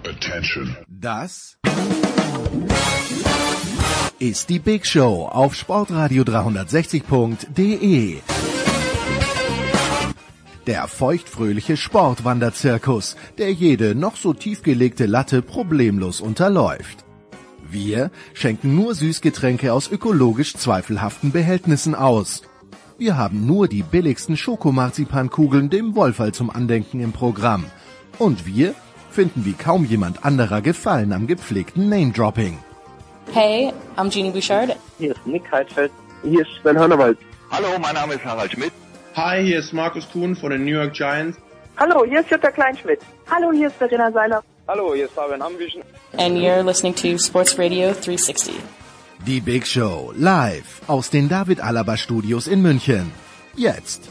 Attention. Das ist die Big Show auf Sportradio 360.de. Der feuchtfröhliche Sportwanderzirkus, der jede noch so tiefgelegte Latte problemlos unterläuft. Wir schenken nur Süßgetränke aus ökologisch zweifelhaften Behältnissen aus. Wir haben nur die billigsten Schokomarzipankugeln dem Wohlfall zum Andenken im Programm. Und wir finden wie kaum jemand anderer Gefallen am gepflegten Name-Dropping. Hey, I'm Jeannie Bouchard. Hier ist Nick Heidfeld. Hier ist Sven Hannawald. Hallo, mein Name ist Harald Schmidt. Hi, hier ist Markus Kuhn von den New York Giants. Hallo, hier ist Jutta Kleinschmidt. Hallo, hier ist Verena Seiler. Hallo, hier ist Fabian Ambüchen. And you're listening to Sports Radio 360. Die Big Show live aus den David Alaba Studios in München. Jetzt.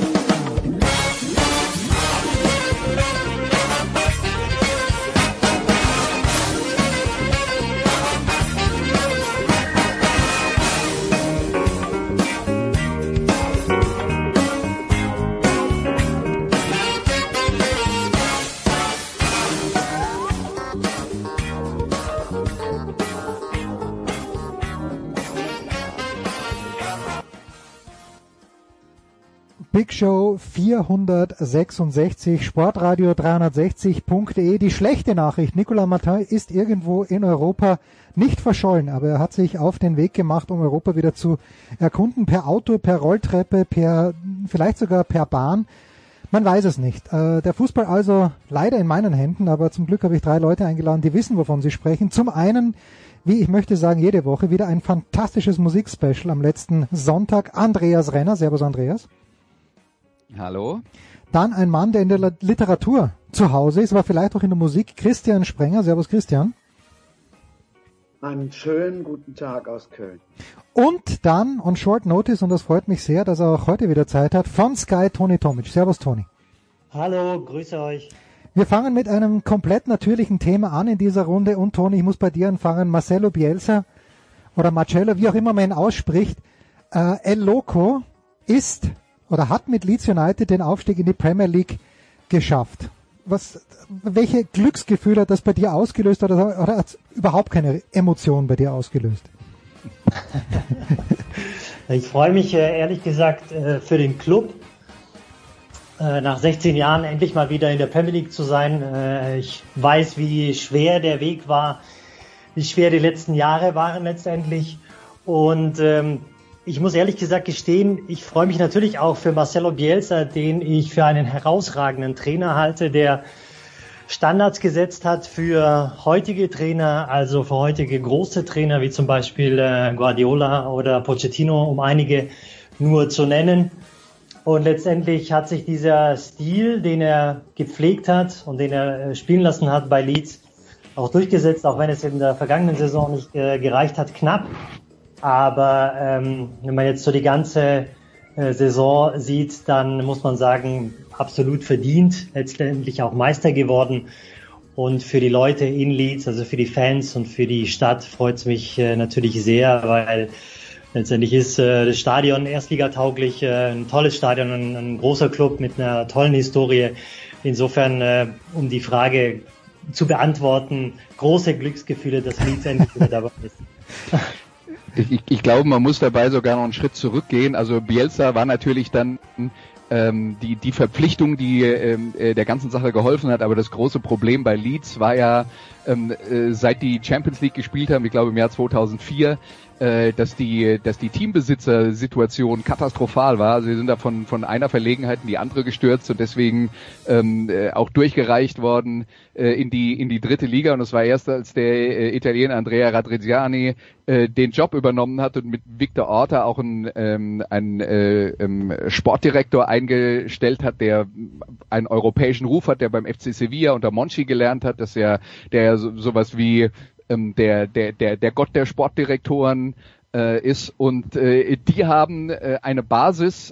Big Show 466, Sportradio 360.de. Die schlechte Nachricht, Nicolas Martin ist irgendwo in Europa nicht verschollen, aber er hat sich auf den Weg gemacht, um Europa wieder zu erkunden, per Auto, per Rolltreppe, vielleicht sogar per Bahn. Man weiß es nicht. Der Fußball also leider in meinen Händen, aber zum Glück habe ich 3 Leute eingeladen, die wissen, wovon sie sprechen. Zum einen, wie ich möchte sagen, jede Woche wieder ein fantastisches Musikspecial am letzten Sonntag. Andreas Renner. Servus, Andreas. Hallo. Dann ein Mann, der in der Literatur zu Hause ist, aber vielleicht auch in der Musik. Christian Sprenger. Servus, Christian. Einen schönen guten Tag aus Köln. Und dann on Short Notice, und das freut mich sehr, dass er auch heute wieder Zeit hat, von Sky Toni Tomic. Servus, Toni. Hallo, grüße euch. Wir fangen mit einem komplett natürlichen Thema an in dieser Runde. Und Toni, ich muss bei dir anfangen. Marcelo Bielsa oder Marcello, wie auch immer man ihn ausspricht, El Loco ist oder hat mit Leeds United den Aufstieg in die Premier League geschafft. Welche Glücksgefühle hat das bei dir ausgelöst oder hat es überhaupt keine Emotionen bei dir ausgelöst? Ich freue mich ehrlich gesagt für den Club, nach 16 Jahren endlich mal wieder in der Premier League zu sein. Ich weiß, wie schwer der Weg war, wie schwer die letzten Jahre waren letztendlich, und ich muss ehrlich gesagt gestehen, ich freue mich natürlich auch für Marcelo Bielsa, den ich für einen herausragenden Trainer halte, der Standards gesetzt hat für heutige Trainer, also für heutige große Trainer, wie zum Beispiel Guardiola oder Pochettino, um einige nur zu nennen. Und letztendlich hat sich dieser Stil, den er gepflegt hat und den er spielen lassen hat bei Leeds, auch durchgesetzt, auch wenn es in der vergangenen Saison nicht gereicht hat, knapp. Aber wenn man jetzt so die ganze Saison sieht, dann muss man sagen, absolut verdient, letztendlich auch Meister geworden. Und für die Leute in Leeds, also für die Fans und für die Stadt, freut es mich natürlich sehr, weil letztendlich ist das Stadion erstligatauglich, ein tolles Stadion, ein großer Club mit einer tollen Historie. Insofern, um die Frage zu beantworten, große Glücksgefühle, dass Leeds endlich wieder dabei ist. Ich glaube, man muss dabei sogar noch einen Schritt zurückgehen. Also Bielsa war natürlich dann die Verpflichtung, die der ganzen Sache geholfen hat, aber das große Problem bei Leeds war ja, seit die Champions League gespielt haben, ich glaube im Jahr 2004, dass die Teambesitzer-Situation katastrophal war. Sie sind da von einer Verlegenheit in die andere gestürzt und deswegen auch durchgereicht worden in die dritte Liga. Und es war erst, als der Italiener Andrea Radrizzani den Job übernommen hat und mit Victor Orta auch einen Sportdirektor eingestellt hat, der einen europäischen Ruf hat, der beim FC Sevilla unter Monchi gelernt hat, dass der sowas wie der Gott der Sportdirektoren ist, und die haben eine Basis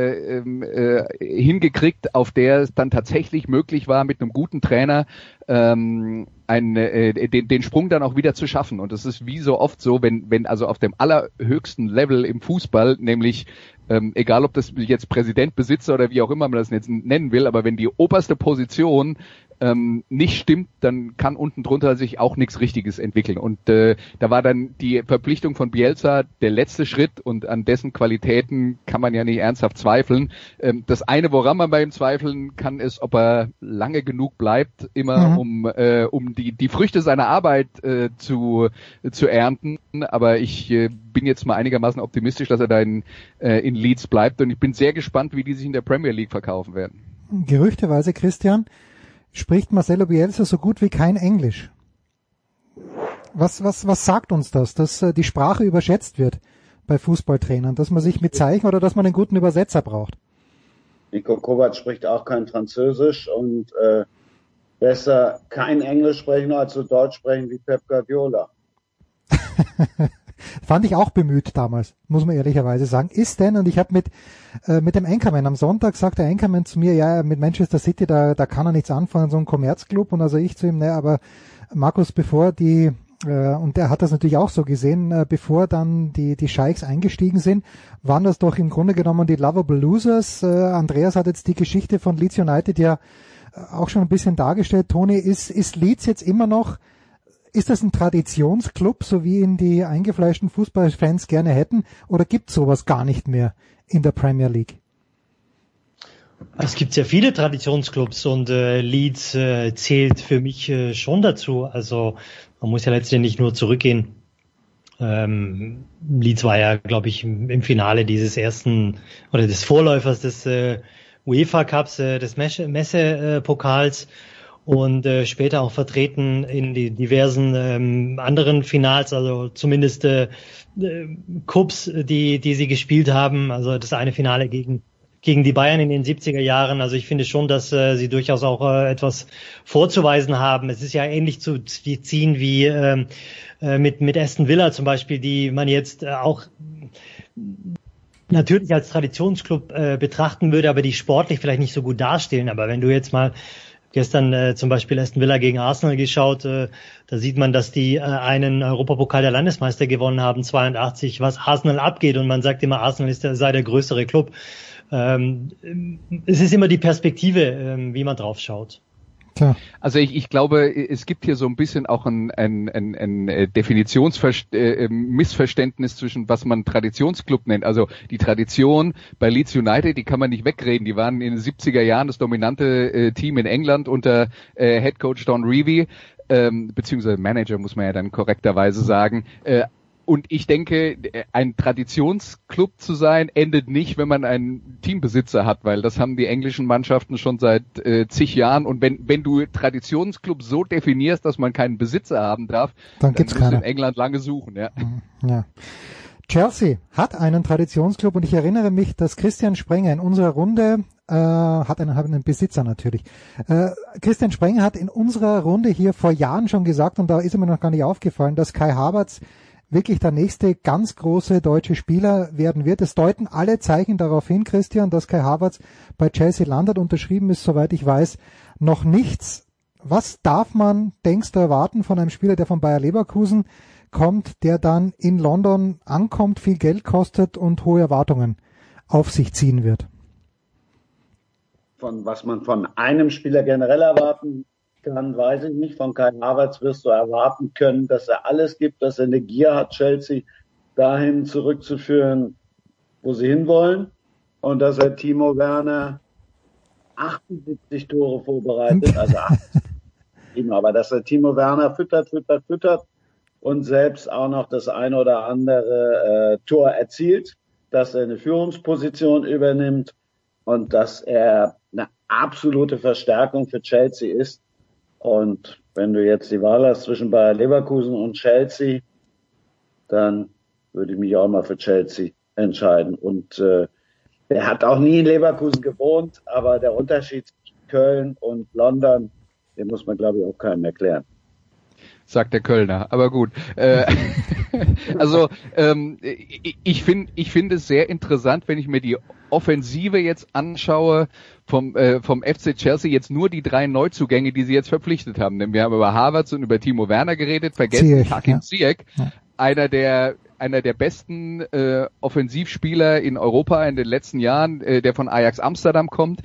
hingekriegt, auf der es dann tatsächlich möglich war, mit einem guten Trainer den Sprung dann auch wieder zu schaffen. Und das ist wie so oft so, wenn also auf dem allerhöchsten Level im Fußball, nämlich egal ob das jetzt Präsident, Besitzer oder wie auch immer man das jetzt nennen will, aber wenn die oberste Position nicht stimmt, dann kann unten drunter sich auch nichts Richtiges entwickeln. Und da war dann die Verpflichtung von Bielsa der letzte Schritt und an dessen Qualitäten kann man ja nicht ernsthaft zweifeln. Das eine, woran man bei ihm zweifeln kann, ist, ob er lange genug bleibt, immer um die Früchte seiner Arbeit zu ernten. Aber ich bin jetzt mal einigermaßen optimistisch, dass er da in Leeds bleibt und ich bin sehr gespannt, wie die sich in der Premier League verkaufen werden. Gerüchteweise, Christian, spricht Marcelo Bielsa so gut wie kein Englisch. Was sagt uns das, dass die Sprache überschätzt wird bei Fußballtrainern, dass man sich mit Zeichen oder dass man einen guten Übersetzer braucht? Niko Kovac spricht auch kein Französisch und besser kein Englisch sprechen als so Deutsch sprechen wie Pep Guardiola. Fand ich auch bemüht damals, muss man ehrlicherweise sagen. Ist denn, und ich habe mit dem Anchorman am Sonntag sagt der Anchorman zu mir, ja, mit Manchester City, da kann er nichts anfangen, so ein Kommerzclub. Und also ich zu ihm, ne, aber Markus, bevor und er hat das natürlich auch so gesehen, bevor dann die Scheichs eingestiegen sind, waren das doch im Grunde genommen die Lovable Losers. Andreas hat jetzt die Geschichte von Leeds United ja auch schon ein bisschen dargestellt. Toni, ist Leeds jetzt immer noch, ist das ein Traditionsclub, so wie ihn die eingefleischten Fußballfans gerne hätten, oder gibt es sowas gar nicht mehr in der Premier League? Es gibt sehr viele Traditionsclubs und Leeds zählt für mich schon dazu. Also man muss ja letztendlich nur zurückgehen. Leeds war ja, glaube ich, im Finale dieses ersten oder des Vorläufers des UEFA Cups, des Messe-Pokals und später auch vertreten in die diversen anderen Finals, also zumindest Cups, die sie gespielt haben. Also das eine Finale gegen die Bayern in den 70er Jahren. Also ich finde schon, dass sie durchaus auch etwas vorzuweisen haben. Es ist ja ähnlich zu ziehen wie mit Aston Villa zum Beispiel, die man jetzt auch natürlich als Traditionsclub betrachten würde, aber die sportlich vielleicht nicht so gut darstellen. Aber wenn du jetzt mal gestern zum Beispiel Aston Villa gegen Arsenal geschaut, da sieht man, dass die einen Europapokal der Landesmeister gewonnen haben, 82, was Arsenal abgeht. Und man sagt immer, Arsenal sei der größere Club. Es ist immer die Perspektive, wie man drauf schaut. Klar. Also ich glaube, es gibt hier so ein bisschen auch ein Definitionsmissverständnis zwischen was man Traditionsclub nennt. Also die Tradition bei Leeds United, die kann man nicht wegreden. Die waren in den 70er Jahren das dominante Team in England unter Headcoach Don Revie, beziehungsweise Manager muss man ja dann korrekterweise sagen. Und ich denke, ein Traditionsclub zu sein, endet nicht, wenn man einen Teambesitzer hat, weil das haben die englischen Mannschaften schon seit zig Jahren. Und wenn du Traditionsclub so definierst, dass man keinen Besitzer haben darf, dann musst du in England lange suchen. Ja. Ja. Chelsea hat einen Traditionsclub und ich erinnere mich, dass Christian Sprenger in unserer Runde hat einen Besitzer natürlich. Christian Sprenger hat in unserer Runde hier vor Jahren schon gesagt, und da ist mir noch gar nicht aufgefallen, dass Kai Havertz wirklich der nächste ganz große deutsche Spieler werden wird. Es deuten alle Zeichen darauf hin, Christian, dass Kai Havertz bei Chelsea landet. Unterschrieben ist, soweit ich weiß, noch nichts. Was darf man, denkst du, erwarten von einem Spieler, der von Bayer Leverkusen kommt, der dann in London ankommt, viel Geld kostet und hohe Erwartungen auf sich ziehen wird? Von was man von einem Spieler generell erwarten kann, weiß ich nicht. Von Kai Havertz wirst du erwarten können, dass er alles gibt, dass er eine Gier hat, Chelsea dahin zurückzuführen, wo sie hinwollen. Und dass er Timo Werner 78 Tore vorbereitet, also 80, aber dass er Timo Werner füttert und selbst auch noch das eine oder andere Tor erzielt, dass er eine Führungsposition übernimmt und dass er eine absolute Verstärkung für Chelsea ist. Und wenn du jetzt die Wahl hast zwischen Bayer Leverkusen und Chelsea, dann würde ich mich auch mal für Chelsea entscheiden. Und er hat auch nie in Leverkusen gewohnt, aber der Unterschied zwischen Köln und London, den muss man, glaube ich, auch keinem erklären. Sagt der Kölner, aber gut. Also ich finde es sehr interessant, wenn ich mir die Offensive jetzt anschaue vom FC Chelsea, jetzt nur die 3 Neuzugänge, die sie jetzt verpflichtet haben. Denn wir haben über Havertz und über Timo Werner geredet, vergessen Hakim Ziyech, einer der besten Offensivspieler in Europa in den letzten Jahren, der von Ajax Amsterdam kommt.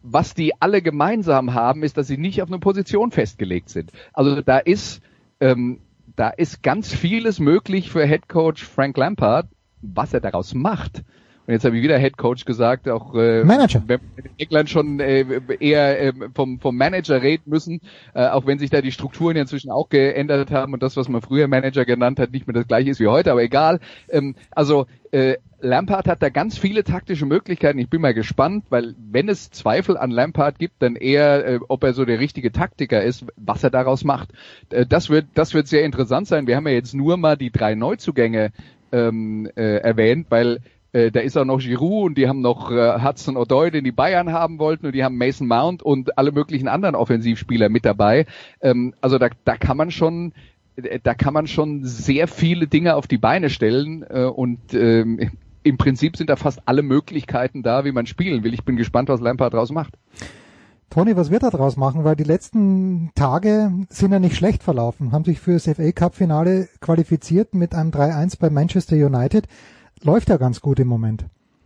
was die alle gemeinsam haben, ist, dass sie nicht auf eine Position festgelegt sind. Also da ist ganz vieles möglich für Headcoach Frank Lampard, was er daraus macht. Und jetzt habe ich wieder Headcoach gesagt, auch Manager. Wenn wir in England schon eher vom Manager reden müssen, auch wenn sich da die Strukturen inzwischen auch geändert haben und das, was man früher Manager genannt hat, nicht mehr das gleiche ist wie heute, aber egal. Lampard hat da ganz viele taktische Möglichkeiten. Ich bin mal gespannt, weil wenn es Zweifel an Lampard gibt, dann eher, ob er so der richtige Taktiker ist, was er daraus macht. Das wird sehr interessant sein. Wir haben ja jetzt nur mal die 3 Neuzugänge erwähnt, weil da ist auch noch Giroud und die haben noch Hudson-Odoi, den die Bayern haben wollten, und die haben Mason Mount und alle möglichen anderen Offensivspieler mit dabei. Also da kann man schon sehr viele Dinge auf die Beine stellen und im Prinzip sind da fast alle Möglichkeiten da, wie man spielen will. Ich bin gespannt, was Lampard draus macht. Toni, was wird er draus machen? Weil die letzten Tage sind ja nicht schlecht verlaufen, haben sich für das FA Cup Finale qualifiziert mit einem 3-1 bei Manchester United. Läuft ja ganz gut im Moment.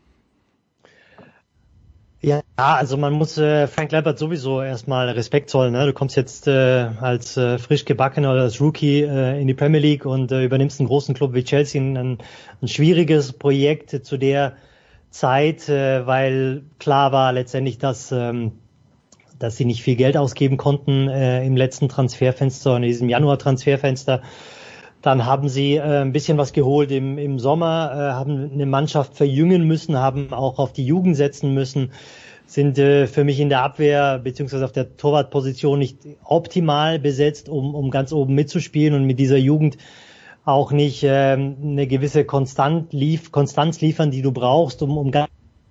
Ja, also man muss Frank Lampard sowieso erstmal Respekt zollen. Ne? Du kommst jetzt als frisch gebackener oder als Rookie in die Premier League und übernimmst einen großen Club wie Chelsea, ein schwieriges Projekt zu der Zeit, weil klar war letztendlich, dass sie nicht viel Geld ausgeben konnten im letzten Transferfenster, in diesem Januar-Transferfenster. Dann haben sie ein bisschen was geholt im Sommer, haben eine Mannschaft verjüngen müssen, haben auch auf die Jugend setzen müssen, sind für mich in der Abwehr beziehungsweise auf der Torwartposition nicht optimal besetzt, um ganz oben mitzuspielen und mit dieser Jugend auch nicht eine gewisse Konstanz liefern, die du brauchst, um ganz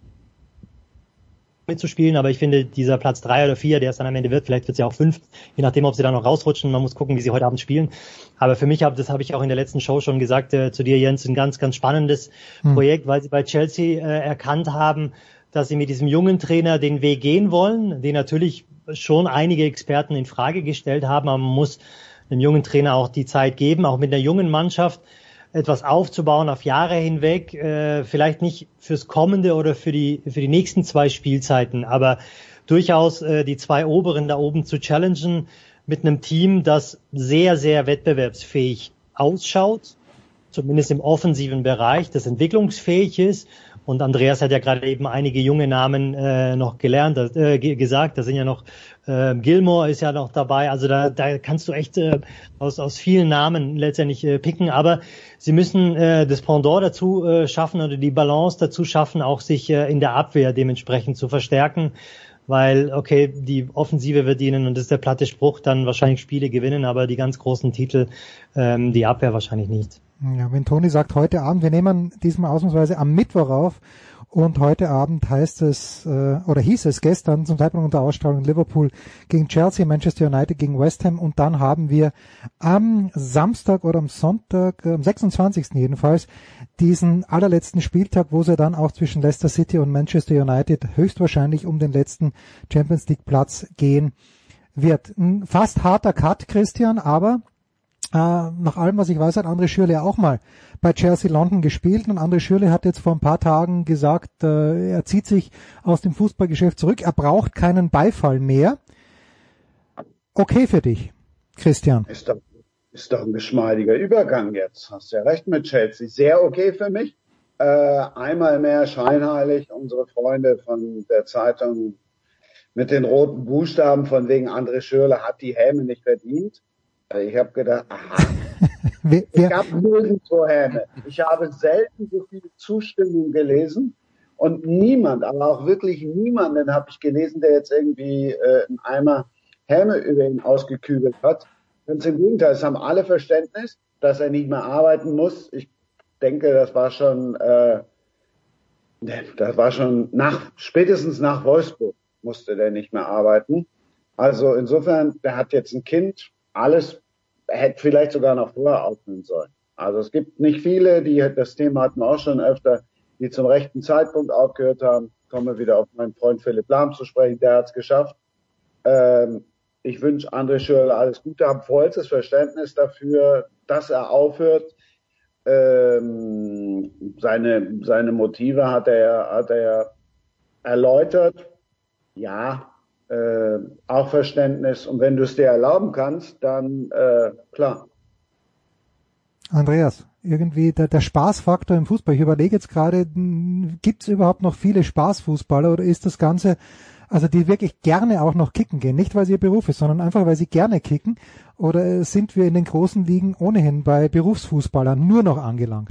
mitzuspielen, aber ich finde, dieser Platz 3 oder 4, der es dann am Ende wird, vielleicht wird es ja auch 5, je nachdem, ob sie da noch rausrutschen, man muss gucken, wie sie heute Abend spielen. Aber für mich, das habe ich auch in der letzten Show schon gesagt, zu dir, Jens, ein ganz, ganz spannendes Projekt, weil sie bei Chelsea erkannt haben, dass sie mit diesem jungen Trainer den Weg gehen wollen, den natürlich schon einige Experten in Frage gestellt haben, aber man muss einem jungen Trainer auch die Zeit geben, auch mit einer jungen Mannschaft etwas aufzubauen auf Jahre hinweg, vielleicht nicht fürs kommende oder für die nächsten 2 Spielzeiten, aber durchaus die 2 Oberen da oben zu challengen mit einem Team, das sehr, sehr wettbewerbsfähig ausschaut, zumindest im offensiven Bereich, das entwicklungsfähig ist. Und Andreas hat ja gerade eben einige junge Namen noch gesagt. Da sind ja noch Gilmore ist ja noch dabei. Also da kannst du echt aus vielen Namen letztendlich picken. Aber sie müssen das Pendant dazu schaffen oder die Balance dazu schaffen, auch sich in der Abwehr dementsprechend zu verstärken. Weil, okay, die Offensive wird ihnen, und das ist der platte Spruch, dann wahrscheinlich Spiele gewinnen, aber die ganz großen Titel, die Abwehr wahrscheinlich nicht. Ja, wenn Toni sagt, heute Abend, wir nehmen diesmal ausnahmsweise am Mittwoch auf und heute Abend heißt es, oder hieß es gestern zum Zeitpunkt der Ausstrahlung Liverpool gegen Chelsea, Manchester United gegen West Ham, und dann haben wir am Samstag oder am Sonntag, am 26. jedenfalls, diesen allerletzten Spieltag, wo es ja dann auch zwischen Leicester City und Manchester United höchstwahrscheinlich um den letzten Champions League Platz gehen wird. Ein fast harter Cut, Christian, aber nach allem, was ich weiß, hat André Schürrle auch mal bei Chelsea London gespielt, und André Schürrle hat jetzt vor ein paar Tagen gesagt, er zieht sich aus dem Fußballgeschäft zurück, er braucht keinen Beifall mehr. Okay für dich, Christian? Ist doch ein geschmeidiger Übergang jetzt. Hast ja recht mit Chelsea. Sehr okay für mich. Einmal mehr scheinheilig unsere Freunde von der Zeitung mit den roten Buchstaben von wegen André Schürrle hat die Häme nicht verdient. Ich habe gedacht, aha, es gab nirgendwo Häme. Ich habe selten so viel Zustimmung gelesen und niemand, aber auch wirklich niemanden habe ich gelesen, der jetzt irgendwie einen Eimer Häme über ihn ausgekübelt hat. Ganz im Gegenteil, es haben alle Verständnis, dass er nicht mehr arbeiten muss. Ich denke, das war schon spätestens nach Wolfsburg musste der nicht mehr arbeiten. Also insofern, der hat jetzt ein Kind. Alles hätte vielleicht sogar noch vorher aufhören sollen. Also es gibt nicht viele, das Thema hatten wir auch schon öfter, die zum rechten Zeitpunkt aufgehört haben. Kommen wir wieder auf meinen Freund Philipp Lahm zu sprechen, der hat es geschafft. Ich wünsche André Schürrle alles Gute, habe vollstes Verständnis dafür, dass er aufhört. Seine Motive hat er erläutert. Ja, auch Verständnis. Und wenn du es dir erlauben kannst, dann klar. Andreas, irgendwie der Spaßfaktor im Fußball. Ich überlege jetzt gerade, gibt es überhaupt noch viele Spaßfußballer oder ist das Ganze, also die wirklich gerne auch noch kicken gehen, nicht weil sie ihr Beruf ist, sondern einfach weil sie gerne kicken, oder sind wir in den großen Ligen ohnehin bei Berufsfußballern nur noch angelangt?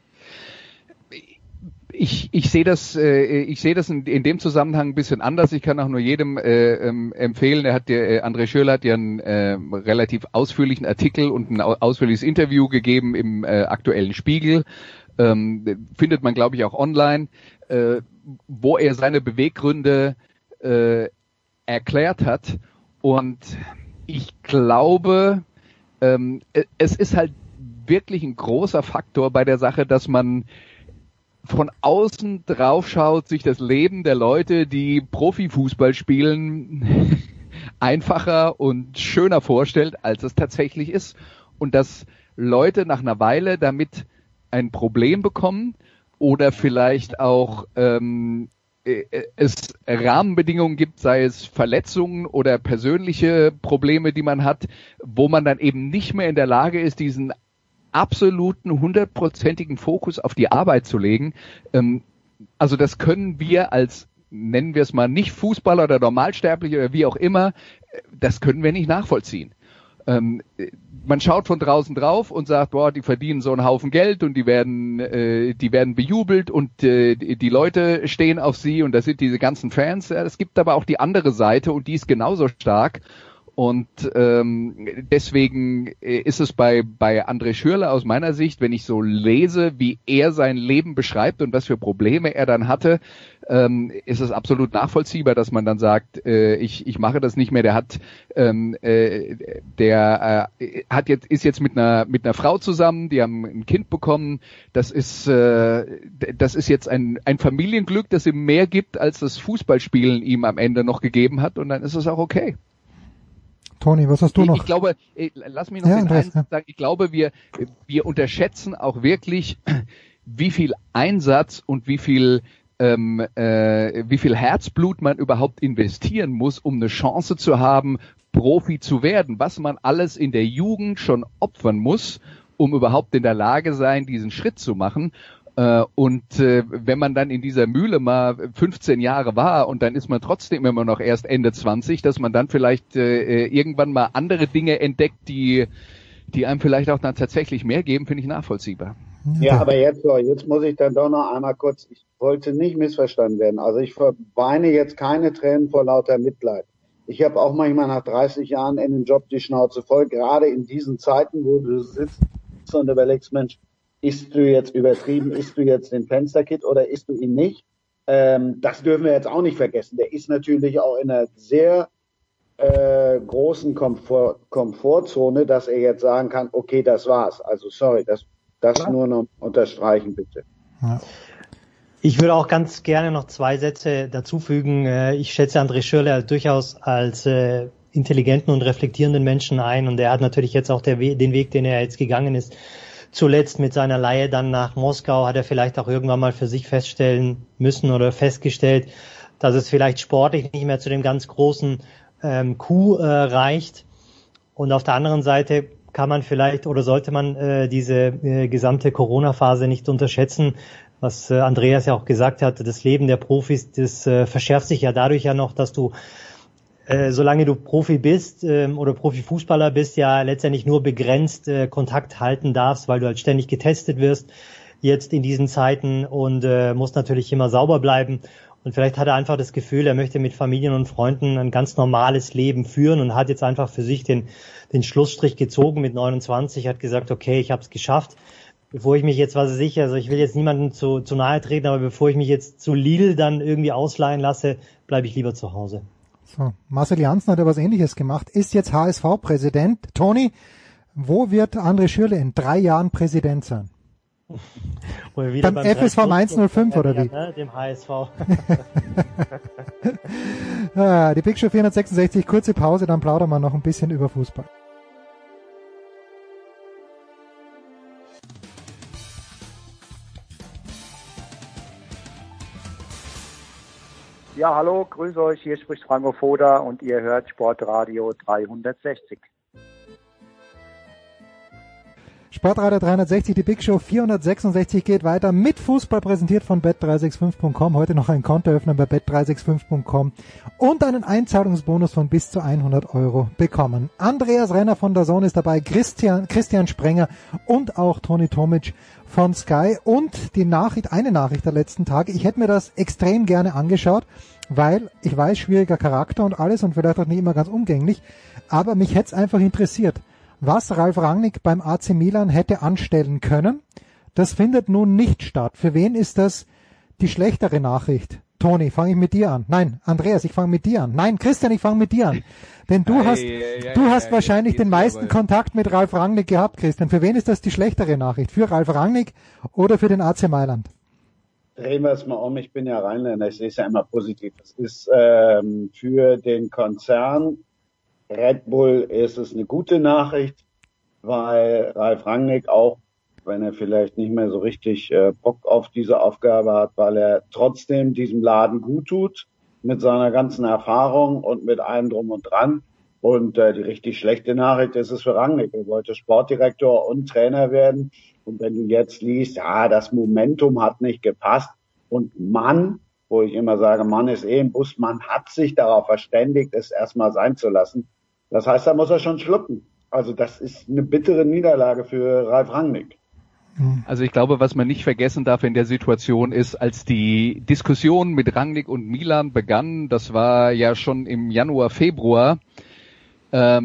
Ich sehe das in dem Zusammenhang ein bisschen anders. Ich kann auch nur jedem empfehlen. André Schürrle hat ja einen relativ ausführlichen Artikel und ein ausführliches Interview gegeben im aktuellen Spiegel. Findet man, glaube ich, auch online, wo er seine Beweggründe erklärt hat. Und ich glaube, es ist halt wirklich ein großer Faktor bei der Sache, dass man von außen drauf schaut, sich das Leben der Leute, die Profifußball spielen, einfacher und schöner vorstellt, als es tatsächlich ist. Und dass Leute nach einer Weile damit ein Problem bekommen oder vielleicht auch es Rahmenbedingungen gibt, sei es Verletzungen oder persönliche Probleme, die man hat, wo man dann eben nicht mehr in der Lage ist, diesen absoluten 100%igen Fokus auf die Arbeit zu legen. Also das können wir als, nennen wir es mal, nicht Fußballer oder Normalsterbliche oder wie auch immer, das können wir nicht nachvollziehen. Man schaut von draußen drauf und sagt, boah, die verdienen so einen Haufen Geld und die werden bejubelt und die Leute stehen auf sie und da sind diese ganzen Fans. Ja, es gibt aber auch die andere Seite und die ist genauso stark. Und deswegen ist es bei André Schürrle aus meiner Sicht, wenn ich so lese, wie er sein Leben beschreibt und was für Probleme er dann hatte, ist es absolut nachvollziehbar, dass man dann sagt, ich mache das nicht mehr. Ist jetzt mit einer Frau zusammen, die haben ein Kind bekommen. Das ist jetzt ein Familienglück, das ihm mehr gibt, als das Fußballspielen ihm am Ende noch gegeben hat. Und dann ist es auch okay. Toni, was hast du noch? Ich glaube, lass mich noch eins sagen, ich glaube, wir unterschätzen auch wirklich, wie viel Einsatz und wie viel Herzblut man überhaupt investieren muss, um eine Chance zu haben, Profi zu werden, was man alles in der Jugend schon opfern muss, um überhaupt in der Lage sein, diesen Schritt zu machen. Und wenn man dann in dieser Mühle mal 15 Jahre war und dann ist man trotzdem immer noch erst Ende 20, dass man dann vielleicht irgendwann mal andere Dinge entdeckt, die einem vielleicht auch dann tatsächlich mehr geben, finde ich nachvollziehbar. Ja, aber jetzt muss ich dann doch noch einmal kurz, ich wollte nicht missverstanden werden. Also ich weine jetzt keine Tränen vor lauter Mitleid. Ich habe auch manchmal nach 30 Jahren in den Job die Schnauze voll, gerade in diesen Zeiten, wo du sitzt und überlegst, Mensch, isst du jetzt übertrieben, isst du jetzt den Fensterkit oder isst du ihn nicht? Das dürfen wir jetzt auch nicht vergessen. Der ist natürlich auch in einer sehr großen Komfortzone, dass er jetzt sagen kann, okay, das war's. Also sorry, das nur noch unterstreichen, bitte. Ja. Ich würde auch ganz gerne noch 2 Sätze dazufügen. Ich schätze André Schürrle durchaus als intelligenten und reflektierenden Menschen ein und er hat natürlich jetzt auch den Weg, den er jetzt gegangen ist, zuletzt mit seiner Leihe dann nach Moskau, hat er vielleicht auch irgendwann mal für sich feststellen müssen oder festgestellt, dass es vielleicht sportlich nicht mehr zu dem ganz großen Coup reicht. Und auf der anderen Seite kann man vielleicht oder sollte man diese gesamte Corona-Phase nicht unterschätzen. Was Andreas ja auch gesagt hat, das Leben der Profis, das verschärft sich ja dadurch ja noch, dass du solange du Profi bist oder Profifußballer bist, ja letztendlich nur begrenzt Kontakt halten darfst, weil du halt ständig getestet wirst jetzt in diesen Zeiten und musst natürlich immer sauber bleiben. Und vielleicht hat er einfach das Gefühl, er möchte mit Familien und Freunden ein ganz normales Leben führen und hat jetzt einfach für sich den Schlussstrich gezogen mit 29, hat gesagt, okay, ich habe es geschafft. Bevor ich mich jetzt, also ich will jetzt niemandem zu nahe treten, aber bevor ich mich jetzt zu Lille dann irgendwie ausleihen lasse, bleibe ich lieber zu Hause. So, Marcel Janssen hat ja was Ähnliches gemacht, ist jetzt HSV-Präsident. Toni, wo wird André Schürrle in 3 Jahren Präsident sein? Beim FSV Mainz 05 oder wie? Ja, dem HSV. Die Big Show 466, kurze Pause, dann plaudern wir noch ein bisschen über Fußball. Ja, hallo, grüß euch, hier spricht Franco Foda und ihr hört Sportradio 360. Sportradio 360, die Big Show 466 geht weiter mit Fußball, präsentiert von bet365.com. Heute noch ein Kontoöffner bei bet365.com und einen Einzahlungsbonus von bis zu 100 € bekommen. Andreas Renner von DAZN ist dabei, Christian Sprenger und auch Toni Tomic von Sky. Und eine Nachricht der letzten Tage. Ich hätte mir das extrem gerne angeschaut, weil ich weiß, schwieriger Charakter und alles und vielleicht auch nicht immer ganz umgänglich, aber mich hätte es einfach interessiert, was Ralf Rangnick beim AC Milan hätte anstellen können. Das findet nun nicht statt. Für wen ist das die schlechtere Nachricht? Toni, fange ich mit dir an. Nein, Andreas, ich fange mit dir an. Nein, Christian, ich fange mit dir an. Denn du hast wahrscheinlich den meisten Kontakt mit Ralf Rangnick gehabt, Christian. Für wen ist das die schlechtere Nachricht? Für Ralf Rangnick oder für den AC Mailand? Drehen wir es mal um. Ich bin ja Rheinländer, ich sehe es ja immer positiv. Es ist für den Konzern Red Bull ist es eine gute Nachricht, weil Ralf Rangnick auch, wenn er vielleicht nicht mehr so richtig Bock auf diese Aufgabe hat, weil er trotzdem diesem Laden gut tut, mit seiner ganzen Erfahrung und mit allem drum und dran. Und die richtig schlechte Nachricht ist es für Rangnick. Er wollte Sportdirektor und Trainer werden. Und wenn du jetzt liest, ja, das Momentum hat nicht gepasst. Und Mann, wo ich immer sage, Mann ist im Bus, man hat sich darauf verständigt, es erstmal sein zu lassen. Das heißt, da muss er schon schlucken. Also das ist eine bittere Niederlage für Ralf Rangnick. Also ich glaube, was man nicht vergessen darf in der Situation ist, als die Diskussion mit Rangnick und Milan begann, das war ja schon im Januar, Februar, da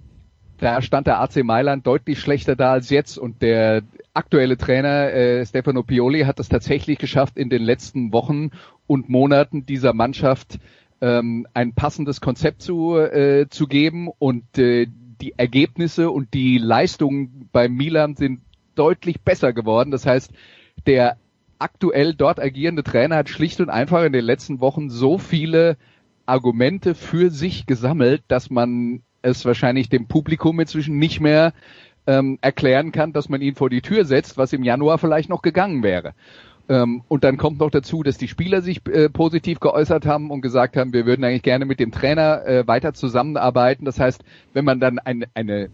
stand der AC Mailand deutlich schlechter da als jetzt und der aktuelle Trainer Stefano Pioli hat es tatsächlich geschafft, in den letzten Wochen und Monaten dieser Mannschaft ein passendes Konzept zu geben und die Ergebnisse und die Leistungen bei Milan sind deutlich besser geworden. Das heißt, der aktuell dort agierende Trainer hat schlicht und einfach in den letzten Wochen so viele Argumente für sich gesammelt, dass man es wahrscheinlich dem Publikum inzwischen nicht mehr erklären kann, dass man ihn vor die Tür setzt, was im Januar vielleicht noch gegangen wäre. Und dann kommt noch dazu, dass die Spieler sich positiv geäußert haben und gesagt haben, wir würden eigentlich gerne mit dem Trainer weiter zusammenarbeiten. Das heißt, wenn man dann eine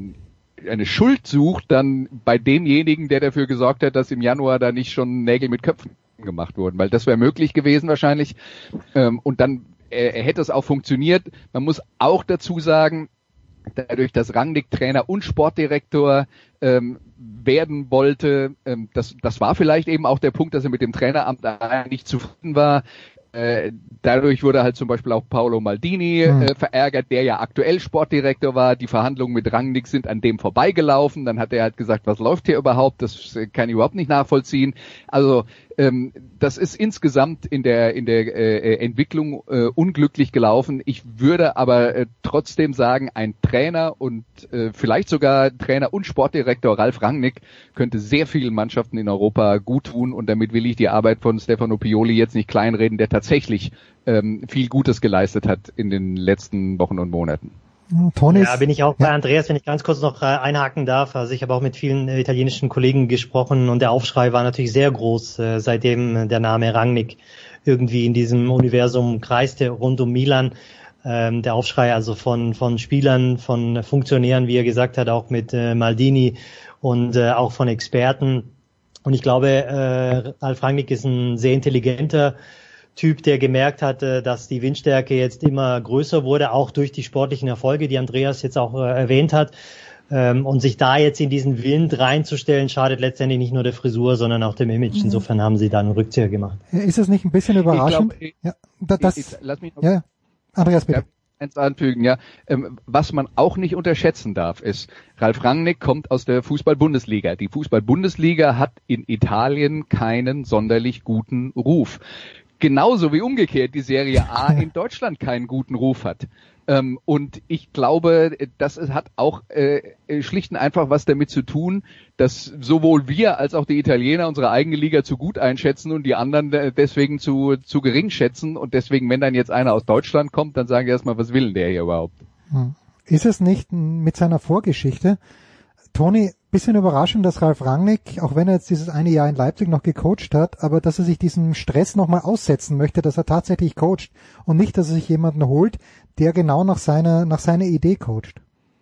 Schuld sucht, dann bei demjenigen, der dafür gesorgt hat, dass im Januar da nicht schon Nägel mit Köpfen gemacht wurden, weil das wäre möglich gewesen wahrscheinlich. Und dann hätte es auch funktioniert. Man muss auch dazu sagen, dadurch, dass Rangnick Trainer und Sportdirektor werden wollte, das war vielleicht eben auch der Punkt, dass er mit dem Traineramt nicht zufrieden war. Dadurch wurde halt zum Beispiel auch Paolo Maldini verärgert, der ja aktuell Sportdirektor war. Die Verhandlungen mit Rangnick sind an dem vorbeigelaufen. Dann hat er halt gesagt, was läuft hier überhaupt? Das kann ich überhaupt nicht nachvollziehen. Also das ist insgesamt in der Entwicklung unglücklich gelaufen. Ich würde aber trotzdem sagen, ein Trainer und vielleicht sogar Trainer und Sportdirektor Ralf Rangnick könnte sehr vielen Mannschaften in Europa gut tun. Und damit will ich die Arbeit von Stefano Pioli jetzt nicht kleinreden, der tatsächlich viel Gutes geleistet hat in den letzten Wochen und Monaten. Ja, bin ich auch bei Andreas, wenn ich ganz kurz noch einhaken darf. Also ich habe auch mit vielen italienischen Kollegen gesprochen und der Aufschrei war natürlich sehr groß, seitdem der Name Rangnick irgendwie in diesem Universum kreiste rund um Milan. Der Aufschrei also von Spielern, von Funktionären, wie er gesagt hat, auch mit Maldini und auch von Experten. Und ich glaube, Ralf Rangnick ist ein sehr intelligenter Typ, der gemerkt hatte, dass die Windstärke jetzt immer größer wurde, auch durch die sportlichen Erfolge, die Andreas jetzt auch erwähnt hat. Und sich da jetzt in diesen Wind reinzustellen, schadet letztendlich nicht nur der Frisur, sondern auch dem Image. Insofern haben sie da einen Rückzieher gemacht. Ist das nicht ein bisschen überraschend? Lass mich noch Andreas, bitte. Eins anfügen, ja. Was man auch nicht unterschätzen darf, ist, Ralf Rangnick kommt aus der Fußball-Bundesliga. Die Fußball-Bundesliga hat in Italien keinen sonderlich guten Ruf. Genauso wie umgekehrt die Serie A in Deutschland keinen guten Ruf hat. Und ich glaube, das hat auch schlicht und einfach was damit zu tun, dass sowohl wir als auch die Italiener unsere eigene Liga zu gut einschätzen und die anderen deswegen zu gering schätzen. Und deswegen, wenn dann jetzt einer aus Deutschland kommt, dann sagen die erstmal, was will denn der hier überhaupt? Ist es nicht mit seiner Vorgeschichte? Toni, bisschen überraschend, dass Ralf Rangnick, auch wenn er jetzt dieses eine Jahr in Leipzig noch gecoacht hat, aber dass er sich diesem Stress nochmal aussetzen möchte, dass er tatsächlich coacht und nicht, dass er sich jemanden holt, der genau nach seiner Idee coacht.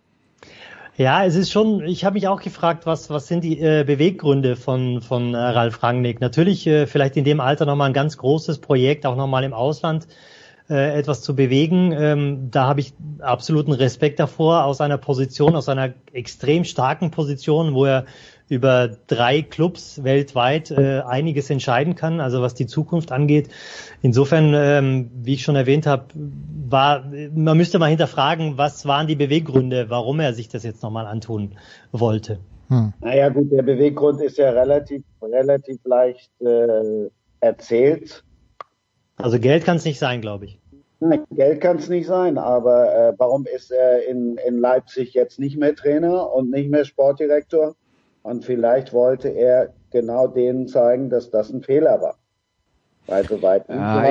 Ja, es ist schon, ich habe mich auch gefragt, was sind die Beweggründe von Ralf Rangnick? Natürlich vielleicht in dem Alter nochmal ein ganz großes Projekt, auch nochmal im Ausland etwas zu bewegen. Da habe ich absoluten Respekt davor, aus einer extrem starken Position, wo er über 3 Clubs weltweit einiges entscheiden kann, also was die Zukunft angeht. Insofern, wie ich schon erwähnt habe, man müsste mal hinterfragen, was waren die Beweggründe, warum er sich das jetzt nochmal antun wollte. Naja gut, der Beweggrund ist ja relativ leicht erzählt. Also Geld kann es nicht sein, glaube ich. Geld kann es nicht sein, aber warum ist er in Leipzig jetzt nicht mehr Trainer und nicht mehr Sportdirektor? Und vielleicht wollte er genau denen zeigen, dass das ein Fehler war. Weil soweit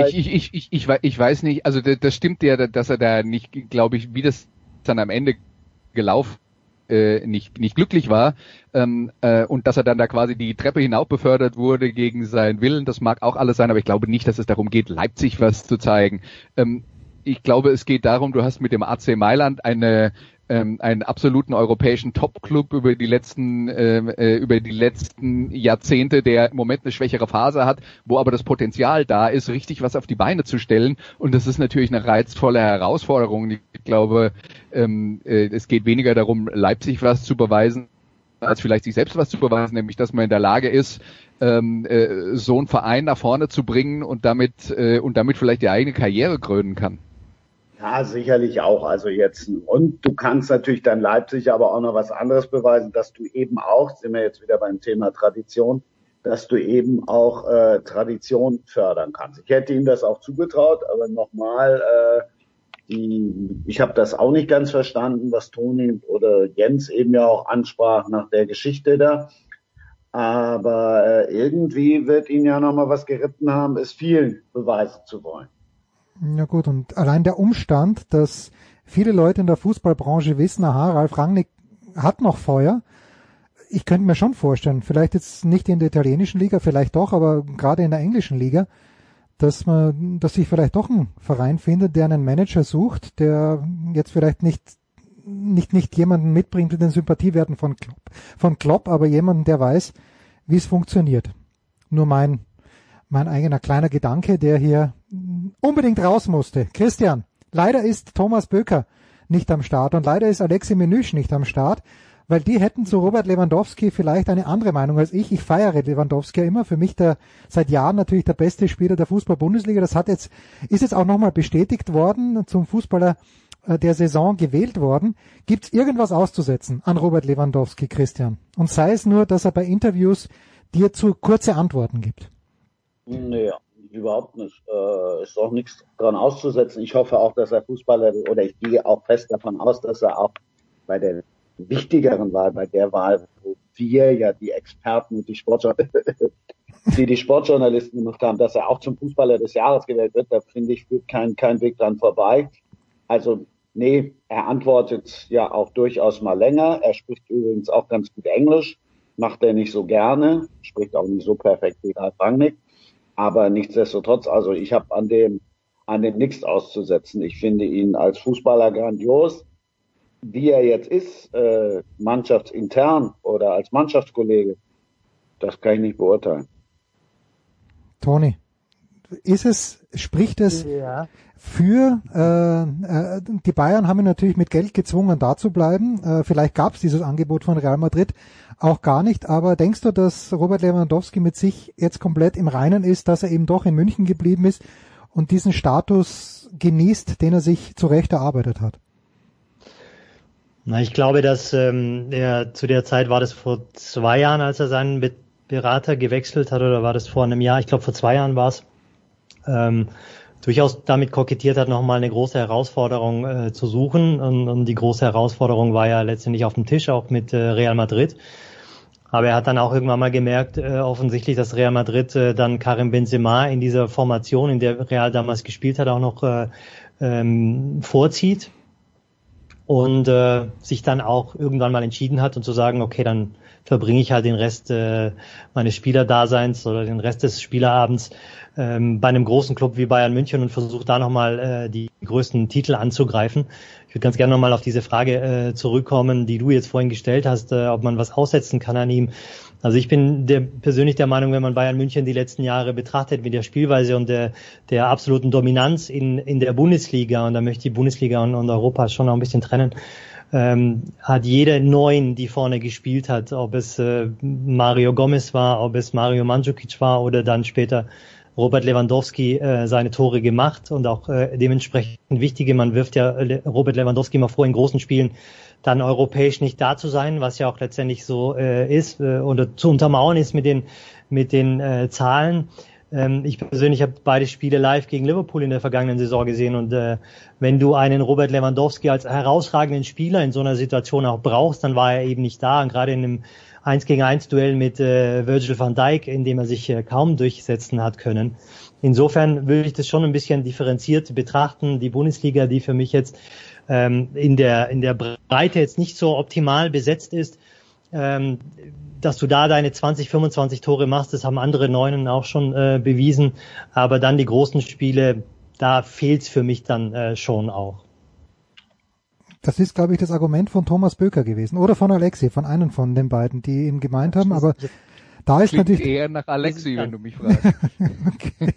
ich weiß nicht, also das stimmt ja, dass er da nicht, glaube ich, wie das dann am Ende gelaufen nicht glücklich war und dass er dann da quasi die Treppe hinauf befördert wurde gegen seinen Willen, das mag auch alles sein, aber ich glaube nicht, dass es darum geht, Leipzig was zu zeigen. Ich glaube, es geht darum, du hast mit dem AC Mailand einen absoluten europäischen Top-Club über die letzten Jahrzehnte, der im Moment eine schwächere Phase hat, wo aber das Potenzial da ist, richtig was auf die Beine zu stellen. Und das ist natürlich eine reizvolle Herausforderung. Ich glaube, es geht weniger darum, Leipzig was zu beweisen, als vielleicht sich selbst was zu beweisen, nämlich dass man in der Lage ist, so einen Verein nach vorne zu bringen und damit vielleicht die eigene Karriere krönen kann. Ja, sicherlich auch. Also jetzt, und du kannst natürlich dann Leipzig aber auch noch was anderes beweisen, dass du eben auch, sind wir jetzt wieder beim Thema Tradition, dass du eben auch Tradition fördern kannst. Ich hätte ihm das auch zugetraut, aber nochmal, ich habe das auch nicht ganz verstanden, was Toni oder Jens eben ja auch ansprach nach der Geschichte da. Aber irgendwie wird ihn ja nochmal was geritten haben, es vielen beweisen zu wollen. Ja gut, und allein der Umstand, dass viele Leute in der Fußballbranche wissen, aha, Ralf Rangnick hat noch Feuer. Ich könnte mir schon vorstellen, vielleicht jetzt nicht in der italienischen Liga, vielleicht doch, aber gerade in der englischen Liga, dass sich vielleicht doch ein Verein findet, der einen Manager sucht, der jetzt vielleicht nicht jemanden mitbringt mit den Sympathiewerten von Klopp, aber jemanden, der weiß, wie es funktioniert. Nur mein eigener kleiner Gedanke, der hier unbedingt raus musste. Christian, leider ist Thomas Böker nicht am Start und leider ist Alexi Menüsch nicht am Start, weil die hätten zu Robert Lewandowski vielleicht eine andere Meinung als ich. Ich feiere Lewandowski ja immer. Für mich seit Jahren natürlich der beste Spieler der Fußball-Bundesliga. Das ist jetzt auch nochmal bestätigt worden, zum Fußballer der Saison gewählt worden. Gibt's irgendwas auszusetzen an Robert Lewandowski, Christian? Und sei es nur, dass er bei Interviews dir zu kurze Antworten gibt. Nee, überhaupt nicht. Ist auch nichts dran auszusetzen. Ich hoffe auch, dass er Fußballer, oder ich gehe auch fest davon aus, dass er auch bei der wichtigeren Wahl, bei der Wahl, wo wir ja die Experten und die Sportjournalisten gemacht haben, dass er auch zum Fußballer des Jahres gewählt wird, da finde ich, führt kein Weg dran vorbei. Also, nee, er antwortet ja auch durchaus mal länger. Er spricht übrigens auch ganz gut Englisch, macht er nicht so gerne, spricht auch nicht so perfekt wie Ralf Rangnick. Aber nichtsdestotrotz, also ich habe an dem nichts auszusetzen. Ich finde ihn als Fußballer grandios. Wie er jetzt ist, mannschaftsintern oder als Mannschaftskollege, das kann ich nicht beurteilen. Toni, spricht es für, die Bayern haben ihn natürlich mit Geld gezwungen, da zu bleiben. Vielleicht gab es dieses Angebot von Real Madrid auch gar nicht, aber denkst du, dass Robert Lewandowski mit sich jetzt komplett im Reinen ist, dass er eben doch in München geblieben ist und diesen Status genießt, den er sich zu Recht erarbeitet hat? Na, ich glaube, dass er zu der Zeit, war das vor 2 Jahren, als er seinen Berater gewechselt hat, oder war das vor einem Jahr? Ich glaube, vor 2 Jahren war es. Durchaus damit kokettiert hat, nochmal eine große Herausforderung zu suchen. Und die große Herausforderung war ja letztendlich auf dem Tisch, auch mit Real Madrid. Aber er hat dann auch irgendwann mal gemerkt, offensichtlich, dass Real Madrid dann Karim Benzema in dieser Formation, in der Real damals gespielt hat, auch noch vorzieht. und sich dann auch irgendwann mal entschieden hat und zu sagen, okay, dann verbringe ich halt den Rest meines Spielerdaseins oder den Rest des Spielerabends bei einem großen Club wie Bayern München und versuche da nochmal die größten Titel anzugreifen. Ich würde ganz gerne nochmal auf diese Frage zurückkommen, die du jetzt vorhin gestellt hast, ob man was aussetzen kann an ihm. Also ich bin persönlich der Meinung, wenn man Bayern München die letzten Jahre betrachtet mit der Spielweise und der absoluten Dominanz in der Bundesliga, und da möchte ich die Bundesliga und Europa schon noch ein bisschen trennen, hat jede 9, die vorne gespielt hat, ob es Mario Gomez war, ob es Mario Mandzukic war oder dann später Robert Lewandowski seine Tore gemacht und auch dementsprechend wichtige. Man wirft ja Robert Lewandowski immer vor, in großen Spielen dann europäisch nicht da zu sein, was ja auch letztendlich so ist oder zu untermauern ist mit den Zahlen. Ich persönlich habe beide Spiele live gegen Liverpool in der vergangenen Saison gesehen und wenn du einen Robert Lewandowski als herausragenden Spieler in so einer Situation auch brauchst, dann war er eben nicht da, und gerade in einem 1-gegen-1-Duell mit Virgil van Dijk, in dem er sich kaum durchsetzen hat können. Insofern würde ich das schon ein bisschen differenziert betrachten. Die Bundesliga, die für mich jetzt in der Breite jetzt nicht so optimal besetzt ist, dass du da deine 20, 25 Tore machst, das haben andere Neunen auch schon bewiesen. Aber dann die großen Spiele, da fehlt's für mich dann schon auch. Das ist, glaube ich, das Argument von Thomas Böker gewesen oder von Alexi, von einem von den beiden, die ihn gemeint haben. Aber da ist natürlich eher nach Alexi, wenn du mich fragst. Okay.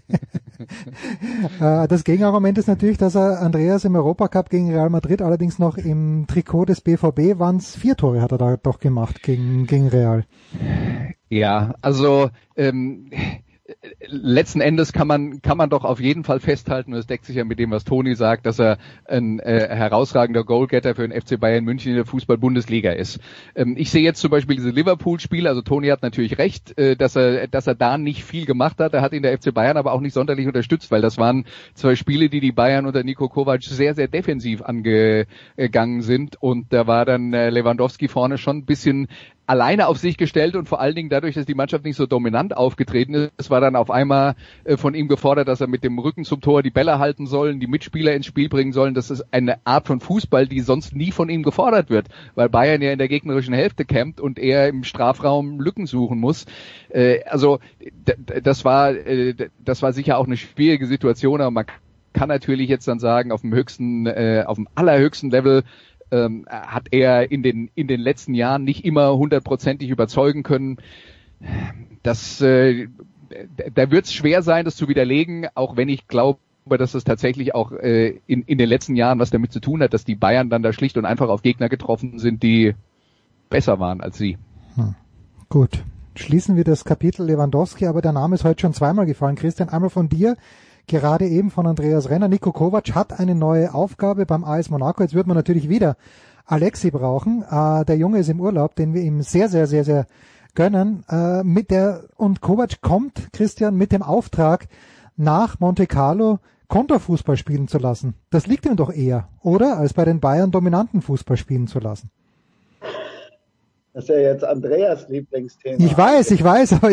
Das Gegenargument ist natürlich, dass Andreas im Europacup gegen Real Madrid, allerdings noch im Trikot des BVB, waren es 4 Tore, hat er da doch gemacht gegen Real. Ja, also letzten Endes kann man doch auf jeden Fall festhalten, und das deckt sich ja mit dem, was Toni sagt, dass er ein herausragender Goalgetter für den FC Bayern München in der Fußball-Bundesliga ist. Ich sehe jetzt zum Beispiel diese Liverpool-Spiele, also Toni hat natürlich recht, dass er da nicht viel gemacht hat. Er hat ihn der FC Bayern aber auch nicht sonderlich unterstützt, weil das waren 2 Spiele, die Bayern unter Niko Kovac sehr, sehr defensiv angegangen sind, und da war dann Lewandowski vorne schon ein bisschen alleine auf sich gestellt, und vor allen Dingen dadurch, dass die Mannschaft nicht so dominant aufgetreten ist, war dann auf einmal von ihm gefordert, dass er mit dem Rücken zum Tor die Bälle halten soll, die Mitspieler ins Spiel bringen sollen. Das ist eine Art von Fußball, die sonst nie von ihm gefordert wird, weil Bayern ja in der gegnerischen Hälfte campt und er im Strafraum Lücken suchen muss. Also das war sicher auch eine schwierige Situation, aber man kann natürlich jetzt dann sagen, auf dem allerhöchsten Level hat er in den letzten Jahren nicht immer 100%ig überzeugen können. Da wird es schwer sein, das zu widerlegen, auch wenn ich glaube, dass es tatsächlich auch in den letzten Jahren was damit zu tun hat, dass die Bayern dann da schlicht und einfach auf Gegner getroffen sind, die besser waren als sie. Gut, schließen wir das Kapitel Lewandowski, aber der Name ist heute schon zweimal gefallen. Christian, einmal von dir, gerade eben von Andreas Renner. Niko Kovac hat eine neue Aufgabe beim AS Monaco. Jetzt wird man natürlich wieder Alexi brauchen. Der Junge ist im Urlaub, den wir ihm sehr, sehr, sehr, sehr gönnen. Und Kovac kommt, Christian, mit dem Auftrag, nach Monte Carlo Konterfußball spielen zu lassen. Das liegt ihm doch eher, oder? Als bei den Bayern dominanten Fußball spielen zu lassen. Das ist ja jetzt Andreas Lieblingsthema. Ich weiß, aber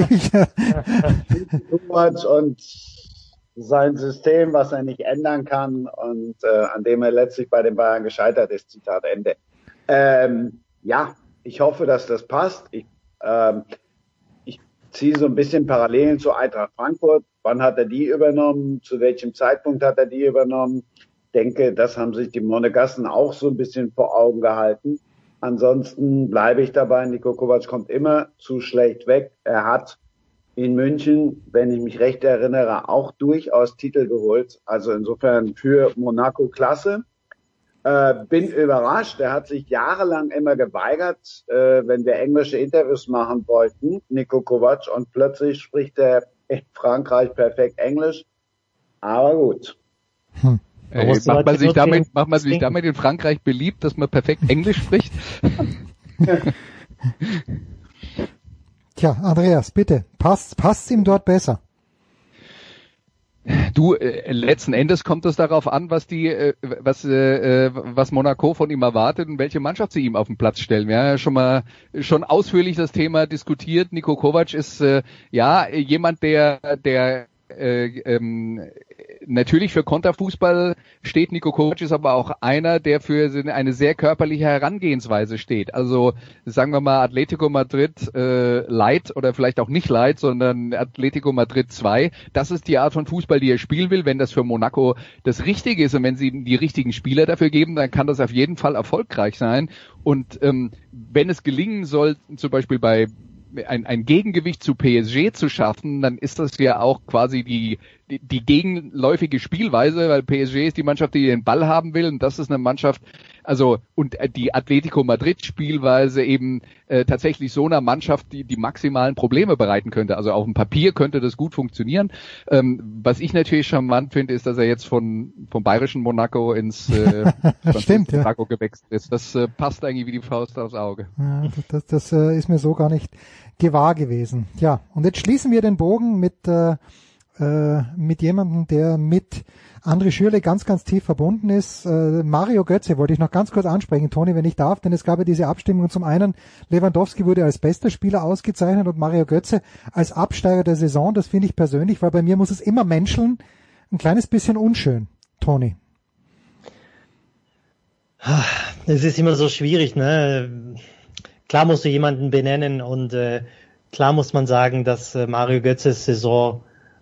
Kovac und sein System, was er nicht ändern kann und an dem er letztlich bei den Bayern gescheitert ist, Zitat Ende. Ja, ich hoffe, dass das passt. Ich ziehe so ein bisschen Parallelen zu Eintracht Frankfurt. Wann hat er die übernommen? Zu welchem Zeitpunkt hat er die übernommen? Ich denke, das haben sich die Monegassen auch so ein bisschen vor Augen gehalten. Ansonsten bleibe ich dabei, Niko Kovac kommt immer zu schlecht weg. Er hat in München, wenn ich mich recht erinnere, auch durchaus Titel geholt. Also insofern für Monaco klasse. Bin überrascht. Er hat sich jahrelang immer geweigert, wenn wir englische Interviews machen wollten, Niko Kovac, und plötzlich spricht er in Frankreich perfekt Englisch. Aber gut. Macht man sich damit in Frankreich beliebt, dass man perfekt Englisch spricht? Tja, Andreas, bitte, passt's ihm dort besser? Du, letzten Endes kommt es darauf an, was Monaco von ihm erwartet und welche Mannschaft sie ihm auf den Platz stellen. Wir haben ja schon ausführlich das Thema diskutiert. Niko Kovac ist jemand, der natürlich für Konterfußball steht Niko Kovac, ist aber auch einer, der für eine sehr körperliche Herangehensweise steht. Also sagen wir mal Atletico Madrid Light oder vielleicht auch nicht Light, sondern Atletico Madrid 2. Das ist die Art von Fußball, die er spielen will. Wenn das für Monaco das Richtige ist und wenn sie die richtigen Spieler dafür geben, dann kann das auf jeden Fall erfolgreich sein. Und wenn es gelingen soll, zum Beispiel bei ein Gegengewicht zu PSG zu schaffen, dann ist das ja auch quasi die gegenläufige Spielweise, weil PSG ist die Mannschaft, die den Ball haben will, und das ist eine Mannschaft, also und die Atletico Madrid Spielweise eben tatsächlich so einer Mannschaft, die maximalen Probleme bereiten könnte. Also auf dem Papier könnte das gut funktionieren. Was ich natürlich charmant finde, ist, dass er jetzt vom bayerischen Monaco ins Stimmt, ja. Monaco gewechselt ist. Das passt eigentlich wie die Faust aufs Auge. Ja, das ist mir so gar nicht gewahr gewesen. Ja, und jetzt schließen wir den Bogen mit jemandem, der mit André Schürrle ganz, ganz tief verbunden ist. Mario Götze wollte ich noch ganz kurz ansprechen, Toni, wenn ich darf, denn es gab ja diese Abstimmung. Zum einen, Lewandowski wurde als bester Spieler ausgezeichnet und Mario Götze als Absteiger der Saison. Das finde ich persönlich, weil bei mir muss es immer menscheln. Ein kleines bisschen unschön, Toni. Es ist immer so schwierig, ne? Klar musst du jemanden benennen und klar muss man sagen, dass Mario Götzes Saison,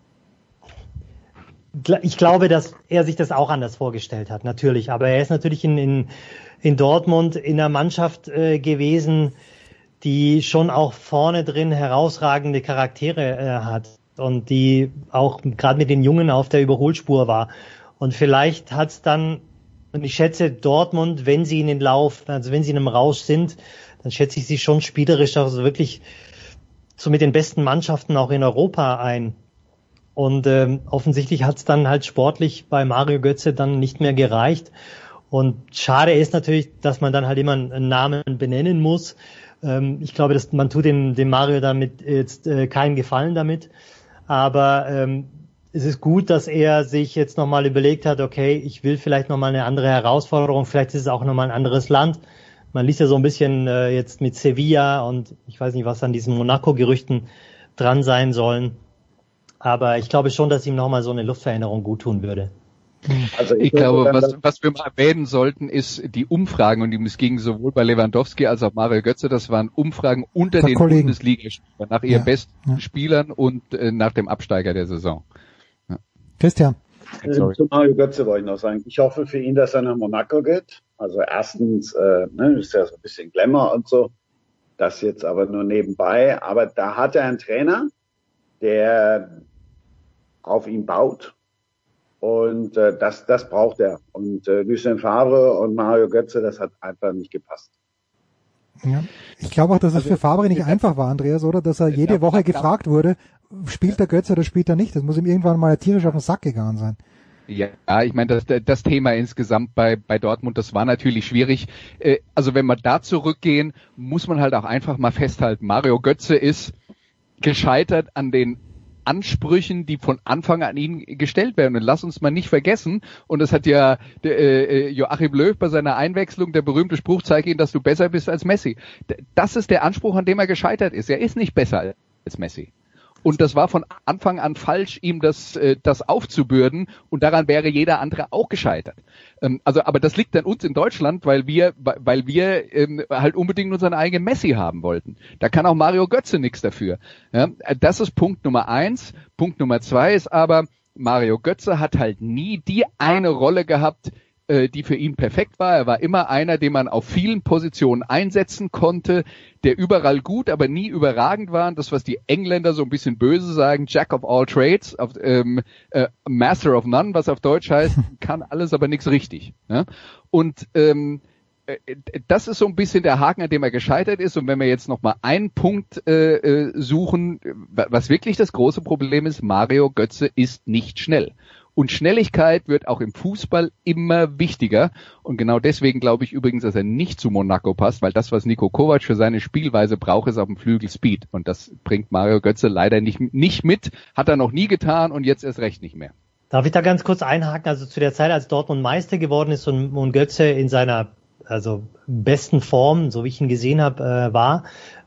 ich glaube, dass er sich das auch anders vorgestellt hat, natürlich. Aber er ist natürlich in Dortmund in einer Mannschaft gewesen, die schon auch vorne drin herausragende Charaktere hat und die auch gerade mit den Jungen auf der Überholspur war. Und vielleicht hat's dann, und ich schätze Dortmund, wenn sie in den Lauf, also wenn sie in einem Rausch sind, dann schätze ich sie schon spielerisch, also wirklich so mit den besten Mannschaften auch in Europa ein. Und offensichtlich hat es dann halt sportlich bei Mario Götze dann nicht mehr gereicht. Und schade ist natürlich, dass man dann halt immer einen Namen benennen muss. Ich glaube, dass man tut dem Mario damit jetzt keinen Gefallen damit. Aber es ist gut, dass er sich jetzt nochmal überlegt hat, okay, ich will vielleicht nochmal eine andere Herausforderung. Vielleicht ist es auch nochmal ein anderes Land. Man liest ja so ein bisschen jetzt mit Sevilla und ich weiß nicht, was an diesen Monaco-Gerüchten dran sein sollen. Aber ich glaube schon, dass ihm nochmal so eine Luftveränderung gut tun würde. Also ich glaube, was wir mal erwähnen sollten, ist die Umfragen, und es ging sowohl bei Lewandowski als auch Mario Götze, das waren Umfragen unter den Bundesligaspielern, nach ihren besten Spielern und nach dem Absteiger der Saison. Ja. Christian. Zu Mario Götze wollte ich noch sagen, ich hoffe für ihn, dass er nach Monaco geht. Also erstens, ist ja so ein bisschen Glamour und so, das jetzt aber nur nebenbei. Aber da hat er einen Trainer, der auf ihn baut. Und das braucht er. Und Lucien Favre und Mario Götze, das hat einfach nicht gepasst. Ja. Ich glaube auch, dass es für Favre nicht einfach war, Andreas, oder? Dass er jede Woche gefragt wurde, spielt der Götze oder spielt er nicht? Das muss ihm irgendwann mal tierisch auf den Sack gegangen sein. Ja, ich meine, das Thema insgesamt bei Dortmund, das war natürlich schwierig. Also wenn wir da zurückgehen, muss man halt auch einfach mal festhalten, Mario Götze ist gescheitert an den Ansprüchen, die von Anfang an ihn gestellt werden. Und lass uns mal nicht vergessen, und das hat ja Joachim Löw bei seiner Einwechslung, der berühmte Spruch, zeig ihm, dass du besser bist als Messi. Das ist der Anspruch, an dem er gescheitert ist. Er ist nicht besser als Messi. Und das war von Anfang an falsch, ihm das aufzubürden, und daran wäre jeder andere auch gescheitert. Aber das liegt an uns in Deutschland, weil wir halt unbedingt unseren eigenen Messi haben wollten. Da kann auch Mario Götze nichts dafür. Ja, das ist Punkt Nummer 1. Punkt Nummer 2 ist aber, Mario Götze hat halt nie die eine Rolle gehabt, die für ihn perfekt war. Er war immer einer, den man auf vielen Positionen einsetzen konnte, der überall gut, aber nie überragend war. Das, was die Engländer so ein bisschen böse sagen, Jack of all trades, Master of none, was auf Deutsch heißt, kann alles, aber nichts richtig. Ja? Und das ist so ein bisschen der Haken, an dem er gescheitert ist. Und wenn wir jetzt nochmal einen Punkt suchen, was wirklich das große Problem ist, Mario Götze ist nicht schnell. Und Schnelligkeit wird auch im Fußball immer wichtiger. Und genau deswegen glaube ich übrigens, dass er nicht zu Monaco passt, weil das, was Niko Kovac für seine Spielweise braucht, ist auf dem Flügel Speed. Und das bringt Mario Götze leider nicht mit, hat er noch nie getan und jetzt erst recht nicht mehr. Darf ich da ganz kurz einhaken? Also zu der Zeit, als Dortmund Meister geworden ist und Götze in seiner besten Form, so wie ich ihn gesehen habe, war,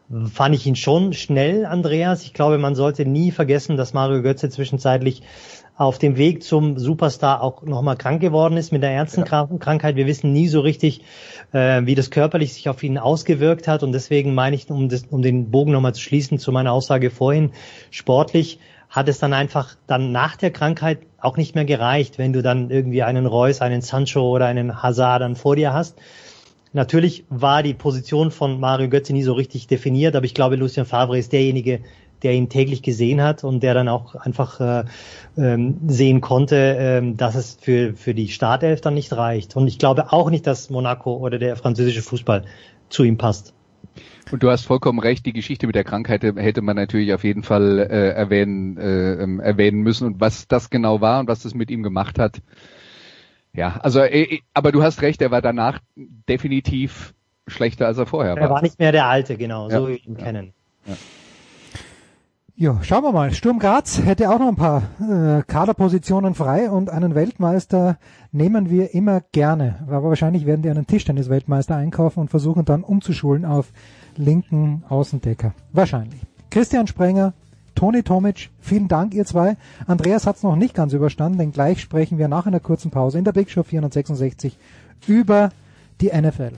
fand ich ihn schon schnell, Andreas. Ich glaube, man sollte nie vergessen, dass Mario Götze zwischenzeitlich auf dem Weg zum Superstar auch nochmal krank geworden ist mit der ernsten Krankheit. Wir wissen nie so richtig, wie das körperlich sich auf ihn ausgewirkt hat. Und deswegen meine ich, um den Bogen nochmal zu schließen zu meiner Aussage vorhin, sportlich hat es dann einfach dann nach der Krankheit auch nicht mehr gereicht, wenn du dann irgendwie einen Reus, einen Sancho oder einen Hazard dann vor dir hast. Natürlich war die Position von Mario Götze nie so richtig definiert, aber ich glaube, Lucien Favre ist derjenige, der ihn täglich gesehen hat und der dann auch einfach sehen konnte, dass es für die Startelf dann nicht reicht. Und ich glaube auch nicht, dass Monaco oder der französische Fußball zu ihm passt. Und du hast vollkommen recht, die Geschichte mit der Krankheit hätte man natürlich auf jeden Fall erwähnen müssen und was das genau war und was das mit ihm gemacht hat. Ja, also aber du hast recht, er war danach definitiv schlechter, als er vorher war. Er war nicht mehr der Alte, genau, so wie wir ihn kennen. Ja. Ja, schauen wir mal. Sturm Graz hätte auch noch ein paar Kaderpositionen frei und einen Weltmeister nehmen wir immer gerne. Aber wahrscheinlich werden die einen Tischtennis-Weltmeister einkaufen und versuchen dann umzuschulen auf linken Außendecker. Wahrscheinlich. Christian Sprenger, Toni Tomic, vielen Dank ihr zwei. Andreas hat's noch nicht ganz überstanden, denn gleich sprechen wir nach einer kurzen Pause in der Big Show 466 über die NFL.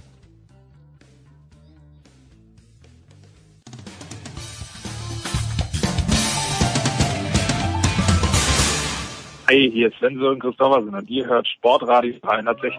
Hi, hier ist Sven Christoffersen und ihr hört Sportradio 360.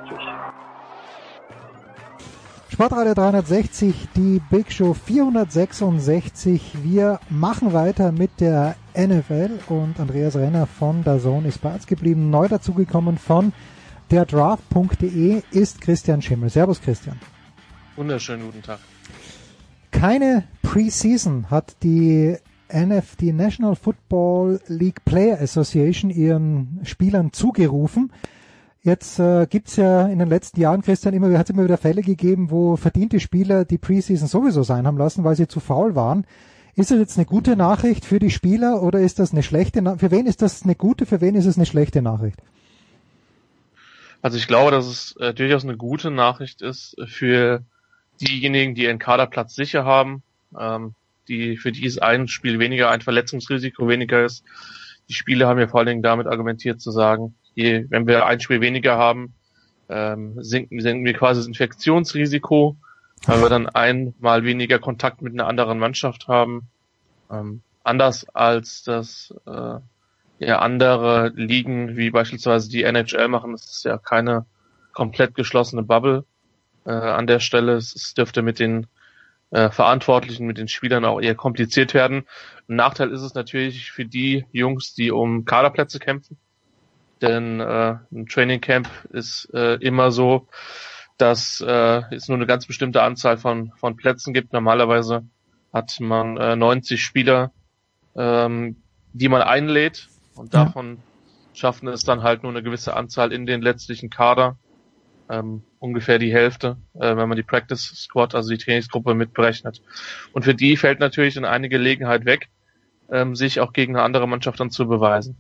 Sportradio 360, die Big Show 466. Wir machen weiter mit der NFL und Andreas Renner von DAZN ist bei uns geblieben. Neu dazugekommen von der Draft.de ist Christian Schimmel. Servus Christian. Wunderschönen guten Tag. Keine Preseason hat die National Football League Player Association ihren Spielern zugerufen. Jetzt gibt's ja in den letzten Jahren, Christian, hat es immer wieder Fälle gegeben, wo verdiente Spieler die Preseason sowieso sein haben lassen, weil sie zu faul waren. Ist das jetzt eine gute Nachricht für die Spieler oder ist das eine schlechte Nachricht? Für wen ist das eine gute, für wen ist es eine schlechte Nachricht? Also ich glaube, dass es durchaus eine gute Nachricht ist für diejenigen, die ihren Kaderplatz sicher haben, für die ist ein Spiel weniger, ein Verletzungsrisiko weniger ist. Die Spieler haben ja vor allen Dingen damit argumentiert zu sagen, wenn wir ein Spiel weniger haben, senken wir quasi das Infektionsrisiko, weil wir dann einmal weniger Kontakt mit einer anderen Mannschaft haben. Anders als das andere Ligen, wie beispielsweise die NHL machen, das ist ja keine komplett geschlossene Bubble an der Stelle. Es dürfte mit den Verantwortlichen, mit den Spielern auch eher kompliziert werden. Ein Nachteil ist es natürlich für die Jungs, die um Kaderplätze kämpfen. Denn ein Training Camp ist immer so, dass es nur eine ganz bestimmte Anzahl von Plätzen gibt. Normalerweise hat man 90 Spieler, die man einlädt und davon schaffen es dann halt nur eine gewisse Anzahl in den letztlichen Kader. Ungefähr die Hälfte, wenn man die Practice Squad, also die Trainingsgruppe mitberechnet. Und für die fällt natürlich dann eine Gelegenheit weg, sich auch gegen eine andere Mannschaft dann zu beweisen.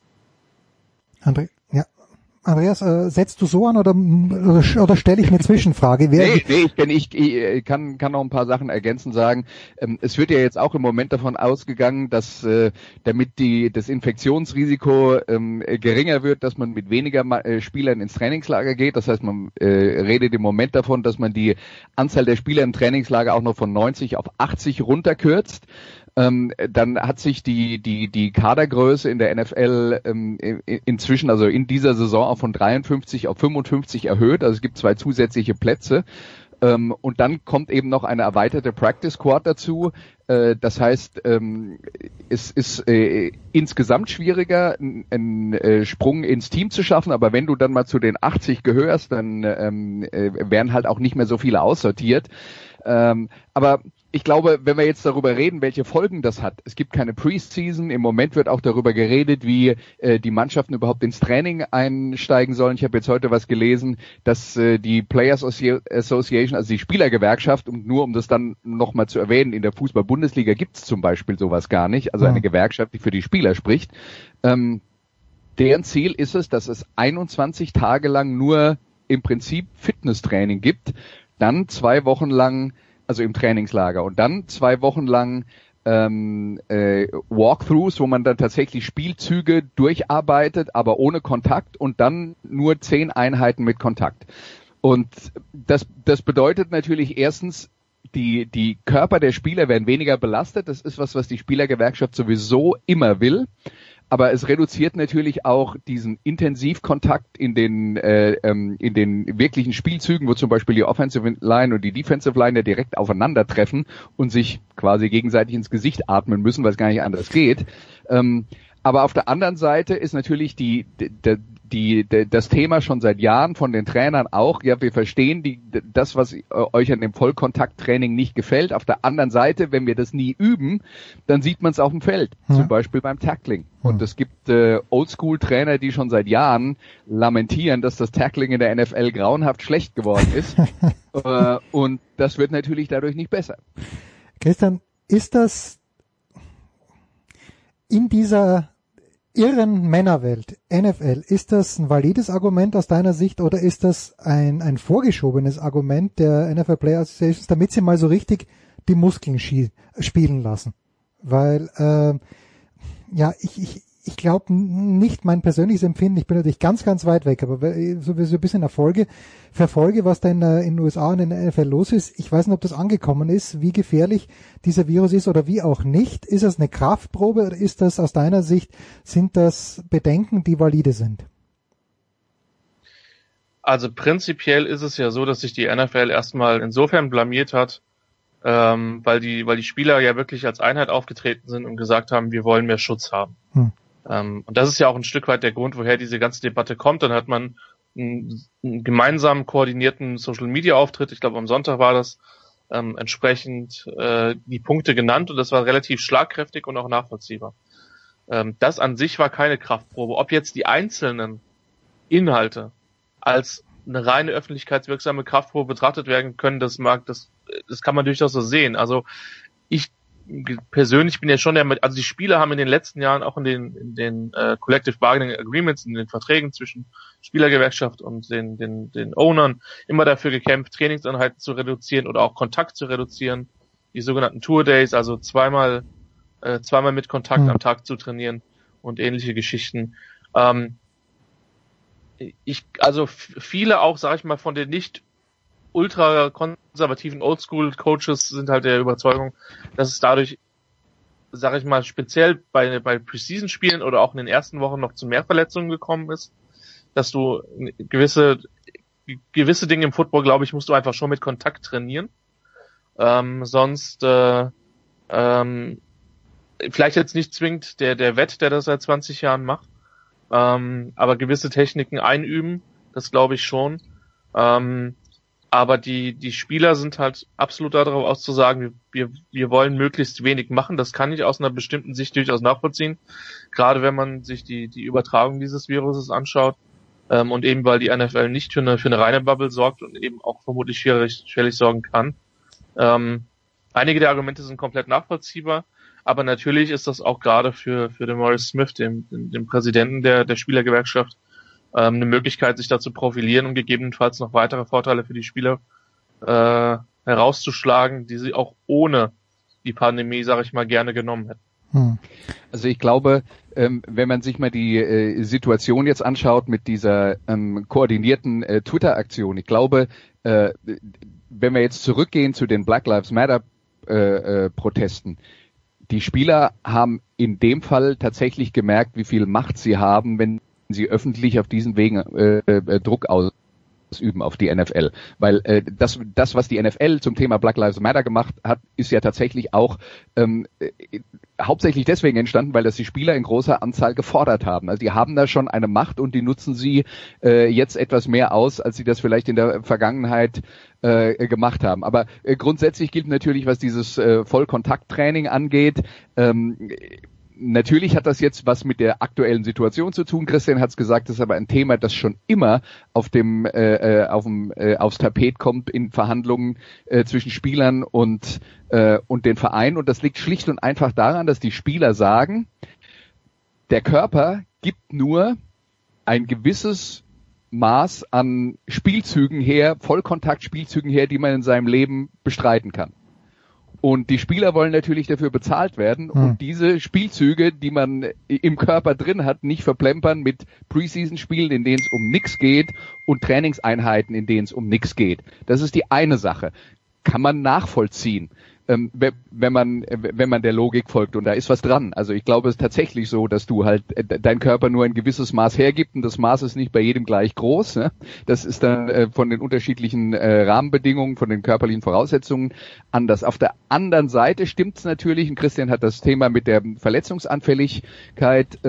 Andreas, setzt du so an oder stelle ich eine Zwischenfrage? Ich kann noch ein paar Sachen ergänzend sagen. Es wird ja jetzt auch im Moment davon ausgegangen, dass damit das Infektionsrisiko geringer wird, dass man mit weniger Spielern ins Trainingslager geht. Das heißt, man redet im Moment davon, dass man die Anzahl der Spieler im Trainingslager auch noch von 90 auf 80 runterkürzt. Dann hat sich die Kadergröße in der NFL inzwischen, also in dieser Saison, auch von 53 auf 55 erhöht. Also es gibt 2 zusätzliche Plätze. Und dann kommt eben noch eine erweiterte Practice Squad dazu. Das heißt, es ist insgesamt schwieriger, einen Sprung ins Team zu schaffen. Aber wenn du dann mal zu den 80 gehörst, dann werden halt auch nicht mehr so viele aussortiert. Aber ich glaube, wenn wir jetzt darüber reden, welche Folgen das hat, es gibt keine Preseason, im Moment wird auch darüber geredet, wie die Mannschaften überhaupt ins Training einsteigen sollen. Ich habe jetzt heute was gelesen, dass die Players Association, also die Spielergewerkschaft, und nur um das dann nochmal zu erwähnen, in der Fußball-Bundesliga gibt es zum Beispiel sowas gar nicht, also eine Gewerkschaft, die für die Spieler spricht. Deren Ziel ist es, dass es 21 Tage lang nur im Prinzip Fitnesstraining gibt, dann 2 Wochen lang also im Trainingslager, und dann 2 Wochen lang Walkthroughs, wo man dann tatsächlich Spielzüge durcharbeitet, aber ohne Kontakt, und dann nur 10 Einheiten mit Kontakt. Und das bedeutet natürlich erstens, die Körper der Spieler werden weniger belastet. Das ist was die Spielergewerkschaft sowieso immer will. Aber es reduziert natürlich auch diesen Intensivkontakt in den wirklichen Spielzügen, wo zum Beispiel die Offensive Line und die Defensive Line ja direkt aufeinandertreffen und sich quasi gegenseitig ins Gesicht atmen müssen, weil es gar nicht anders geht. Aber auf der anderen Seite ist natürlich das Thema schon seit Jahren von den Trainern auch, ja, wir verstehen das, was euch an dem Vollkontakttraining nicht gefällt. Auf der anderen Seite, wenn wir das nie üben, dann sieht man es auf dem Feld, zum Beispiel beim Tackling. Und es gibt Oldschool-Trainer, die schon seit Jahren lamentieren, dass das Tackling in der NFL grauenhaft schlecht geworden ist. Und das wird natürlich dadurch nicht besser. Christian, ist das in dieser irren Männerwelt, NFL, ist das ein valides Argument aus deiner Sicht, oder ist das ein vorgeschobenes Argument der NFL Player Associations, damit sie mal so richtig die Muskeln spielen lassen? Weil, ich glaube nicht, mein persönliches Empfinden, ich bin natürlich ganz, ganz weit weg, aber so ein bisschen verfolge, was da in den USA und in der NFL los ist. Ich weiß nicht, ob das angekommen ist, wie gefährlich dieser Virus ist oder wie auch nicht. Ist das eine Kraftprobe oder ist das aus deiner Sicht, sind das Bedenken, die valide sind? Also prinzipiell ist es ja so, dass sich die NFL erstmal insofern blamiert hat, weil die Spieler ja wirklich als Einheit aufgetreten sind und gesagt haben, wir wollen mehr Schutz haben. Und das ist ja auch ein Stück weit der Grund, woher diese ganze Debatte kommt. Dann hat man einen gemeinsam koordinierten Social-Media-Auftritt, ich glaube am Sonntag war das, entsprechend die Punkte genannt, und das war relativ schlagkräftig und auch nachvollziehbar. Das an sich war keine Kraftprobe. Ob jetzt die einzelnen Inhalte als eine reine öffentlichkeitswirksame Kraftprobe betrachtet werden können, das kann man durchaus so sehen. Also ich persönlich bin ja schon also die Spieler haben in den letzten Jahren auch in den Collective Bargaining Agreements, in den Verträgen zwischen Spielergewerkschaft und den Ownern immer dafür gekämpft, Trainingseinheiten zu reduzieren oder auch Kontakt zu reduzieren, die sogenannten Tour Days, also zweimal mit Kontakt am Tag zu trainieren und ähnliche Geschichten. Also viele auch, sag ich mal, von den nicht ultra konservativen Oldschool-Coaches sind halt der Überzeugung, dass es dadurch, sag ich mal, speziell bei Preseason-Spielen oder auch in den ersten Wochen noch zu mehr Verletzungen gekommen ist, dass du gewisse Dinge im Football, glaube ich, musst du einfach schon mit Kontakt trainieren. Sonst vielleicht jetzt nicht zwingend der Vet, der das seit 20 Jahren macht, aber gewisse Techniken einüben, das glaube ich schon. Aber die Spieler sind halt absolut darauf aus zu sagen, wir wollen möglichst wenig machen. Das kann ich aus einer bestimmten Sicht durchaus nachvollziehen. Gerade wenn man sich die Übertragung dieses Viruses anschaut. Und eben weil die NFL nicht für eine reine Bubble sorgt und eben auch vermutlich schwerlich sorgen kann. Einige der Argumente sind komplett nachvollziehbar. Aber natürlich ist das auch gerade für den Maurice Smith, dem Präsidenten der Spielergewerkschaft, eine Möglichkeit, sich da zu profilieren und gegebenenfalls noch weitere Vorteile für die Spieler herauszuschlagen, die sie auch ohne die Pandemie, sage ich mal, gerne genommen hätten. Also ich glaube, wenn man sich mal die Situation jetzt anschaut mit dieser koordinierten Twitter-Aktion, ich glaube, wenn wir jetzt zurückgehen zu den Black Lives Matter Protesten, die Spieler haben in dem Fall tatsächlich gemerkt, wie viel Macht sie haben, wenn sie öffentlich auf diesen Wegen Druck ausüben auf die NFL. Weil das, was die NFL zum Thema Black Lives Matter gemacht hat, ist ja tatsächlich auch hauptsächlich deswegen entstanden, weil das die Spieler in großer Anzahl gefordert haben. Also die haben da schon eine Macht und die nutzen sie jetzt etwas mehr aus, als sie das vielleicht in der Vergangenheit gemacht haben. Aber grundsätzlich gilt natürlich, was dieses Vollkontakttraining angeht, natürlich hat das jetzt was mit der aktuellen Situation zu tun. Christian hat es gesagt, das ist aber ein Thema, das schon immer aufs Tapet kommt in Verhandlungen zwischen Spielern und den Verein. Und das liegt schlicht und einfach daran, dass die Spieler sagen, der Körper gibt nur ein gewisses Maß an Spielzügen her, Vollkontaktspielzügen her, die man in seinem Leben bestreiten kann. Und die Spieler wollen natürlich dafür bezahlt werden und diese Spielzüge, die man im Körper drin hat, nicht verplempern mit Preseason-Spielen, in denen es um nichts geht und Trainingseinheiten, in denen es um nichts geht. Das ist die eine Sache. Kann man nachvollziehen, wenn man der Logik folgt, und da ist was dran. Also ich glaube, es ist tatsächlich so, dass du halt dein Körper nur ein gewisses Maß hergibt und das Maß ist nicht bei jedem gleich groß. Ne? Das ist dann von den unterschiedlichen Rahmenbedingungen, von den körperlichen Voraussetzungen anders. Auf der anderen Seite stimmt es natürlich, und Christian hat das Thema mit der Verletzungsanfälligkeit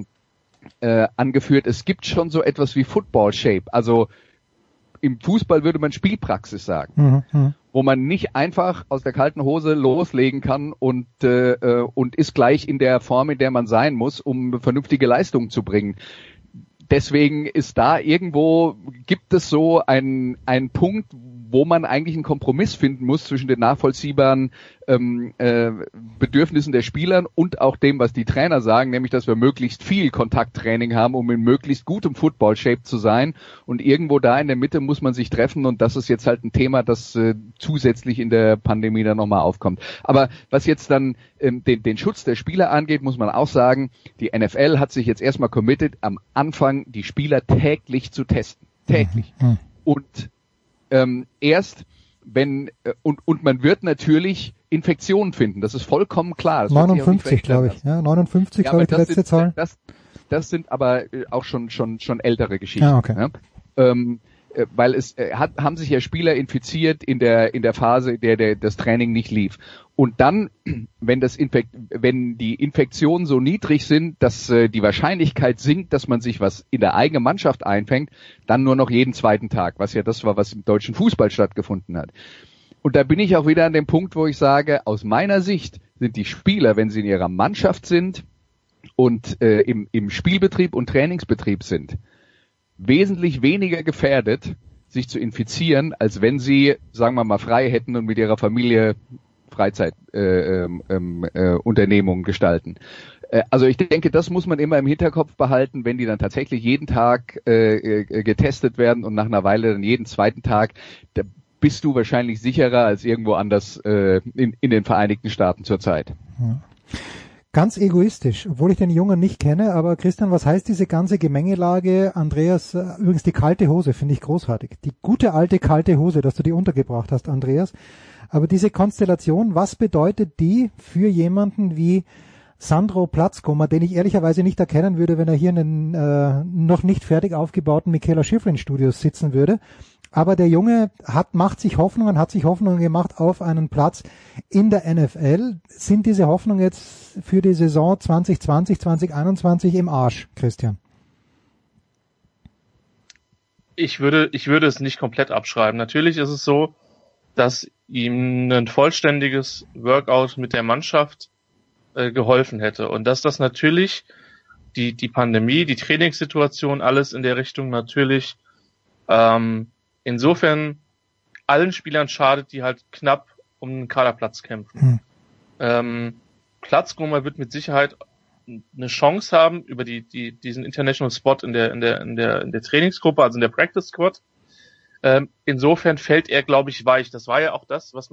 angeführt, es gibt schon so etwas wie Football Shape, also im Fußball würde man Spielpraxis sagen, wo man nicht einfach aus der kalten Hose loslegen kann und ist gleich in der Form, in der man sein muss, um vernünftige Leistungen zu bringen. Deswegen ist da irgendwo, gibt es so einen Punkt, wo man eigentlich einen Kompromiss finden muss zwischen den nachvollziehbaren Bedürfnissen der Spieler und auch dem, was die Trainer sagen, nämlich, dass wir möglichst viel Kontakttraining haben, um in möglichst gutem Football-Shape zu sein. Und irgendwo da in der Mitte muss man sich treffen und das ist jetzt halt ein Thema, das zusätzlich in der Pandemie dann nochmal aufkommt. Aber was jetzt dann den Schutz der Spieler angeht, muss man auch sagen, die NFL hat sich jetzt erstmal committed, am Anfang die Spieler täglich zu testen. Täglich. Und erst wenn und man wird natürlich Infektionen finden, das ist vollkommen klar. Das 59, glaube ich. Ja, 59 glaube ich die letzte Zahl. Das sind aber auch schon ältere Geschichten. Ah, okay. Ja? Weil es haben sich ja Spieler infiziert in der Phase, in der das Training nicht lief. Und dann, wenn die Infektionen so niedrig sind, dass die Wahrscheinlichkeit sinkt, dass man sich was in der eigenen Mannschaft einfängt, dann nur noch jeden zweiten Tag, was ja das war, was im deutschen Fußball stattgefunden hat. Und da bin ich auch wieder an dem Punkt, wo ich sage, aus meiner Sicht sind die Spieler, wenn sie in ihrer Mannschaft sind und im Spielbetrieb und Trainingsbetrieb sind, wesentlich weniger gefährdet, sich zu infizieren, als wenn sie, sagen wir mal, frei hätten und mit ihrer Familie Freizeitunternehmungen gestalten. Also ich denke, das muss man immer im Hinterkopf behalten, wenn die dann tatsächlich jeden Tag getestet werden und nach einer Weile dann jeden zweiten Tag, da bist du wahrscheinlich sicherer als irgendwo anders in den Vereinigten Staaten zurzeit. Ja. Ganz egoistisch, obwohl ich den Jungen nicht kenne, aber Christian, was heißt diese ganze Gemengelage? Andreas, übrigens die kalte Hose finde ich großartig. Die gute alte kalte Hose, dass du die untergebracht hast, Andreas. Aber diese Konstellation, was bedeutet die für jemanden wie Sandro Platzkummer, den ich ehrlicherweise nicht erkennen würde, wenn er hier in den noch nicht fertig aufgebauten Michaela Schifrin Studios sitzen würde. Aber der Junge hat sich Hoffnungen gemacht auf einen Platz in der NFL. Sind diese Hoffnungen jetzt für die Saison 2020, 2021 im Arsch, Christian? Ich würde es nicht komplett abschreiben. Natürlich ist es so, dass ihm ein vollständiges Workout mit der Mannschaft geholfen hätte. Und dass das natürlich die Pandemie, die Trainingssituation, alles in der Richtung natürlich insofern allen Spielern schadet, die halt knapp um einen Kaderplatz kämpfen. Platzkummer wird mit Sicherheit eine Chance haben über diesen International Spot in der Trainingsgruppe, also in der Practice Squad. Insofern fällt er, glaube ich, weich. Das war ja auch das, was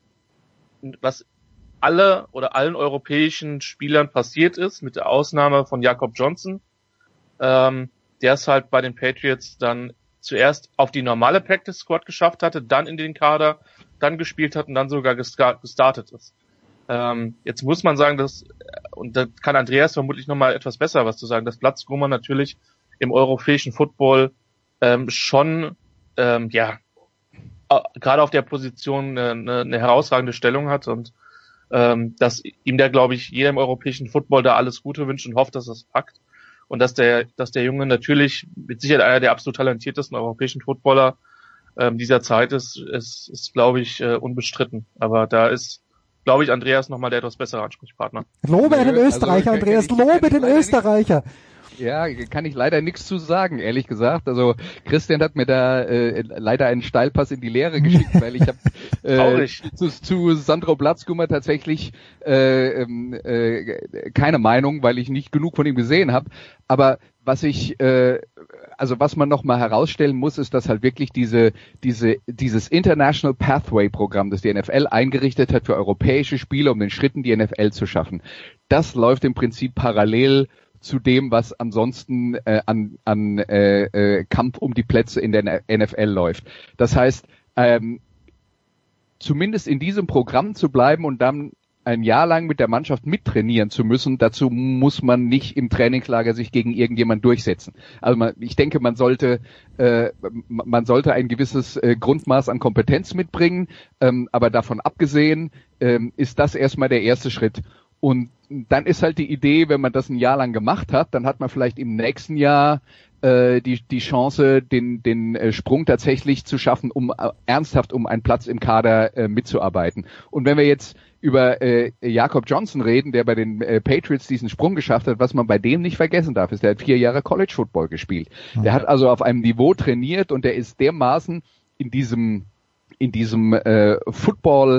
allen europäischen Spielern passiert ist, mit der Ausnahme von Jakob Johnson, der es halt bei den Patriots dann zuerst auf die normale Practice Squad geschafft hatte, dann in den Kader, dann gespielt hat und dann sogar gestartet ist. Jetzt muss man sagen, und da kann Andreas vermutlich nochmal etwas besser was zu sagen, dass Platzkummer natürlich im europäischen Football schon, gerade auf der Position eine herausragende Stellung hat und dass ihm da, glaube ich, jeder im europäischen Football da alles Gute wünscht und hofft, dass es packt. Und dass der Junge natürlich mit Sicherheit einer der absolut talentiertesten europäischen Footballer dieser Zeit ist, glaube ich, unbestritten. Aber da ist, glaube ich, Andreas nochmal der etwas bessere Ansprechpartner. Lobe den Österreicher, also, Andreas, lobe den Österreicher. Ja, kann ich leider nichts zu sagen, ehrlich gesagt. Also Christian hat mir da leider einen Steilpass in die Leere geschickt, weil ich habe zu Sandro Platzkummer tatsächlich keine Meinung, weil ich nicht genug von ihm gesehen habe. Aber was ich also was man nochmal herausstellen muss, ist, dass halt wirklich dieses International Pathway Programm, das die NFL eingerichtet hat für europäische Spieler, um den Schritt in die NFL zu schaffen, das läuft im Prinzip parallel zu dem, was ansonsten an Kampf um die Plätze in der NFL läuft. Das heißt, zumindest in diesem Programm zu bleiben und dann ein Jahr lang mit der Mannschaft mittrainieren zu müssen, dazu muss man nicht im Trainingslager sich gegen irgendjemand durchsetzen. Also ich denke, man sollte ein gewisses Grundmaß an Kompetenz mitbringen, aber davon abgesehen ist das erstmal der erste Schritt. Und dann ist halt die Idee, wenn man das ein Jahr lang gemacht hat, dann hat man vielleicht im nächsten Jahr die Chance, den Sprung tatsächlich zu schaffen, um ernsthaft um einen Platz im Kader mitzuarbeiten. Und wenn wir jetzt über Jakob Johnson reden, der bei den Patriots diesen Sprung geschafft hat, was man bei dem nicht vergessen darf, ist, der hat 4 Jahre College Football gespielt. Der hat also auf einem Niveau trainiert und der ist dermaßen in diesem Football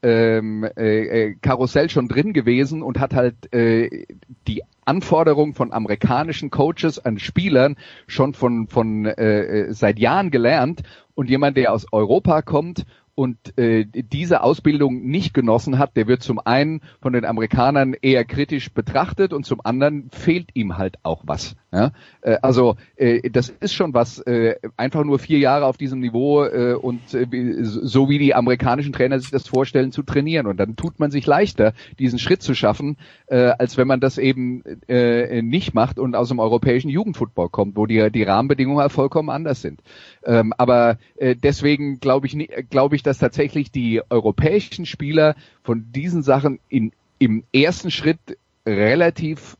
Karussell schon drin gewesen und hat halt die Anforderungen von amerikanischen Coaches an Spielern schon von seit Jahren gelernt, und jemand, der aus Europa kommt und diese Ausbildung nicht genossen hat, der wird zum einen von den Amerikanern eher kritisch betrachtet und zum anderen fehlt ihm halt auch was. Ja? Also das ist schon was, einfach nur 4 Jahre auf diesem Niveau und so wie die amerikanischen Trainer sich das vorstellen, zu trainieren. Und dann tut man sich leichter, diesen Schritt zu schaffen, als wenn man das eben nicht macht und aus dem europäischen Jugendfootball kommt, wo die Rahmenbedingungen halt vollkommen anders sind. Aber deswegen glaube ich, dass tatsächlich die europäischen Spieler von diesen Sachen im ersten Schritt relativ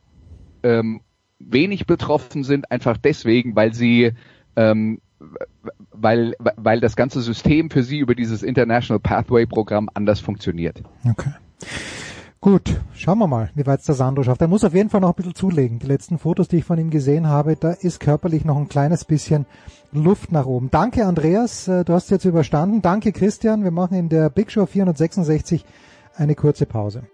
wenig betroffen sind, einfach deswegen, weil sie weil das ganze System für sie über dieses International Pathway Programm anders funktioniert. Okay. Gut, schauen wir mal, wie weit es der Sandro schafft. Er muss auf jeden Fall noch ein bisschen zulegen. Die letzten Fotos, die ich von ihm gesehen habe, da ist körperlich noch ein kleines bisschen Luft nach oben. Danke, Andreas, du hast es jetzt überstanden. Danke, Christian. Wir machen in der Big Show 466 eine kurze Pause.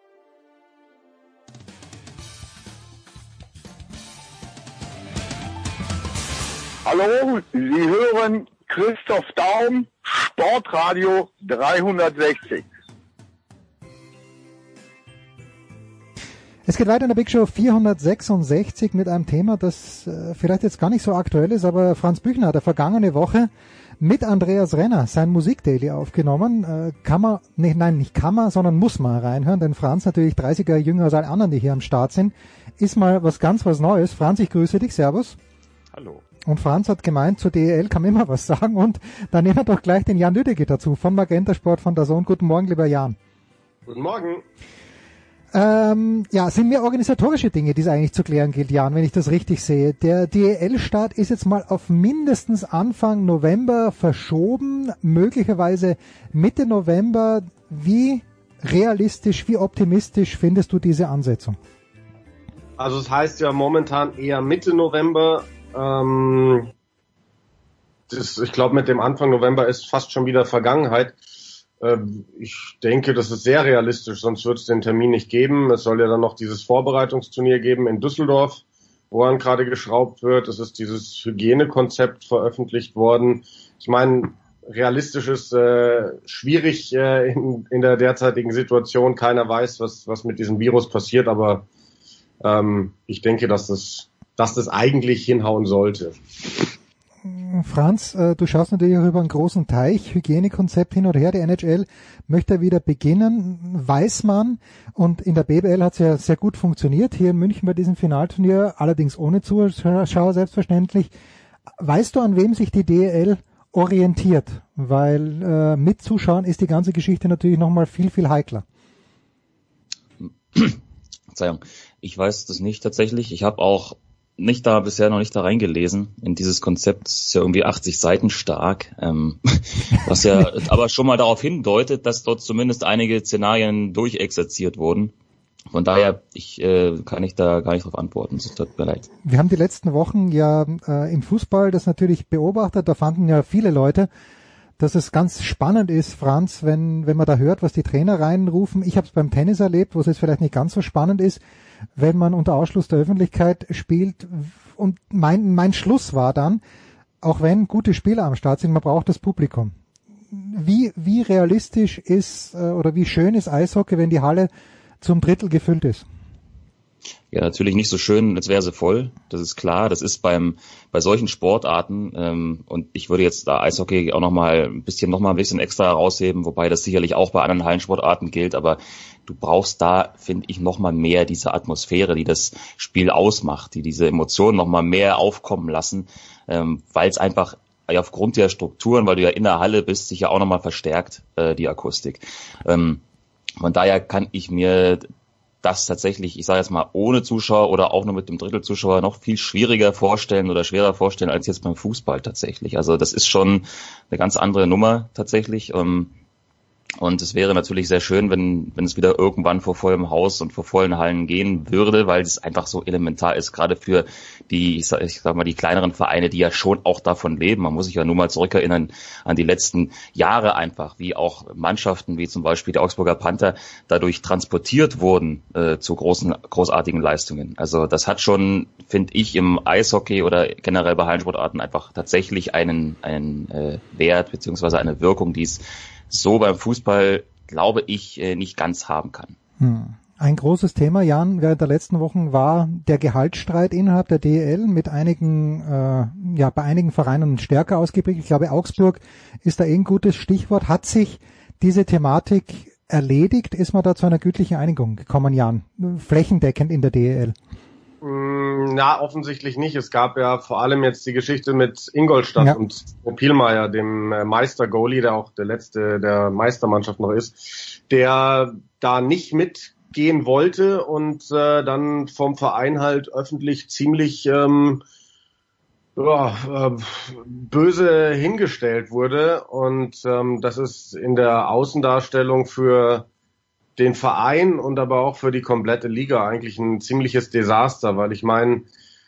Hallo, Sie hören Christoph Daum, Sportradio 360. Es geht weiter in der Big Show 466 mit einem Thema, das vielleicht jetzt gar nicht so aktuell ist, aber Franz Büchner hat vergangene Woche mit Andreas Renner sein Musikdaily aufgenommen. Sondern muss man reinhören, denn Franz, natürlich 30er jünger als alle anderen, die hier am Start sind, ist mal was Neues. Franz, ich grüße dich, servus. Hallo. Und Franz hat gemeint, zur DEL kann man immer was sagen, und dann nehmen wir doch gleich den Jan Lüdecke dazu von Magenta Sport von DAZN. Guten Morgen, lieber Jan. Guten Morgen. Sind mehr organisatorische Dinge, die es eigentlich zu klären gilt, Jan, wenn ich das richtig sehe. Der DEL-Start ist jetzt mal auf mindestens Anfang November verschoben, möglicherweise Mitte November. Wie realistisch, wie optimistisch findest du diese Ansetzung? Also es heißt ja momentan eher Mitte November. Ich glaube, mit dem Anfang November ist fast schon wieder Vergangenheit. Ich denke, das ist sehr realistisch, sonst wird es den Termin nicht geben. Es soll ja dann noch dieses Vorbereitungsturnier geben in Düsseldorf, woran gerade geschraubt wird. Es ist dieses Hygienekonzept veröffentlicht worden. Ich meine, realistisch ist schwierig in der derzeitigen Situation. Keiner weiß, was mit diesem Virus passiert, aber ich denke, dass das eigentlich hinhauen sollte. Franz, du schaust natürlich auch über einen großen Teich, Hygienekonzept hin oder her. Die NHL möchte wieder beginnen, weiß man. Und in der BBL hat es ja sehr gut funktioniert. Hier in München bei diesem Finalturnier, allerdings ohne Zuschauer selbstverständlich. Weißt du, an wem sich die DEL orientiert? Weil mit Zuschauern ist die ganze Geschichte natürlich nochmal viel, viel heikler. Verzeihung, ich weiß das nicht tatsächlich. Ich habe auch bisher noch nicht da reingelesen in dieses Konzept. Es ist ja irgendwie 80 Seiten stark, was ja aber schon mal darauf hindeutet, dass dort zumindest einige Szenarien durchexerziert wurden. Von daher kann ich da gar nicht drauf antworten. Es tut mir leid. Wir haben die letzten Wochen ja im Fußball das natürlich beobachtet. Da fanden ja viele Leute, dass es ganz spannend ist, Franz, wenn man da hört, was die Trainer reinrufen. Ich habe es beim Tennis erlebt, wo es jetzt vielleicht nicht ganz so spannend ist, wenn man unter Ausschluss der Öffentlichkeit spielt. Und mein Schluss war dann, auch wenn gute Spieler am Start sind, man braucht das Publikum. Wie realistisch ist oder wie schön ist Eishockey, wenn die Halle zum Drittel gefüllt ist? Ja, natürlich nicht so schön, als wäre sie voll. Das ist klar. Das ist bei solchen Sportarten, und ich würde jetzt da Eishockey auch noch mal ein bisschen extra herausheben, wobei das sicherlich auch bei anderen Hallensportarten gilt, aber du brauchst da, finde ich, noch mal mehr diese Atmosphäre, die das Spiel ausmacht, die diese Emotionen noch mal mehr aufkommen lassen, weil es einfach aufgrund der Strukturen, weil du ja in der Halle bist, sich ja auch noch mal verstärkt, die Akustik. Von daher kann ich mir das tatsächlich, ich sage jetzt mal, ohne Zuschauer oder auch nur mit dem Drittel Zuschauer noch viel schwieriger vorstellen oder schwerer vorstellen als jetzt beim Fußball tatsächlich. Also das ist schon eine ganz andere Nummer tatsächlich. Und es wäre natürlich sehr schön, wenn es wieder irgendwann vor vollem Haus und vor vollen Hallen gehen würde, weil es einfach so elementar ist, gerade für die, ich sag mal, die kleineren Vereine, die ja schon auch davon leben. Man muss sich ja nur mal zurückerinnern an die letzten Jahre einfach, wie auch Mannschaften wie zum Beispiel die Augsburger Panther dadurch transportiert wurden zu großartigen Leistungen. Also das hat schon, finde ich, im Eishockey oder generell bei Hallensportarten einfach tatsächlich einen Wert beziehungsweise eine Wirkung, die es so beim Fußball, glaube ich, nicht ganz haben kann. Ein großes Thema, Jan, während der letzten Wochen war der Gehaltsstreit innerhalb der DEL mit einigen, bei einigen Vereinen stärker ausgeprägt. Ich glaube, Augsburg ist da ein gutes Stichwort. Hat sich diese Thematik erledigt? Ist man da zu einer gütlichen Einigung gekommen, Jan? Flächendeckend in der DEL? Na, offensichtlich nicht. Es gab ja vor allem jetzt die Geschichte mit Ingolstadt und Pielmeier, dem Meister-Goalie, der auch der letzte der Meistermannschaft noch ist, der da nicht mitgehen wollte und dann vom Verein halt öffentlich ziemlich böse hingestellt wurde. Und das ist in der Außendarstellung für den Verein und aber auch für die komplette Liga eigentlich ein ziemliches Desaster, weil ich meine,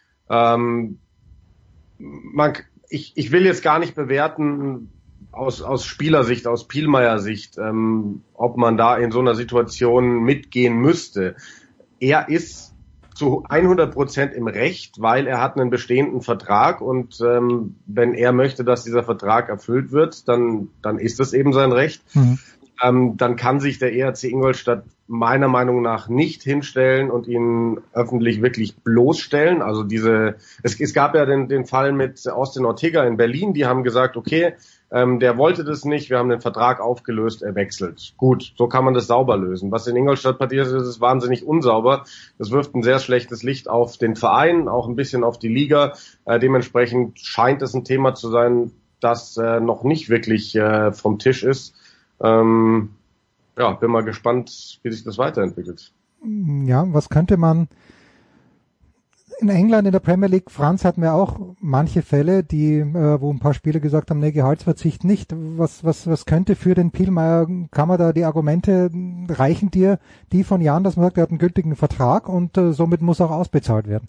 ich will jetzt gar nicht bewerten aus Spielersicht, aus Pielmeier-Sicht, ob man da in so einer Situation mitgehen müsste. Er ist zu 100% im Recht, weil er hat einen bestehenden Vertrag und wenn er möchte, dass dieser Vertrag erfüllt wird, dann ist das eben sein Recht. Dann kann sich der ERC Ingolstadt meiner Meinung nach nicht hinstellen und ihn öffentlich wirklich bloßstellen. Also es gab ja den Fall mit Austin Ortega in Berlin, die haben gesagt, okay, der wollte das nicht, wir haben den Vertrag aufgelöst, er wechselt. Gut, so kann man das sauber lösen. Was in Ingolstadt passiert ist wahnsinnig unsauber. Das wirft ein sehr schlechtes Licht auf den Verein, auch ein bisschen auf die Liga. Dementsprechend scheint es ein Thema zu sein, das noch nicht wirklich vom Tisch ist. Bin mal gespannt, wie sich das weiterentwickelt. Ja, was könnte man in England in der Premier League, Franz, hatten wir auch manche Fälle, wo ein paar Spieler gesagt haben, nee, Gehaltsverzicht nicht. Was könnte für den Pielmeier, kann man da die Argumente, reichen dir die von Jan, dass man sagt, er hat einen gültigen Vertrag und somit muss auch ausbezahlt werden?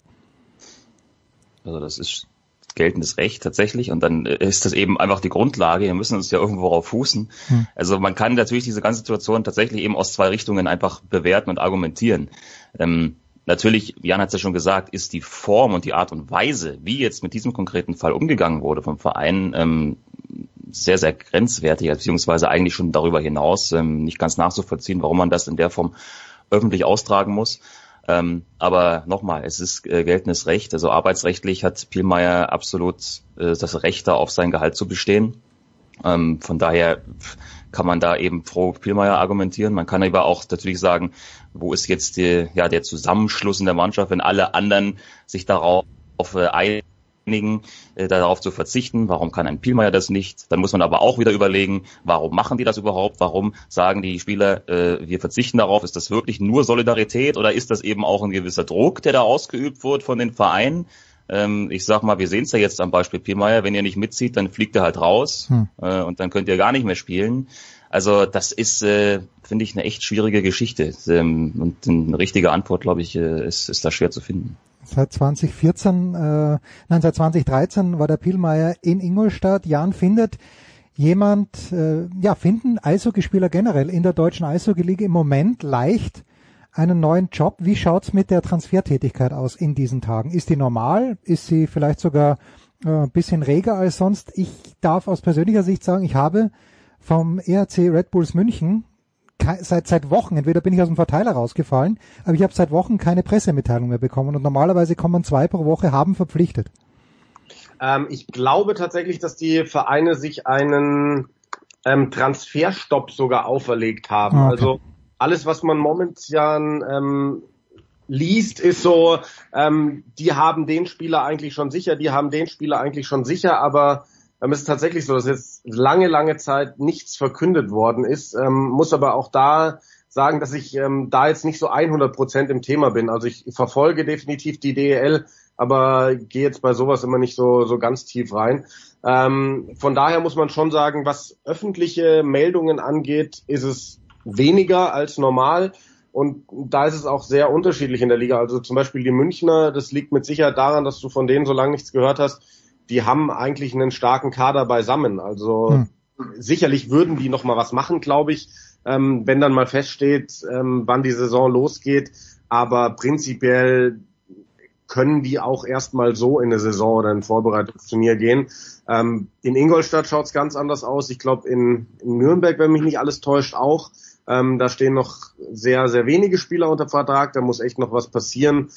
Also das ist geltendes Recht tatsächlich und dann ist das eben einfach die Grundlage, wir müssen uns ja irgendwo darauf fußen. Also man kann natürlich diese ganze Situation tatsächlich eben aus zwei Richtungen einfach bewerten und argumentieren. Natürlich, Jan hat es ja schon gesagt, ist die Form und die Art und Weise, wie jetzt mit diesem konkreten Fall umgegangen wurde vom Verein, sehr, sehr grenzwertig, beziehungsweise eigentlich schon darüber hinaus nicht ganz nachzuvollziehen, warum man das in der Form öffentlich austragen muss. Aber nochmal, es ist geltendes Recht, also arbeitsrechtlich hat Pielmeier absolut das Recht, da auf sein Gehalt zu bestehen. Von daher kann man da eben pro Pielmeier argumentieren. Man kann aber auch natürlich sagen, wo ist jetzt der Zusammenschluss in der Mannschaft, wenn alle anderen sich darauf einigen, darauf zu verzichten. Warum kann ein Pielmeier das nicht? Dann muss man aber auch wieder überlegen, warum machen die das überhaupt? Warum sagen die Spieler, wir verzichten darauf? Ist das wirklich nur Solidarität oder ist das eben auch ein gewisser Druck, der da ausgeübt wird von den Vereinen? Ich sag mal, wir sehen es ja jetzt am Beispiel Pielmeier, wenn ihr nicht mitzieht, dann fliegt er halt raus und dann könnt ihr gar nicht mehr spielen. Also das ist, finde ich, eine echt schwierige Geschichte und eine richtige Antwort, glaube ich, ist da schwer zu finden. Seit 2013 war der Pielmeier in Ingolstadt. Jan, findet finden Eishockeyspieler generell in der deutschen Eishockey-Liga im Moment leicht einen neuen Job? Wie schaut's mit der Transfertätigkeit aus in diesen Tagen? Ist die normal? Ist sie vielleicht sogar ein bisschen reger als sonst? Ich darf aus persönlicher Sicht sagen, ich habe vom EHC Red Bulls München seit Wochen, entweder bin ich aus dem Verteiler rausgefallen, aber ich habe seit Wochen keine Pressemitteilung mehr bekommen und normalerweise kommen 2 pro Woche, haben verpflichtet. Ich glaube tatsächlich, dass die Vereine sich einen Transferstopp sogar auferlegt haben. Okay. Also alles, was man momentan liest, ist so, die haben den Spieler eigentlich schon sicher, aber es ist tatsächlich so, dass jetzt lange Zeit nichts verkündet worden ist, muss aber auch da sagen, dass ich da jetzt nicht so 100% im Thema bin. Also ich verfolge definitiv die DEL, aber gehe jetzt bei sowas immer nicht so ganz tief rein. Von daher muss man schon sagen, was öffentliche Meldungen angeht, ist es weniger als normal. Und da ist es auch sehr unterschiedlich in der Liga. Also zum Beispiel die Münchner, das liegt mit Sicherheit daran, dass du von denen so lange nichts gehört hast, die haben eigentlich einen starken Kader beisammen. Also sicherlich würden die noch mal was machen, glaube ich, wenn dann mal feststeht, wann die Saison losgeht. Aber prinzipiell können die auch erstmal so in eine Saison oder ein Vorbereitungsturnier gehen. In Ingolstadt schaut es ganz anders aus. Ich glaube in Nürnberg, wenn mich nicht alles täuscht, auch. Da stehen noch sehr, sehr wenige Spieler unter Vertrag. Da muss echt noch was passieren.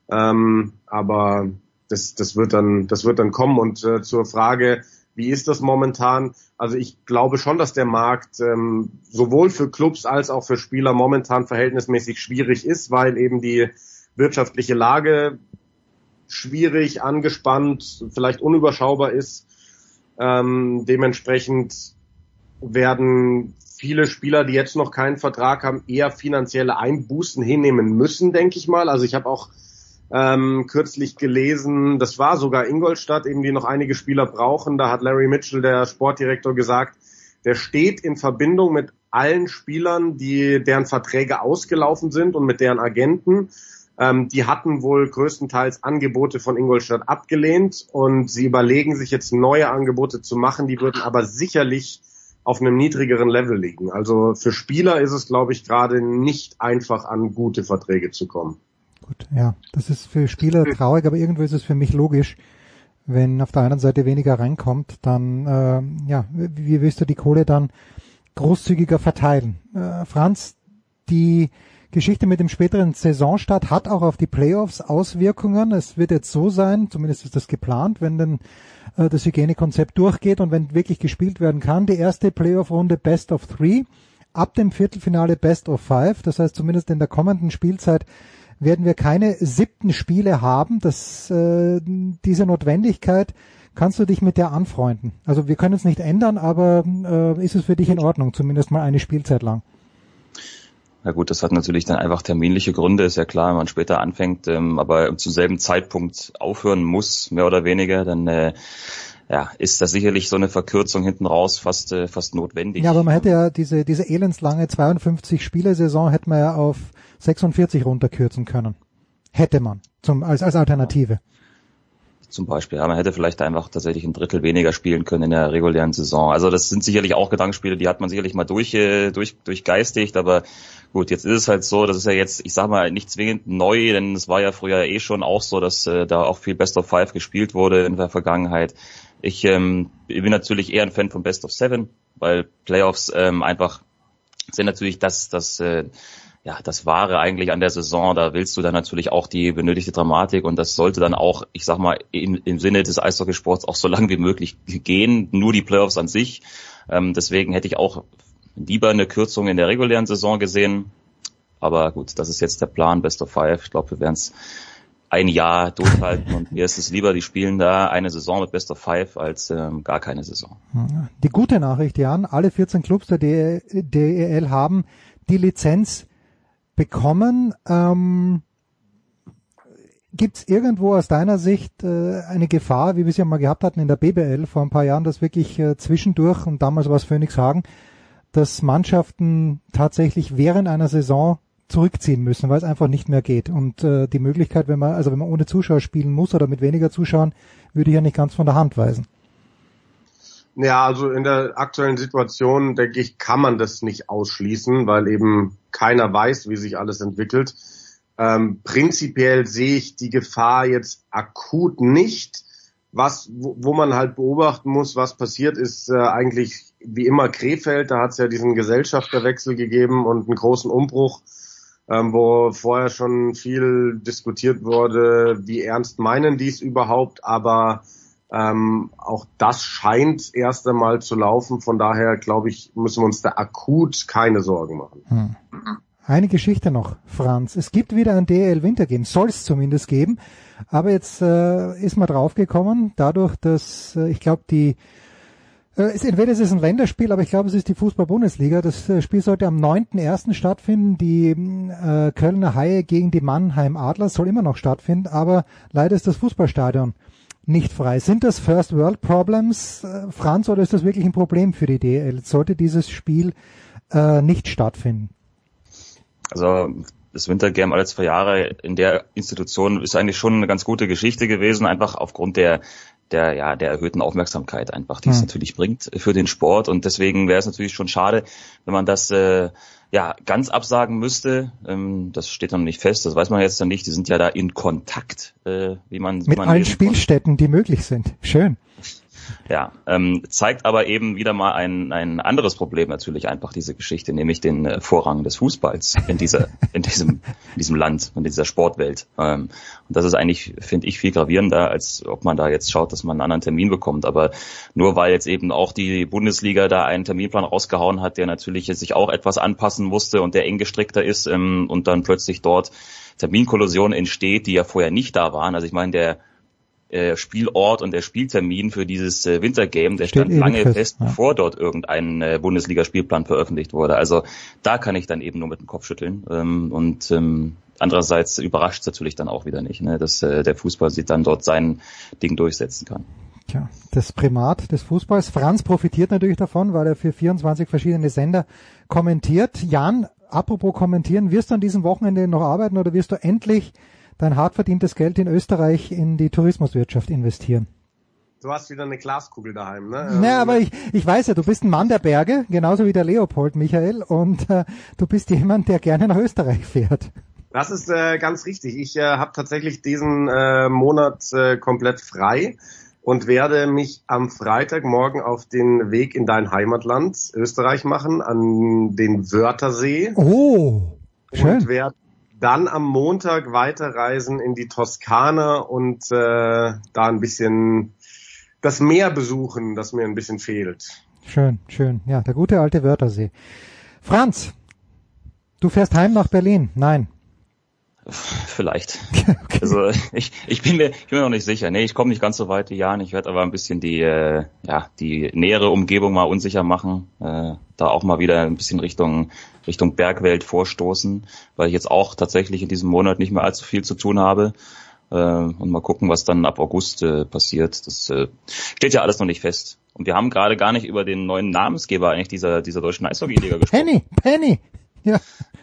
Aber das wird dann kommen. Und zur Frage, wie ist das momentan? Also ich glaube schon, dass der Markt sowohl für Clubs als auch für Spieler momentan verhältnismäßig schwierig ist, weil eben die wirtschaftliche Lage schwierig, angespannt, vielleicht unüberschaubar ist. Dementsprechend werden viele Spieler, die jetzt noch keinen Vertrag haben, eher finanzielle Einbußen hinnehmen müssen, denke ich mal. Also ich habe auch kürzlich gelesen, das war sogar Ingolstadt, eben die noch einige Spieler brauchen. Da hat Larry Mitchell, der Sportdirektor, gesagt, der steht in Verbindung mit allen Spielern, deren Verträge ausgelaufen sind und mit deren Agenten. Die hatten wohl größtenteils Angebote von Ingolstadt abgelehnt und sie überlegen sich jetzt neue Angebote zu machen, die würden aber sicherlich auf einem niedrigeren Level liegen. Also für Spieler ist es, glaube ich, gerade nicht einfach, an gute Verträge zu kommen. Gut, ja, das ist für Spieler traurig, aber irgendwo ist es für mich logisch, wenn auf der anderen Seite weniger reinkommt, dann, wie willst du die Kohle dann großzügiger verteilen? Franz, die Geschichte mit dem späteren Saisonstart hat auch auf die Playoffs Auswirkungen. Es wird jetzt so sein, zumindest ist das geplant, wenn dann das Hygienekonzept durchgeht und wenn wirklich gespielt werden kann, die erste Playoff-Runde Best of 3, ab dem Viertelfinale Best of 5, das heißt zumindest in der kommenden Spielzeit werden wir keine 7. Spiele haben. Diese Notwendigkeit, kannst du dich mit der anfreunden? Also wir können es nicht ändern, aber ist es für dich in Ordnung, zumindest mal eine Spielzeit lang? Ja gut, das hat natürlich dann einfach terminliche Gründe, ist ja klar, wenn man später anfängt, aber zum selben Zeitpunkt aufhören muss, mehr oder weniger, dann ist da sicherlich so eine Verkürzung hinten raus fast notwendig. Ja, aber man hätte ja diese elendslange 52-Spiele-Saison hätte man ja auf 46 runterkürzen können. Hätte man, als Alternative. Zum Beispiel, ja, man hätte vielleicht einfach tatsächlich ein Drittel weniger spielen können in der regulären Saison. Also das sind sicherlich auch Gedankenspiele, die hat man sicherlich mal durchgeistigt, aber gut, jetzt ist es halt so, das ist ja jetzt, ich sag mal, nicht zwingend neu, denn es war ja früher schon auch so, dass da auch viel Best of 5 gespielt wurde in der Vergangenheit. Ich bin natürlich eher ein Fan von Best of 7, weil Playoffs einfach sind natürlich das Wahre eigentlich an der Saison. Da willst du dann natürlich auch die benötigte Dramatik und das sollte dann auch, ich sag mal, im Sinne des Eishockeysports auch so lang wie möglich gehen, nur die Playoffs an sich. Deswegen hätte ich auch lieber eine Kürzung in der regulären Saison gesehen. Aber gut, das ist jetzt der Plan, Best of 5. Ich glaube, wir werden es ein Jahr durchhalten und mir ist es lieber, die spielen da eine Saison mit Best of 5 als gar keine Saison. Die gute Nachricht, Jan, alle 14 Clubs der DEL haben die Lizenz bekommen. Gibt es irgendwo aus deiner Sicht eine Gefahr, wie wir es ja mal gehabt hatten in der BBL vor ein paar Jahren, dass wirklich zwischendurch, und damals war es Phoenix Hagen, dass Mannschaften tatsächlich während einer Saison zurückziehen müssen, weil es einfach nicht mehr geht. Und die Möglichkeit, wenn man ohne Zuschauer spielen muss oder mit weniger Zuschauern, würde ich ja nicht ganz von der Hand weisen. Ja, also in der aktuellen Situation, denke ich, kann man das nicht ausschließen, weil eben keiner weiß, wie sich alles entwickelt. Prinzipiell sehe ich die Gefahr jetzt akut nicht. Wo man halt beobachten muss, was passiert, ist eigentlich wie immer Krefeld. Da hat es ja diesen Gesellschafterwechsel gegeben und einen großen Umbruch, wo vorher schon viel diskutiert wurde, wie ernst meinen die es überhaupt, aber auch das scheint erst einmal zu laufen. Von daher, glaube ich, müssen wir uns da akut keine Sorgen machen. Eine Geschichte noch, Franz. Es gibt wieder ein DEL Wintergame, soll es zumindest geben. Aber jetzt ist man draufgekommen, dadurch, dass ich glaube, entweder ist es ein Länderspiel, aber ich glaube, es ist die Fußball-Bundesliga. Das Spiel sollte am 9.1. stattfinden. Die Kölner Haie gegen die Mannheim Adler soll immer noch stattfinden, aber leider ist das Fußballstadion nicht frei. Sind das First World Problems, Franz, oder ist das wirklich ein Problem für die DEL? Sollte dieses Spiel nicht stattfinden? Also das Wintergame alle 2 Jahre in der Institution ist eigentlich schon eine ganz gute Geschichte gewesen, einfach aufgrund der erhöhten Aufmerksamkeit einfach, die es natürlich bringt für den Sport. Und deswegen wäre es natürlich schon schade, wenn man das ganz absagen müsste. Das steht noch nicht fest, das weiß man jetzt noch nicht. Die sind ja da in Kontakt, mit allen Spielstätten, die möglich sind. Schön. Ja, zeigt aber eben wieder mal ein anderes Problem natürlich einfach, diese Geschichte, nämlich den Vorrang des Fußballs in diesem Land, in dieser Sportwelt. Und das ist eigentlich, finde ich, viel gravierender, als ob man da jetzt schaut, dass man einen anderen Termin bekommt. Aber nur weil jetzt eben auch die Bundesliga da einen Terminplan rausgehauen hat, der natürlich jetzt sich auch etwas anpassen musste und der eng gestrickter ist, und dann plötzlich dort Terminkollisionen entsteht, die ja vorher nicht da waren. Also ich meine, der Spielort und der Spieltermin für dieses Wintergame, der stand lange fest, bevor dort irgendein Bundesliga-Spielplan veröffentlicht wurde. Also da kann ich dann eben nur mit dem Kopf schütteln. Und andererseits überrascht es natürlich dann auch wieder nicht, ne, dass der Fußball sich dann dort sein Ding durchsetzen kann. Tja, das Primat des Fußballs. Franz profitiert natürlich davon, weil er für 24 verschiedene Sender kommentiert. Jan, apropos kommentieren, wirst du an diesem Wochenende noch arbeiten oder wirst du endlich dein hart verdientes Geld in Österreich in die Tourismuswirtschaft investieren? Du hast wieder eine Glaskugel daheim, ne? Naja, aber ich weiß ja, du bist ein Mann der Berge, genauso wie der Leopold, Michael, und du bist jemand, der gerne nach Österreich fährt. Das ist ganz richtig. Ich habe tatsächlich diesen Monat komplett frei und werde mich am Freitagmorgen auf den Weg in dein Heimatland Österreich machen, an den Wörthersee. Oh, schön. Und werde dann am Montag weiterreisen in die Toskana und da ein bisschen das Meer besuchen, das mir ein bisschen fehlt. Schön, schön. Ja, der gute alte Wörthersee. Franz, du fährst heim nach Berlin? Nein. Vielleicht. Okay. Also ich bin mir noch nicht sicher. Nee, ich komme nicht ganz so weit wie Jan. Ich werde aber ein bisschen die nähere Umgebung mal unsicher machen. Da auch mal wieder ein bisschen Richtung Bergwelt vorstoßen, weil ich jetzt auch tatsächlich in diesem Monat nicht mehr allzu viel zu tun habe. Und mal gucken, was dann ab August passiert. Das steht ja alles noch nicht fest. Und wir haben gerade gar nicht über den neuen Namensgeber eigentlich dieser deutschen Eishockey-Liga gesprochen. Penny! Ja.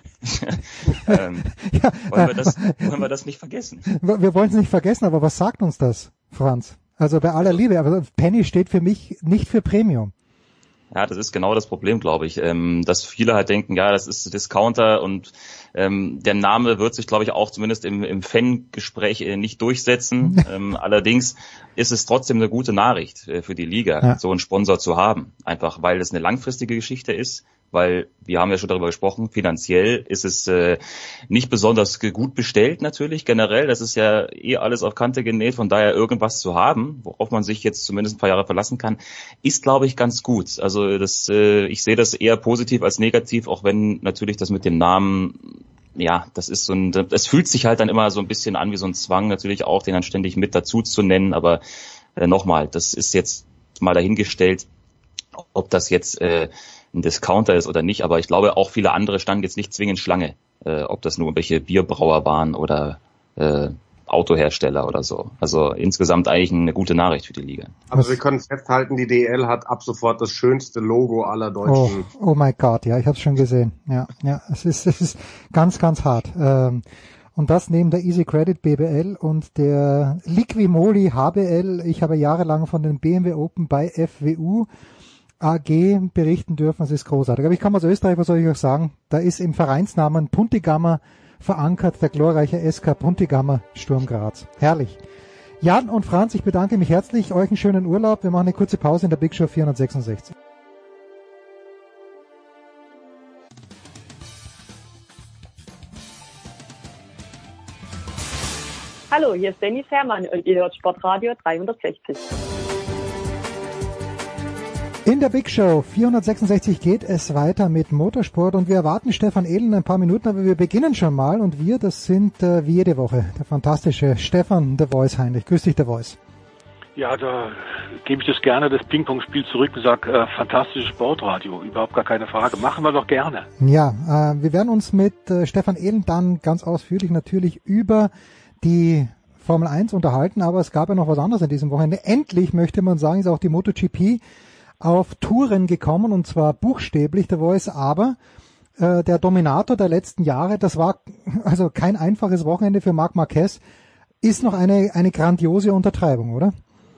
Wollen wir das nicht vergessen? Wir wollen es nicht vergessen, aber was sagt uns das, Franz? Also bei aller Liebe, aber Penny steht für mich nicht für Premium. Ja, das ist genau das Problem, glaube ich, dass viele halt denken, ja, das ist Discounter und der Name wird sich, glaube ich, auch zumindest im Fangespräch nicht durchsetzen. Allerdings ist es trotzdem eine gute Nachricht für die Liga, so einen Sponsor zu haben, einfach weil es eine langfristige Geschichte ist. Weil, wir haben ja schon darüber gesprochen, finanziell ist es nicht besonders gut bestellt natürlich generell. Das ist ja alles auf Kante genäht, von daher irgendwas zu haben, worauf man sich jetzt zumindest ein paar Jahre verlassen kann, ist, glaube ich, ganz gut. Also ich sehe das eher positiv als negativ, auch wenn natürlich das mit dem Namen, ja, das fühlt sich halt dann immer so ein bisschen an wie so ein Zwang, natürlich auch, den dann ständig mit dazu zu nennen. Aber nochmal, das ist jetzt mal dahingestellt, ob das jetzt ein Discounter ist oder nicht, aber ich glaube auch viele andere standen jetzt nicht zwingend Schlange, ob das nur welche Bierbrauer waren oder Autohersteller oder so. Also insgesamt eigentlich eine gute Nachricht für die Liga. Also wir können festhalten, die DEL hat ab sofort das schönste Logo aller Deutschen. Oh mein Gott, ja, ich habe es schon gesehen. Ja, es ist ganz, ganz hart. Und Und das neben der Easy Credit BBL und der Liquimoli HBL. Ich habe jahrelang von den BMW Open bei FWU AG berichten dürfen. Es ist großartig. Aber ich komme aus Österreich, was soll ich euch sagen? Da ist im Vereinsnamen Puntigammer verankert, der glorreiche SK Puntigammer Sturm Graz. Herrlich. Jan und Franz, ich bedanke mich herzlich. Euch einen schönen Urlaub. Wir machen eine kurze Pause in der Big Show 466. Hallo, hier ist Dennis Herrmann und ihr hört Sportradio 360. In der Big Show 466 geht es weiter mit Motorsport und wir erwarten Stefan Ehlen in ein paar Minuten, aber wir beginnen schon mal und wir, das sind wie jede Woche der fantastische Stefan The Voice Heinrich. Grüß dich, The Voice. Ja, da gebe ich das gerne, das Ping-Pong-Spiel zurück und sage, fantastisches Sportradio, überhaupt gar keine Frage. Machen wir doch gerne. Ja, wir werden uns mit Stefan Ehlen dann ganz ausführlich natürlich über die Formel 1 unterhalten, aber es gab ja noch was anderes an diesem Wochenende. Endlich, möchte man sagen, ist auch die MotoGP auf Touren gekommen und zwar buchstäblich, The Voice, aber der Dominator der letzten Jahre, das war also kein einfaches Wochenende für Marc Marquez, ist noch eine grandiose Untertreibung, oder?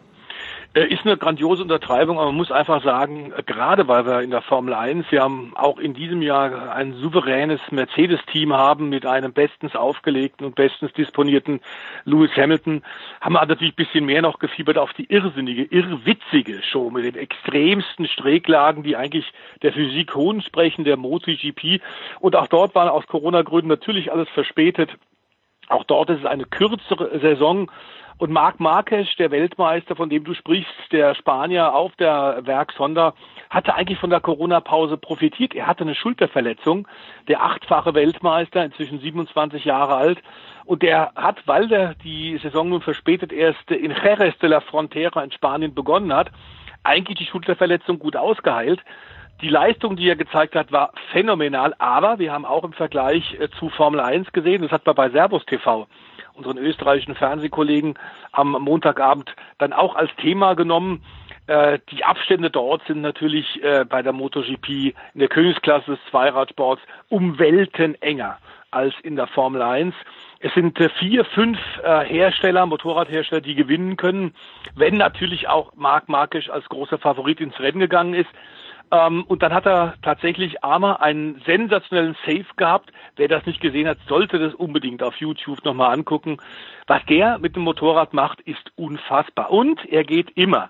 Ist eine grandiose Untertreibung, aber man muss einfach sagen, gerade weil wir in der Formel 1, wir haben auch in diesem Jahr ein souveränes Mercedes-Team haben mit einem bestens aufgelegten und bestens disponierten Lewis Hamilton, haben wir natürlich ein bisschen mehr noch gefiebert auf die irrwitzige Show mit den extremsten Strecklagen, die eigentlich der Physik Hohn sprechen, der MotoGP. Und auch dort war aus Corona-Gründen natürlich alles verspätet. Auch dort ist es eine kürzere Saison. Und Marc Marquez, der Weltmeister, von dem du sprichst, der Spanier auf der Werks Honda, hatte eigentlich von der Corona-Pause profitiert. Er hatte eine Schulterverletzung, der 8-fache Weltmeister, inzwischen 27 Jahre alt. Und der hat, weil die Saison nun verspätet erst in Jerez de la Frontera in Spanien begonnen hat, eigentlich die Schulterverletzung gut ausgeheilt. Die Leistung, die er gezeigt hat, war phänomenal. Aber wir haben auch im Vergleich zu Formel 1 gesehen, das hat man bei Servus TV, unseren österreichischen Fernsehkollegen, am Montagabend dann auch als Thema genommen. Die Abstände dort sind natürlich bei der MotoGP in der Königsklasse des Zweiradsports um Welten enger als in der Formel 1. Es sind 4, 5 Hersteller, Motorradhersteller, die gewinnen können, wenn natürlich auch Marc Marquez als großer Favorit ins Rennen gegangen ist. Und dann hat er tatsächlich einen sensationellen Save gehabt. Wer das nicht gesehen hat, sollte das unbedingt auf YouTube nochmal angucken. Was der mit dem Motorrad macht, ist unfassbar. Und er geht immer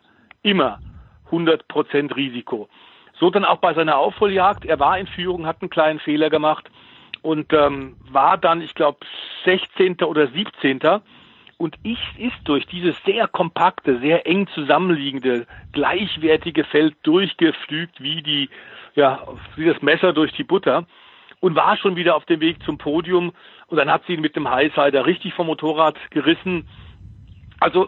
100% Risiko. So dann auch bei seiner Aufholjagd. Er war in Führung, hat einen kleinen Fehler gemacht und war dann, ich glaube, 16. oder 17. Und ist durch dieses sehr kompakte, sehr eng zusammenliegende, gleichwertige Feld durchgepflügt wie das Messer durch die Butter und war schon wieder auf dem Weg zum Podium. Und dann hat sie ihn mit dem Highsider richtig vom Motorrad gerissen. Also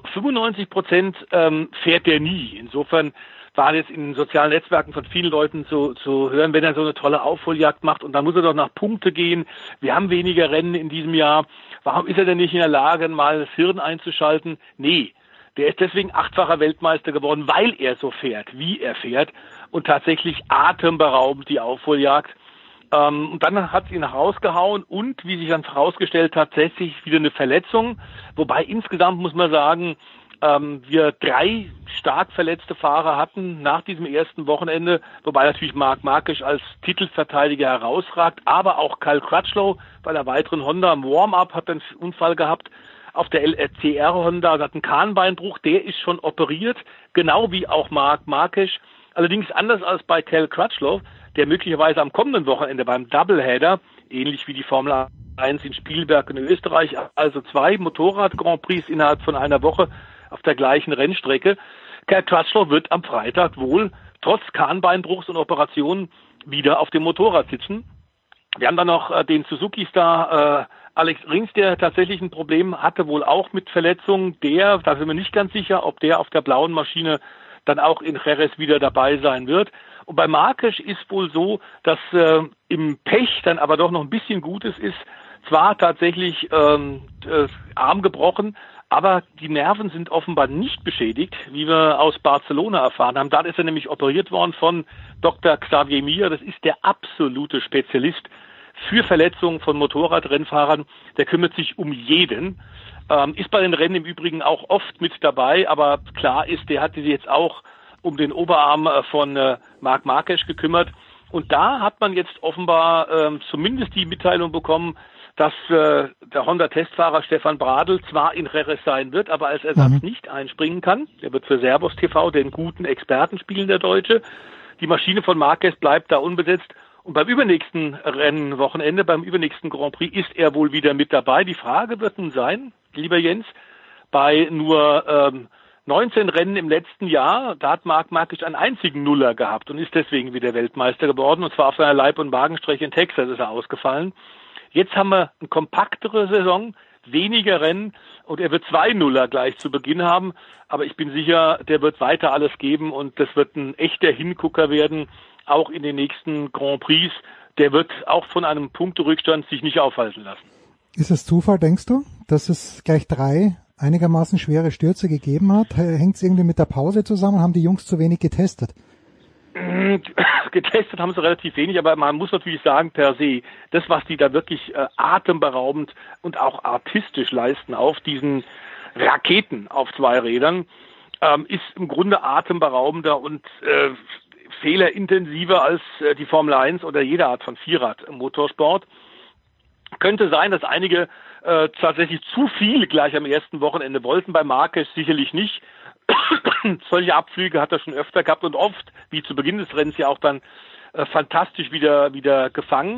95% fährt der nie. Insofern war jetzt in den sozialen Netzwerken von vielen Leuten zu hören, wenn er so eine tolle Aufholjagd macht und dann muss er doch nach Punkte gehen. Wir haben weniger Rennen in diesem Jahr. Warum ist er denn nicht in der Lage, mal das Hirn einzuschalten? Nee, der ist deswegen 8-facher Weltmeister geworden, weil er so fährt, wie er fährt und tatsächlich atemberaubend die Aufholjagd. Und dann hat sie ihn rausgehauen und, wie sich dann herausgestellt hat, tatsächlich wieder eine Verletzung. Wobei insgesamt muss man sagen, wir 3 stark verletzte Fahrer hatten nach diesem ersten Wochenende, wobei natürlich Marc Marquez als Titelverteidiger herausragt, aber auch Kyle Crutchlow bei der weiteren Honda im Warm-up hat einen Unfall gehabt auf der LCR Honda, hat einen Kahnbeinbruch, der ist schon operiert, genau wie auch Marc Marquez, allerdings anders als bei Kyle Crutchlow, der möglicherweise am kommenden Wochenende beim Doubleheader, ähnlich wie die Formel 1 in Spielberg in Österreich, also 2 Motorrad-Grand Prix innerhalb von einer Woche auf der gleichen Rennstrecke. Kyle Crutchlow wird am Freitag wohl trotz Kahnbeinbruchs und Operationen wieder auf dem Motorrad sitzen. Wir haben dann noch den Suzuki-Star Alex Rins, der tatsächlich ein Problem hatte, wohl auch mit Verletzungen. Da sind wir nicht ganz sicher, ob der auf der blauen Maschine dann auch in Jerez wieder dabei sein wird. Und bei Marquez ist wohl so, dass im Pech dann aber doch noch ein bisschen Gutes ist. Zwar tatsächlich Arm gebrochen, aber die Nerven sind offenbar nicht beschädigt, wie wir aus Barcelona erfahren haben. Da ist er nämlich operiert worden von Dr. Xavier Mir. Das ist der absolute Spezialist für Verletzungen von Motorradrennfahrern. Der kümmert sich um jeden. Ist bei den Rennen im Übrigen auch oft mit dabei, aber klar ist, der hatte sich jetzt auch um den Oberarm von Marc Marquez gekümmert. Und da hat man jetzt offenbar zumindest die Mitteilung bekommen, dass der Honda-Testfahrer Stefan Bradl zwar in Jerez sein wird, aber als Ersatz nicht einspringen kann. Der wird für Servus TV, den guten Experten spielen, der Deutsche. Die Maschine von Marquez bleibt da unbesetzt. Und beim übernächsten Rennwochenende, beim übernächsten Grand Prix, ist er wohl wieder mit dabei. Die Frage wird nun sein, lieber Jens, bei nur 19 Rennen im letzten Jahr, da hat Marc Marquez einen einzigen Nuller gehabt und ist deswegen wieder Weltmeister geworden. Und zwar auf seiner Leib- und Wagenstrecke in Texas ist er ausgefallen. Jetzt haben wir eine kompaktere Saison, weniger Rennen und er wird 2 Nuller gleich zu Beginn haben. Aber ich bin sicher, der wird weiter alles geben und das wird ein echter Hingucker werden, auch in den nächsten Grand Prix. Der wird auch von einem Punkterückstand sich nicht aufhalten lassen. Ist es Zufall, denkst du, dass es gleich 3 einigermaßen schwere Stürze gegeben hat? Hängt es irgendwie mit der Pause zusammen? Haben die Jungs zu wenig getestet? Getestet haben sie relativ wenig, aber man muss natürlich sagen, per se, das, was die da wirklich atemberaubend und auch artistisch leisten auf diesen Raketen auf 2 Rädern, ist im Grunde atemberaubender und fehlerintensiver als die Formel 1 oder jede Art von Vierrad im Motorsport. Könnte sein, dass einige tatsächlich zu viel gleich am ersten Wochenende wollten, bei Marquez sicherlich nicht. Solche Abflüge hat er schon öfter gehabt und oft, wie zu Beginn des Rennens ja auch dann fantastisch wieder gefangen.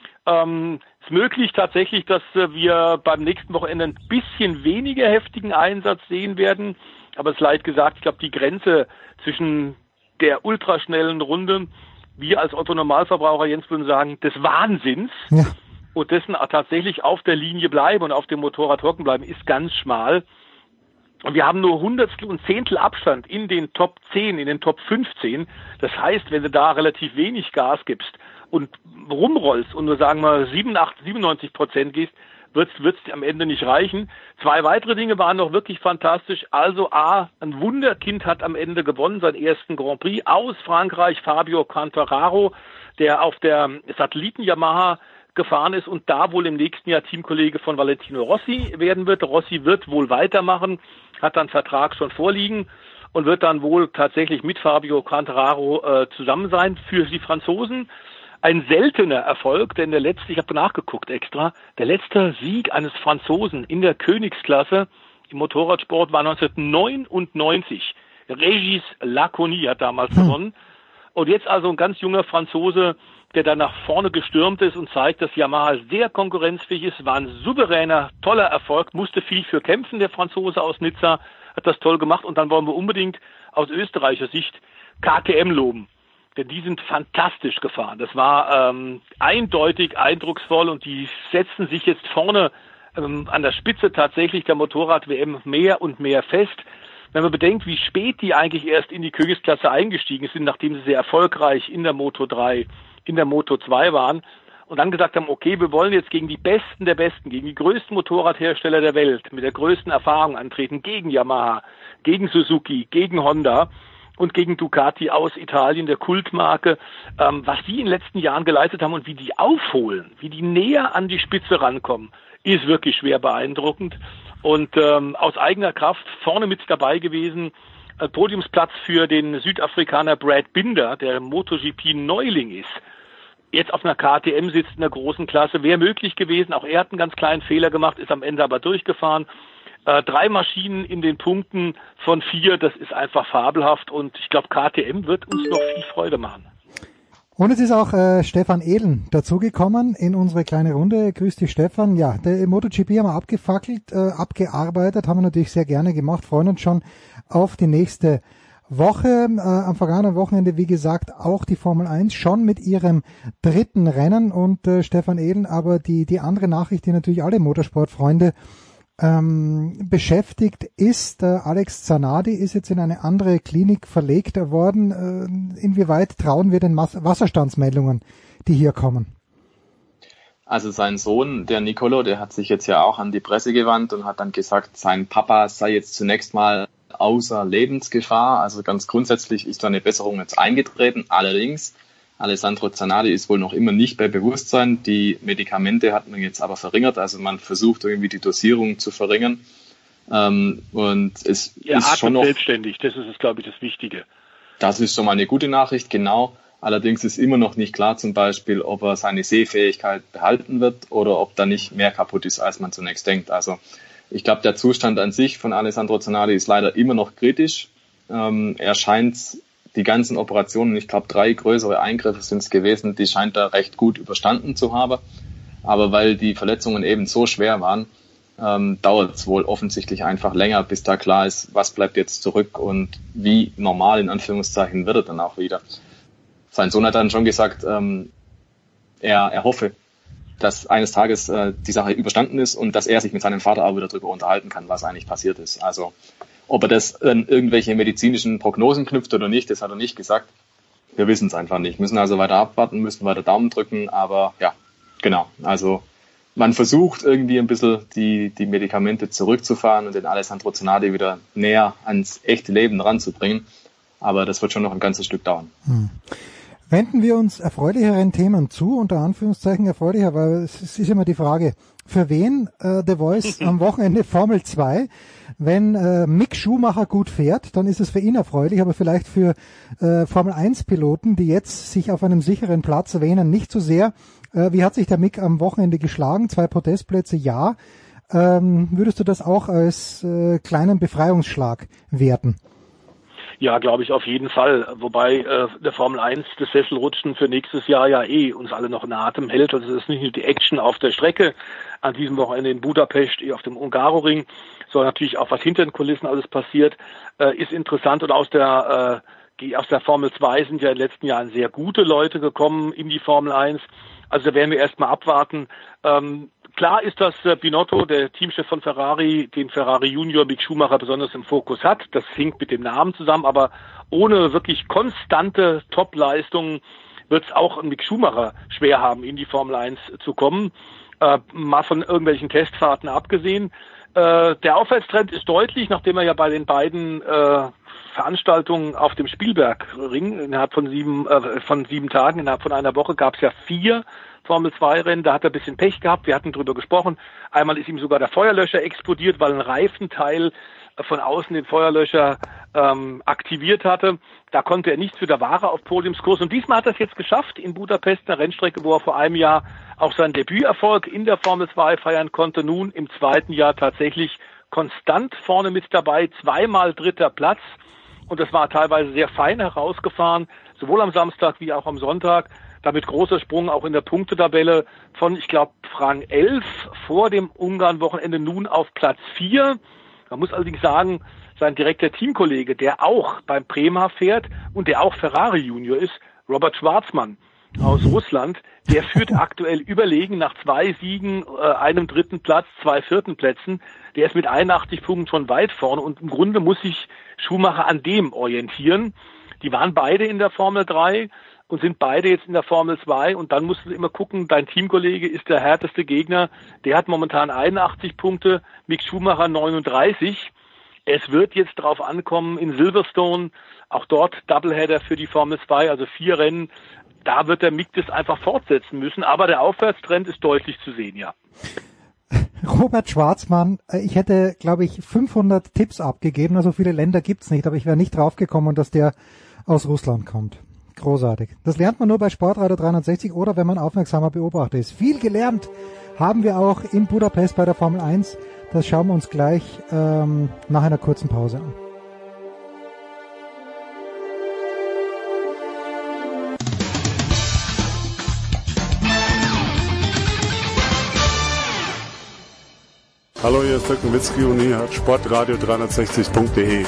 Ist möglich tatsächlich, dass wir beim nächsten Wochenende ein bisschen weniger heftigen Einsatz sehen werden, aber es ist leid gesagt, ich glaube, die Grenze zwischen der ultraschnellen Runde, wir als Otto-Normalverbraucher, Jens, würden sagen, des Wahnsinns, und dessen tatsächlich auf der Linie bleiben und auf dem Motorrad hocken bleiben, ist ganz schmal. Und wir haben nur Hundertstel und Zehntel Abstand in den Top 10, in den Top 15. Das heißt, wenn du da relativ wenig Gas gibst und rumrollst und nur sagen wir 97% gehst, wird's am Ende nicht reichen. 2 weitere Dinge waren noch wirklich fantastisch. Also A, ein Wunderkind hat am Ende gewonnen, seinen ersten Grand Prix aus Frankreich, Fabio Quartararo, der auf der Satelliten-Yamaha gefahren ist und da wohl im nächsten Jahr Teamkollege von Valentino Rossi werden wird. Rossi wird wohl weitermachen, hat dann Vertrag schon vorliegen und wird dann wohl tatsächlich mit Fabio Quartararo zusammen sein. Für die Franzosen ein seltener Erfolg, denn ich habe nachgeguckt extra, der letzte Sieg eines Franzosen in der Königsklasse im Motorradsport war 1999. Régis Laconi hat damals gewonnen. Und jetzt also ein ganz junger Franzose, der dann nach vorne gestürmt ist und zeigt, dass Yamaha sehr konkurrenzfähig ist, war ein souveräner, toller Erfolg, musste viel für kämpfen, der Franzose aus Nizza, hat das toll gemacht und dann wollen wir unbedingt aus österreichischer Sicht KTM loben, denn die sind fantastisch gefahren. Das war eindeutig eindrucksvoll und die setzen sich jetzt vorne an der Spitze tatsächlich der Motorrad-WM mehr und mehr fest. Wenn man bedenkt, wie spät die eigentlich erst in die Königsklasse eingestiegen sind, nachdem sie sehr erfolgreich in der Moto 3, in der Moto 2 waren und dann gesagt haben, okay, wir wollen jetzt gegen die Besten der Besten, gegen die größten Motorradhersteller der Welt mit der größten Erfahrung antreten, gegen Yamaha, gegen Suzuki, gegen Honda und gegen Ducati aus Italien, der Kultmarke, was die in den letzten Jahren geleistet haben und wie die aufholen, wie die näher an die Spitze rankommen, ist wirklich schwer beeindruckend. Und aus eigener Kraft vorne mit dabei gewesen, Podiumsplatz für den Südafrikaner Brad Binder, der MotoGP-Neuling ist. Jetzt auf einer KTM sitzt in der großen Klasse, wäre möglich gewesen. Auch er hat einen ganz kleinen Fehler gemacht, ist am Ende aber durchgefahren. 3 Maschinen in den Punkten von 4, das ist einfach fabelhaft. Und ich glaube, KTM wird uns noch viel Freude machen. Und es ist auch Stefan Ehlen dazugekommen in unsere kleine Runde. Grüß dich, Stefan. Ja, der MotoGP haben wir abgefackelt, abgearbeitet, haben wir natürlich sehr gerne gemacht, freuen uns schon auf die nächste Woche. Am vergangenen Wochenende, wie gesagt, auch die Formel 1 schon mit ihrem 3. Rennen und Stefan Ehlen, aber die andere Nachricht, die natürlich alle Motorsportfreunde beschäftigt ist, Alex Zanardi ist jetzt in eine andere Klinik verlegt worden. Inwieweit trauen wir den Wasserstandsmeldungen, die hier kommen? Also sein Sohn, der Nicolo, der hat sich jetzt ja auch an die Presse gewandt und hat dann gesagt, sein Papa sei jetzt zunächst mal außer Lebensgefahr. Also ganz grundsätzlich ist da eine Besserung jetzt eingetreten. Allerdings Alessandro Zanardi ist wohl noch immer nicht bei Bewusstsein. Die Medikamente hat man jetzt aber verringert. Also man versucht irgendwie die Dosierung zu verringern. Und es ist schon noch selbstständig. Das ist, glaube ich, das Wichtige. Das ist schon mal eine gute Nachricht, genau. Allerdings ist immer noch nicht klar zum Beispiel, ob er seine Sehfähigkeit behalten wird oder ob da nicht mehr kaputt ist, als man zunächst denkt. Also ich glaube, der Zustand an sich von Alessandro Zanardi ist leider immer noch kritisch. Er scheint die ganzen Operationen, ich glaube 3 größere Eingriffe sind es gewesen, die scheint er recht gut überstanden zu haben. Aber weil die Verletzungen eben so schwer waren, dauert es wohl offensichtlich einfach länger, bis da klar ist, was bleibt jetzt zurück und wie normal in Anführungszeichen wird er dann auch wieder. Sein Sohn hat dann schon gesagt, er hoffe, dass eines Tages die Sache überstanden ist und dass er sich mit seinem Vater auch wieder darüber unterhalten kann, was eigentlich passiert ist. Also ob er das an irgendwelche medizinischen Prognosen knüpft oder nicht, das hat er nicht gesagt. Wir wissen es einfach nicht. Müssen also weiter abwarten, müssen weiter Daumen drücken, aber ja, genau. Also man versucht irgendwie ein bisschen die Medikamente zurückzufahren und den Alessandro Zanardi wieder näher ans echte Leben ranzubringen. Aber das wird schon noch ein ganzes Stück dauern. Wenden wir uns erfreulicheren Themen zu, unter Anführungszeichen erfreulicher, weil es ist immer die Frage, für wen The Voice am Wochenende Formel 2? Wenn Mick Schumacher gut fährt, dann ist es für ihn erfreulich, aber vielleicht für Formel 1 Piloten, die jetzt sich auf einem sicheren Platz wähnen, nicht so sehr. Wie hat sich der Mick am Wochenende geschlagen? 2 Podestplätze, ja. Würdest du das auch als kleinen Befreiungsschlag werten? Ja, glaube ich auf jeden Fall. Wobei der Formel 1 das Sesselrutschen für nächstes Jahr ja uns alle noch in Atem hält. Also es ist nicht nur die Action auf der Strecke an diesem Wochenende in Budapest auf dem Hungaroring, sondern natürlich auch was hinter den Kulissen alles passiert, ist interessant. Und aus der Formel 2 sind ja in den letzten Jahren sehr gute Leute gekommen in die Formel 1. Also da werden wir erstmal abwarten. Klar ist, dass Binotto, der Teamchef von Ferrari, den Ferrari Junior Mick Schumacher besonders im Fokus hat. Das hängt mit dem Namen zusammen, aber ohne wirklich konstante Top-Leistungen wird es auch Mick Schumacher schwer haben, in die Formel 1 zu kommen. Mal von irgendwelchen Testfahrten abgesehen. Der Aufwärtstrend ist deutlich, nachdem er ja bei den beiden Veranstaltungen auf dem Spielbergring innerhalb von 7 Tagen, innerhalb von einer Woche gab es ja 4 Formel-2-Rennen, da hat er ein bisschen Pech gehabt, wir hatten drüber gesprochen. Einmal ist ihm sogar der Feuerlöscher explodiert, weil ein Reifenteil von außen den Feuerlöscher aktiviert hatte. Da konnte er nichts für der Ware auf Podiumskurs. Und diesmal hat er es jetzt geschafft in Budapest, eine Rennstrecke, wo er vor einem Jahr auch seinen Debüterfolg in der Formel 2 feiern konnte. Nun im zweiten Jahr tatsächlich konstant vorne mit dabei, 2-mal 3. Platz. Und das war teilweise sehr fein herausgefahren, sowohl am Samstag wie auch am Sonntag. Damit großer Sprung auch in der Punktetabelle von, ich glaube, Rang 11 vor dem Ungarn-Wochenende nun auf Platz 4. Man muss allerdings sagen, sein direkter Teamkollege, der auch beim Prema fährt und der auch Ferrari Junior ist, Robert Schwarzmann aus Russland, der führt aktuell überlegen nach 2 Siegen, einem 3. Platz, 2 4. Plätzen. Der ist mit 81 Punkten schon weit vorne und im Grunde muss sich Schumacher an dem orientieren. Die waren beide in der Formel 3 und sind beide jetzt in der Formel 2 und dann musst du immer gucken, dein Teamkollege ist der härteste Gegner, der hat momentan 81 Punkte, Mick Schumacher 39. Es wird jetzt darauf ankommen in Silverstone, auch dort Doubleheader für die Formel 2, also 4 Rennen, da wird der Mick das einfach fortsetzen müssen, aber der Aufwärtstrend ist deutlich zu sehen, ja. Robert Schwarzmann, ich hätte, glaube ich, 500 Tipps abgegeben, also viele Länder gibt's nicht, aber ich wäre nicht draufgekommen, dass der aus Russland kommt. Großartig. Das lernt man nur bei Sportradio 360 oder wenn man aufmerksamer Beobachter ist. Viel gelernt haben wir auch in Budapest bei der Formel 1. Das schauen wir uns gleich nach einer kurzen Pause an. Hallo, hier ist Dirk Nowitzki und hier hat Sportradio 360.de.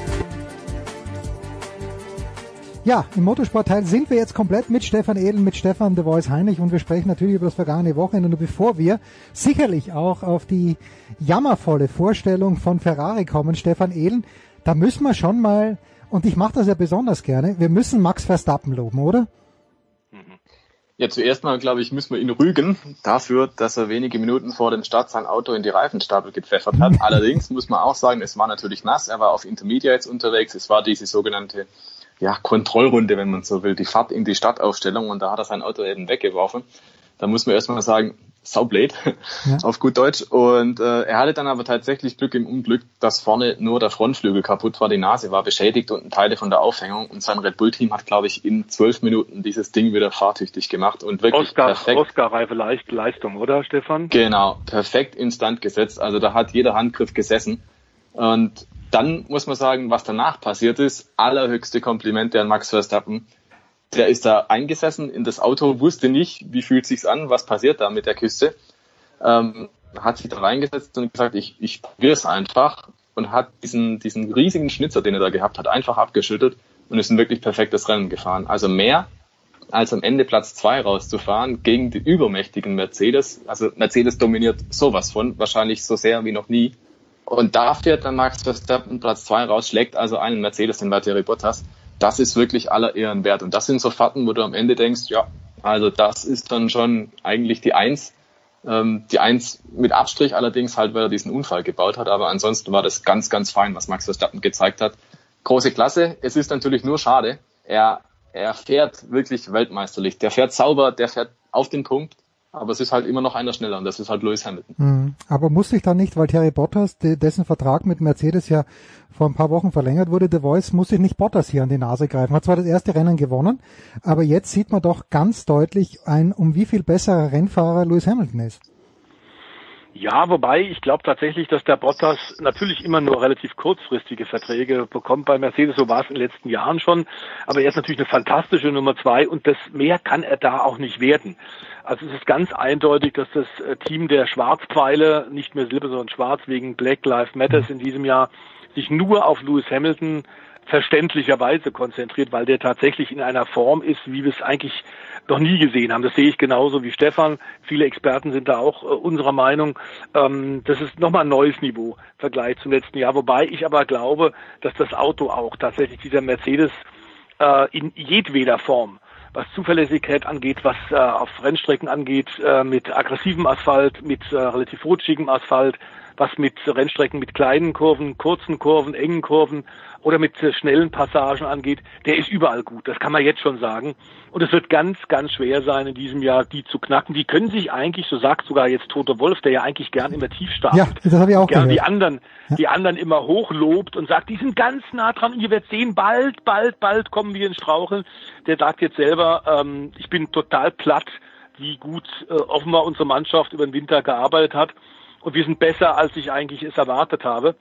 Ja, im Motorsportteil sind wir jetzt komplett mit Stefan Ehlen, mit Stefan The Voice Heinrich und wir sprechen natürlich über das vergangene Wochenende. Und bevor wir sicherlich auch auf die jammervolle Vorstellung von Ferrari kommen, Stefan Ehlen, da müssen wir schon mal, und ich mache das ja besonders gerne, wir müssen Max Verstappen loben, oder? Ja, zuerst mal, glaube ich, müssen wir ihn rügen dafür, dass er wenige Minuten vor dem Start sein Auto in die Reifenstapel gepfeffert hat. Allerdings muss man auch sagen, es war natürlich nass, er war auf Intermediates unterwegs, es war diese sogenannte Kontrollrunde, wenn man so will, die Fahrt in die Startaufstellung, und da hat er sein Auto eben weggeworfen. Da muss man erstmal sagen, saublöd, auf gut Deutsch. Und er hatte dann aber tatsächlich Glück im Unglück, dass vorne nur der Frontflügel kaputt war, die Nase war beschädigt und Teile von der Aufhängung. Und sein Red Bull-Team hat, glaube ich, in 12 Minuten dieses Ding wieder fahrtüchtig gemacht und wirklich perfekt. Oscar-reife Leistung, oder Stefan? Genau, perfekt instand gesetzt. Also da hat jeder Handgriff gesessen. Und dann muss man sagen, was danach passiert ist, allerhöchste Komplimente an Max Verstappen. Der ist da eingesessen in das Auto, wusste nicht, wie fühlt sich's an, was passiert da mit der Kiste. Hat sich da reingesetzt und gesagt, ich probiere es einfach, und hat diesen riesigen Schnitzer, den er da gehabt hat, einfach abgeschüttet und ist ein wirklich perfektes Rennen gefahren. Also mehr als am Ende Platz 2 rauszufahren gegen die übermächtigen Mercedes. Also Mercedes dominiert sowas von, wahrscheinlich so sehr wie noch nie. Und da fährt dann Max Verstappen Platz 2 raus, schlägt also einen Mercedes, den Valtteri Bottas. Das ist wirklich aller Ehren wert. Und das sind so Fahrten, wo du am Ende denkst, ja, also das ist dann schon eigentlich die 1. Die 1 mit Abstrich allerdings halt, weil er diesen Unfall gebaut hat. Aber ansonsten war das ganz, ganz fein, was Max Verstappen gezeigt hat. Große Klasse. Es ist natürlich nur schade. Er fährt wirklich weltmeisterlich. Der fährt sauber, der fährt auf den Punkt. Aber es ist halt immer noch einer schneller, und das ist halt Lewis Hamilton. Aber musste ich dann nicht, weil Valtteri Bottas, dessen Vertrag mit Mercedes ja vor ein paar Wochen verlängert wurde, The Voice, musste ich nicht Bottas hier an die Nase greifen. Hat zwar das erste Rennen gewonnen, aber jetzt sieht man doch ganz deutlich um wie viel besserer Rennfahrer Lewis Hamilton ist. Ja, wobei ich glaube tatsächlich, dass der Bottas natürlich immer nur relativ kurzfristige Verträge bekommt bei Mercedes. So war es in den letzten Jahren schon. Aber er ist natürlich eine fantastische Nummer 2, und das mehr kann er da auch nicht werden. Also es ist ganz eindeutig, dass das Team der Schwarzpfeile, nicht mehr Silber, sondern Schwarz wegen Black Lives Matters in diesem Jahr, sich nur auf Lewis Hamilton verständlicherweise konzentriert, weil der tatsächlich in einer Form ist, wie wir es eigentlich noch nie gesehen haben. Das sehe ich genauso wie Stefan. Viele Experten sind da auch unserer Meinung. Das ist nochmal ein neues Niveau im Vergleich zum letzten Jahr. Wobei ich aber glaube, dass das Auto auch tatsächlich dieser Mercedes in jedweder Form, was Zuverlässigkeit angeht, was auf Rennstrecken angeht, mit aggressivem Asphalt, mit relativ rutschigem Asphalt, was mit Rennstrecken mit kleinen Kurven, kurzen Kurven, engen Kurven oder mit schnellen Passagen angeht, der ist überall gut. Das kann man jetzt schon sagen. Und es wird ganz, ganz schwer sein, in diesem Jahr die zu knacken. Die können sich eigentlich, so sagt sogar jetzt Toto Wolff, der ja eigentlich gern immer tief startet, ja, das habe ich auch gern gehört. Die anderen immer hochlobt und sagt, die sind ganz nah dran und ihr werdet sehen, bald kommen wir ins Straucheln. Der sagt jetzt selber, ich bin total platt, wie gut offenbar unsere Mannschaft über den Winter gearbeitet hat. Und wir sind besser, als ich eigentlich es erwartet habe.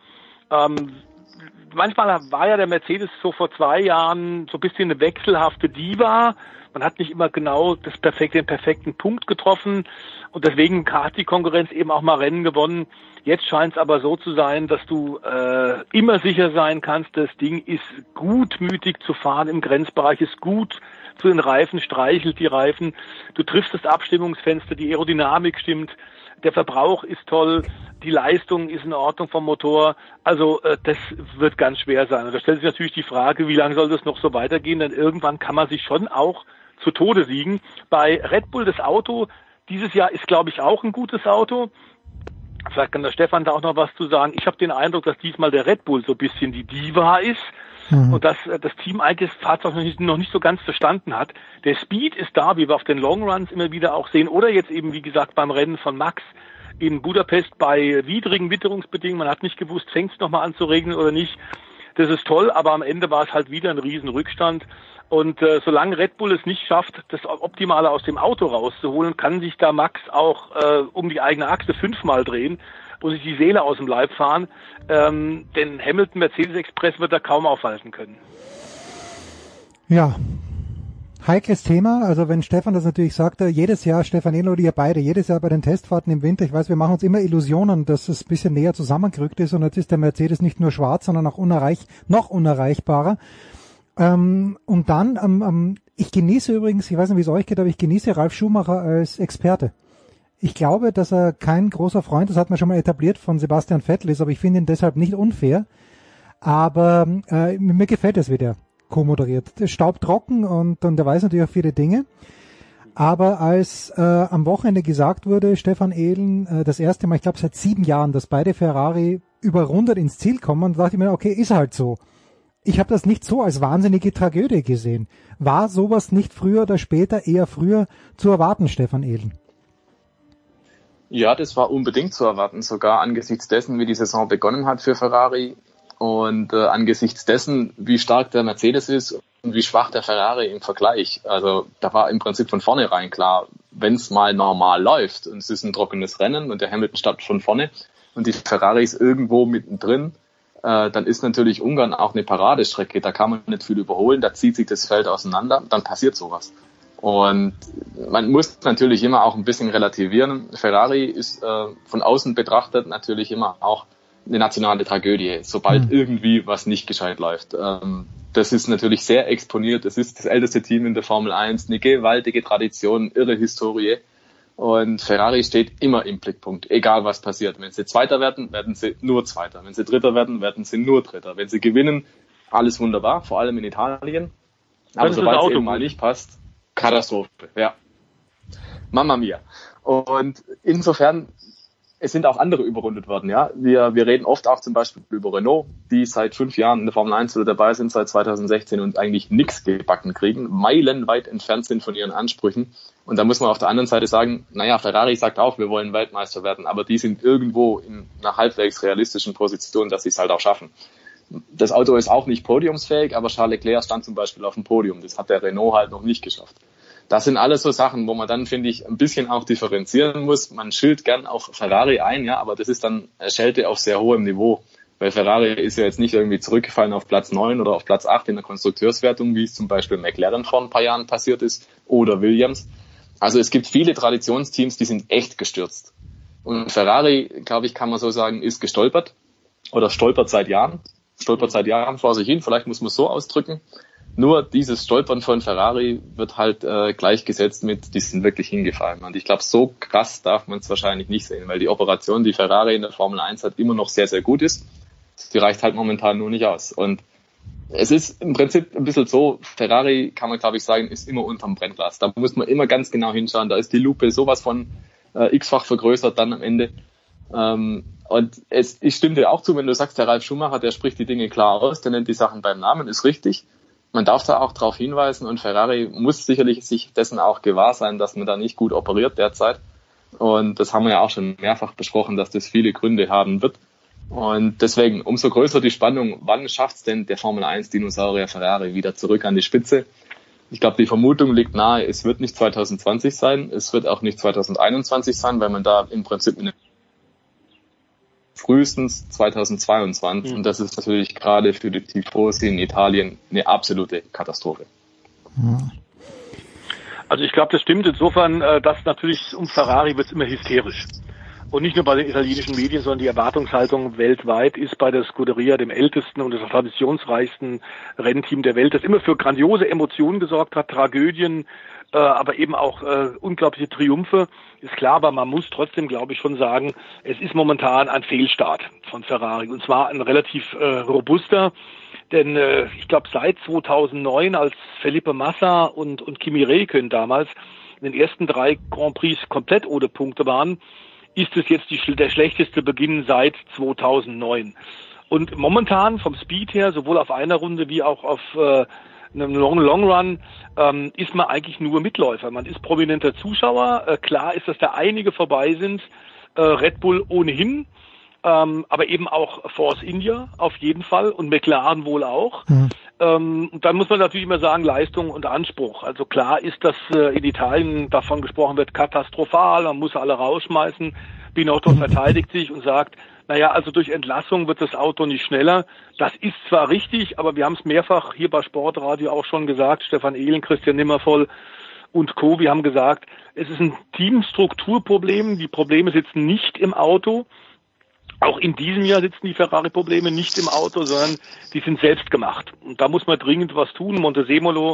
Manchmal war ja der Mercedes so vor 2 Jahren so ein bisschen eine wechselhafte Diva. Man hat nicht immer genau den perfekten Punkt getroffen. Und deswegen hat die Konkurrenz eben auch mal Rennen gewonnen. Jetzt scheint es aber so zu sein, dass du immer sicher sein kannst, das Ding ist gutmütig zu fahren im Grenzbereich, ist gut zu den Reifen, streichelt die Reifen. Du triffst das Abstimmungsfenster, die Aerodynamik stimmt. Der Verbrauch ist toll, die Leistung ist in Ordnung vom Motor, also das wird ganz schwer sein. Und da stellt sich natürlich die Frage, wie lange soll das noch so weitergehen, denn irgendwann kann man sich schon auch zu Tode siegen. Bei Red Bull, das Auto dieses Jahr ist, glaube ich, auch ein gutes Auto. Vielleicht kann der Stefan da auch noch was zu sagen. Ich habe den Eindruck, dass diesmal der Red Bull so ein bisschen die Diva ist. Und dass das Team eigentlich das Fahrzeug noch nicht so ganz verstanden hat. Der Speed ist da, wie wir auf den Long Runs immer wieder auch sehen. Oder jetzt eben, wie gesagt, beim Rennen von Max in Budapest bei widrigen Witterungsbedingungen. Man hat nicht gewusst, fängt es nochmal an zu regnen oder nicht. Das ist toll, aber am Ende war es halt wieder ein Riesenrückstand. Und solange Red Bull es nicht schafft, das Optimale aus dem Auto rauszuholen, kann sich da Max auch um die eigene Achse 5-mal drehen und sich die Seele aus dem Leib fahren, denn Hamilton Mercedes Express wird er kaum aufhalten können. Ja, heikles Thema. Also wenn Stefan das natürlich sagt, jedes Jahr, Stefan Ehlen oder ihr beide, jedes Jahr bei den Testfahrten im Winter, ich weiß, wir machen uns immer Illusionen, dass es ein bisschen näher zusammengerückt ist und jetzt ist der Mercedes nicht nur schwarz, sondern auch noch unerreichbarer. Und dann, ich genieße übrigens, ich weiß nicht, wie es euch geht, aber ich genieße Ralf Schumacher als Experte. Ich glaube, dass er kein großer Freund, das hat man schon mal etabliert, von Sebastian Vettel ist, aber ich finde ihn deshalb nicht unfair. Aber mir gefällt es, wie der co-moderiert. Staubtrocken und er weiß natürlich auch viele Dinge. Aber als am Wochenende gesagt wurde, Stefan Ehlen, das erste Mal, ich glaube seit 7 Jahren, dass beide Ferrari überrundet ins Ziel kommen, dachte ich mir, okay, ist halt so. ich habe das nicht so als wahnsinnige Tragödie gesehen. War sowas nicht früher oder später, eher früher zu erwarten, Stefan Ehlen? Ja, das war unbedingt zu erwarten, sogar angesichts dessen, wie die Saison begonnen hat für Ferrari und angesichts dessen, wie stark der Mercedes ist und wie schwach der Ferrari im Vergleich. Also da war im Prinzip von vornherein klar, wenn es mal normal läuft und es ist ein trockenes Rennen und der Hamilton startet von vorne und die Ferrari ist irgendwo mittendrin, dann ist natürlich Ungarn auch eine Paradestrecke, da kann man nicht viel überholen, da zieht sich das Feld auseinander, dann passiert sowas. Und man muss natürlich immer auch ein bisschen relativieren. Ferrari ist von außen betrachtet natürlich immer auch eine nationale Tragödie, sobald irgendwie was nicht gescheit läuft. Das ist natürlich sehr exponiert, es ist das älteste Team in der Formel 1, eine gewaltige Tradition, irre Historie. Und Ferrari steht immer im Blickpunkt, egal was passiert. Wenn sie Zweiter werden, werden sie nur Zweiter. Wenn sie Dritter werden, werden sie nur Dritter. Wenn sie gewinnen, alles wunderbar, vor allem in Italien. Aber sobald es eben mal nicht passt, Katastrophe, ja. Mamma mia. Und insofern, es sind auch andere überrundet worden, ja. Wir reden oft auch zum Beispiel über Renault, die seit 5 Jahren in der Formel 1 wieder dabei sind, seit 2016 und eigentlich nichts gebacken kriegen, meilenweit entfernt sind von ihren Ansprüchen. Und da muss man auf der anderen Seite sagen, naja, Ferrari sagt auch, wir wollen Weltmeister werden, aber die sind irgendwo in einer halbwegs realistischen Position, dass sie es halt auch schaffen. Das Auto ist auch nicht podiumsfähig, aber Charles Leclerc stand zum Beispiel auf dem Podium. Das hat der Renault halt noch nicht geschafft. Das sind alles so Sachen, wo man dann, finde ich, ein bisschen auch differenzieren muss. Man schilt gern auf Ferrari ein, ja, aber das ist dann Schelte auf sehr hohem Niveau. Weil Ferrari ist ja jetzt nicht irgendwie zurückgefallen auf Platz 9 oder auf Platz 8 in der Konstrukteurswertung, wie es zum Beispiel McLaren vor ein paar Jahren passiert ist oder Williams. Also es gibt viele Traditionsteams, die sind echt gestürzt. Und Ferrari, glaube ich, kann man so sagen, ist gestolpert oder stolpert seit Jahren vor sich hin, vielleicht muss man es so ausdrücken. Nur dieses Stolpern von Ferrari wird halt gleichgesetzt mit, die sind wirklich hingefallen. Und ich glaube, so krass darf man es wahrscheinlich nicht sehen, weil die Operation, die Ferrari in der Formel 1 hat, immer noch sehr, sehr gut ist. Die reicht halt momentan nur nicht aus. Und es ist im Prinzip ein bisschen so, Ferrari, kann man glaube ich sagen, ist immer unterm Brennglas. Da muss man immer ganz genau hinschauen. Da ist die Lupe sowas von x-fach vergrößert dann am Ende. Und ich stimme dir auch zu, wenn du sagst, der Ralf Schumacher, der spricht die Dinge klar aus, der nennt die Sachen beim Namen, ist richtig. Man darf da auch darauf hinweisen und Ferrari muss sicherlich sich dessen auch gewahr sein, dass man da nicht gut operiert derzeit. Und das haben wir ja auch schon mehrfach besprochen, dass das viele Gründe haben wird. Und deswegen umso größer die Spannung, wann schafft's denn der Formel 1 Dinosaurier Ferrari wieder zurück an die Spitze? Ich glaube, die Vermutung liegt nahe, es wird nicht 2020 sein, es wird auch nicht 2021 sein, weil man da im Prinzip frühestens 2022. Und das ist natürlich gerade für die Tifosi in Italien eine absolute Katastrophe. Also ich glaube, das stimmt insofern, dass natürlich um Ferrari wird es immer hysterisch. Und nicht nur bei den italienischen Medien, sondern die Erwartungshaltung weltweit ist bei der Scuderia, dem ältesten und traditionsreichsten Rennteam der Welt, das immer für grandiose Emotionen gesorgt hat, Tragödien, aber eben auch unglaubliche Triumphe, ist klar, aber man muss trotzdem, glaube ich, schon sagen, es ist momentan ein Fehlstart von Ferrari und zwar ein relativ robuster, denn ich glaube seit 2009, als Felipe Massa und Kimi Räikkönen damals in den ersten 3 Grand Prix komplett ohne Punkte waren, ist es jetzt der schlechteste Beginn seit 2009. Und momentan vom Speed her, sowohl auf einer Runde wie auch auf einem Long Run, ist man eigentlich nur Mitläufer. Man ist prominenter Zuschauer. Klar ist, dass da einige vorbei sind. Red Bull ohnehin, aber eben auch Force India auf jeden Fall und McLaren wohl auch. Und dann muss man natürlich immer sagen, Leistung und Anspruch. Also klar ist, dass in Italien davon gesprochen wird, katastrophal, man muss alle rausschmeißen. Binotto verteidigt sich und sagt, naja, also durch Entlassung wird das Auto nicht schneller. Das ist zwar richtig, aber wir haben es mehrfach hier bei Sportradio auch schon gesagt, Stefan Ehlen, Christian Nimmervoll und Co., wir haben gesagt, es ist ein Teamstrukturproblem, die Probleme sitzen nicht im Auto. Auch in diesem Jahr sitzen die Ferrari-Probleme nicht im Auto, sondern die sind selbst gemacht. Und da muss man dringend was tun. Montezemolo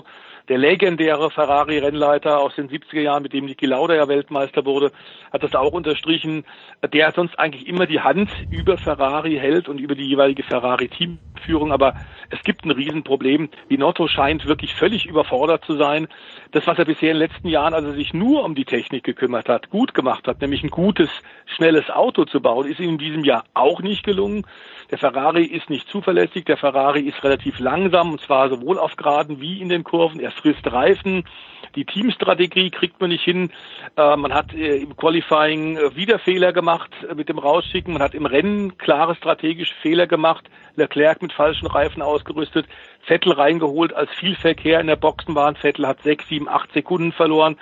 Der legendäre Ferrari-Rennleiter aus den 70er Jahren, mit dem Niki Lauda ja Weltmeister wurde, hat das auch unterstrichen. Der sonst eigentlich immer die Hand über Ferrari hält und über die jeweilige Ferrari-Teamführung. Aber es gibt ein Riesenproblem. Binotto scheint wirklich völlig überfordert zu sein. Das, was er bisher in den letzten Jahren, also sich nur um die Technik gekümmert hat, gut gemacht hat, nämlich ein gutes, schnelles Auto zu bauen, ist ihm in diesem Jahr auch nicht gelungen. Der Ferrari ist nicht zuverlässig, der Ferrari ist relativ langsam, und zwar sowohl auf Geraden wie in den Kurven. Er frisst Reifen. Die Teamstrategie kriegt man nicht hin. Man hat im Qualifying wieder Fehler gemacht mit dem Rausschicken. Man hat im Rennen klare strategische Fehler gemacht. Leclerc mit falschen Reifen ausgerüstet. Vettel reingeholt, als viel Verkehr in der Boxenbahn. Vettel hat 6, 7, 8 Sekunden verloren.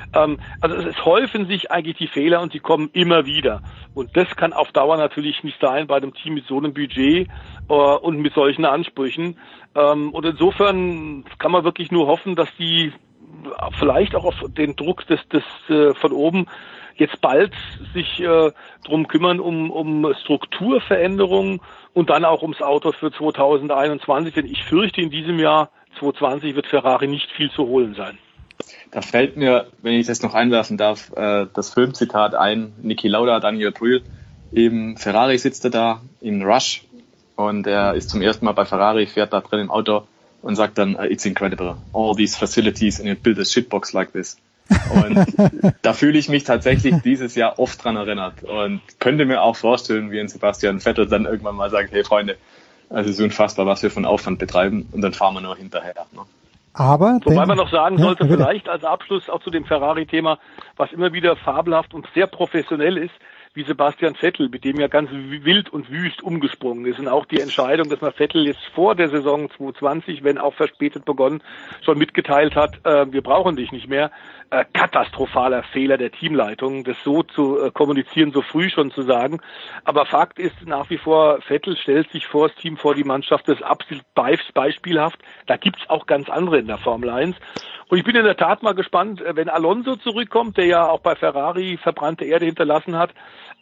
Also es häufen sich eigentlich die Fehler und sie kommen immer wieder. Und das kann auf Dauer natürlich nicht sein bei einem Team mit so einem Budget und mit solchen Ansprüchen. Und insofern kann man wirklich nur hoffen, dass die vielleicht auch auf den Druck des von oben jetzt bald sich drum kümmern um Strukturveränderungen und dann auch ums Auto für 2021. Denn ich fürchte, in diesem Jahr 2020 wird Ferrari nicht viel zu holen sein. Da fällt mir, wenn ich das noch einwerfen darf, das Filmzitat ein, Niki Lauda, Daniel Brühl. Im Ferrari sitzt er da im Rush und er ist zum ersten Mal bei Ferrari, fährt da drin im Auto und sagt dann, it's incredible, all these facilities and you build a shitbox like this. Und da fühle ich mich tatsächlich dieses Jahr oft dran erinnert und könnte mir auch vorstellen, wie ein Sebastian Vettel dann irgendwann mal sagt, hey Freunde, also es ist unfassbar, was wir von Aufwand betreiben, und dann fahren wir nur hinterher. Ne? Aber wobei man noch sagen sollte, vielleicht als Abschluss auch zu dem Ferrari-Thema, was immer wieder fabelhaft und sehr professionell ist, wie Sebastian Vettel, mit dem ja ganz wild und wüst umgesprungen ist. Und auch die Entscheidung, dass man Vettel jetzt vor der Saison 2020, wenn auch verspätet begonnen, schon mitgeteilt hat, wir brauchen dich nicht mehr. Katastrophaler Fehler der Teamleitung, das so zu kommunizieren, so früh schon zu sagen. Aber Fakt ist nach wie vor, Vettel stellt sich vor das Team, vor die Mannschaft, das ist absolut beispielhaft. Da gibt's auch ganz andere in der Formel 1. Und ich bin in der Tat mal gespannt, wenn Alonso zurückkommt, der ja auch bei Ferrari verbrannte Erde hinterlassen hat,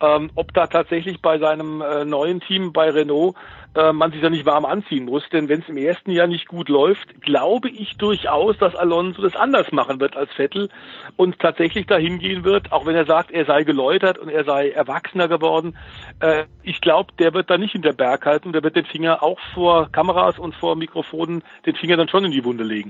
ob da tatsächlich bei seinem neuen Team bei Renault man sich da nicht warm anziehen muss. Denn wenn es im ersten Jahr nicht gut läuft, glaube ich durchaus, dass Alonso das anders machen wird als Vettel und tatsächlich dahin gehen wird, auch wenn er sagt, er sei geläutert und er sei erwachsener geworden. Ich glaube, der wird da nicht in der Berg halten, der wird den Finger auch vor Kameras und vor Mikrofonen den Finger dann schon in die Wunde legen.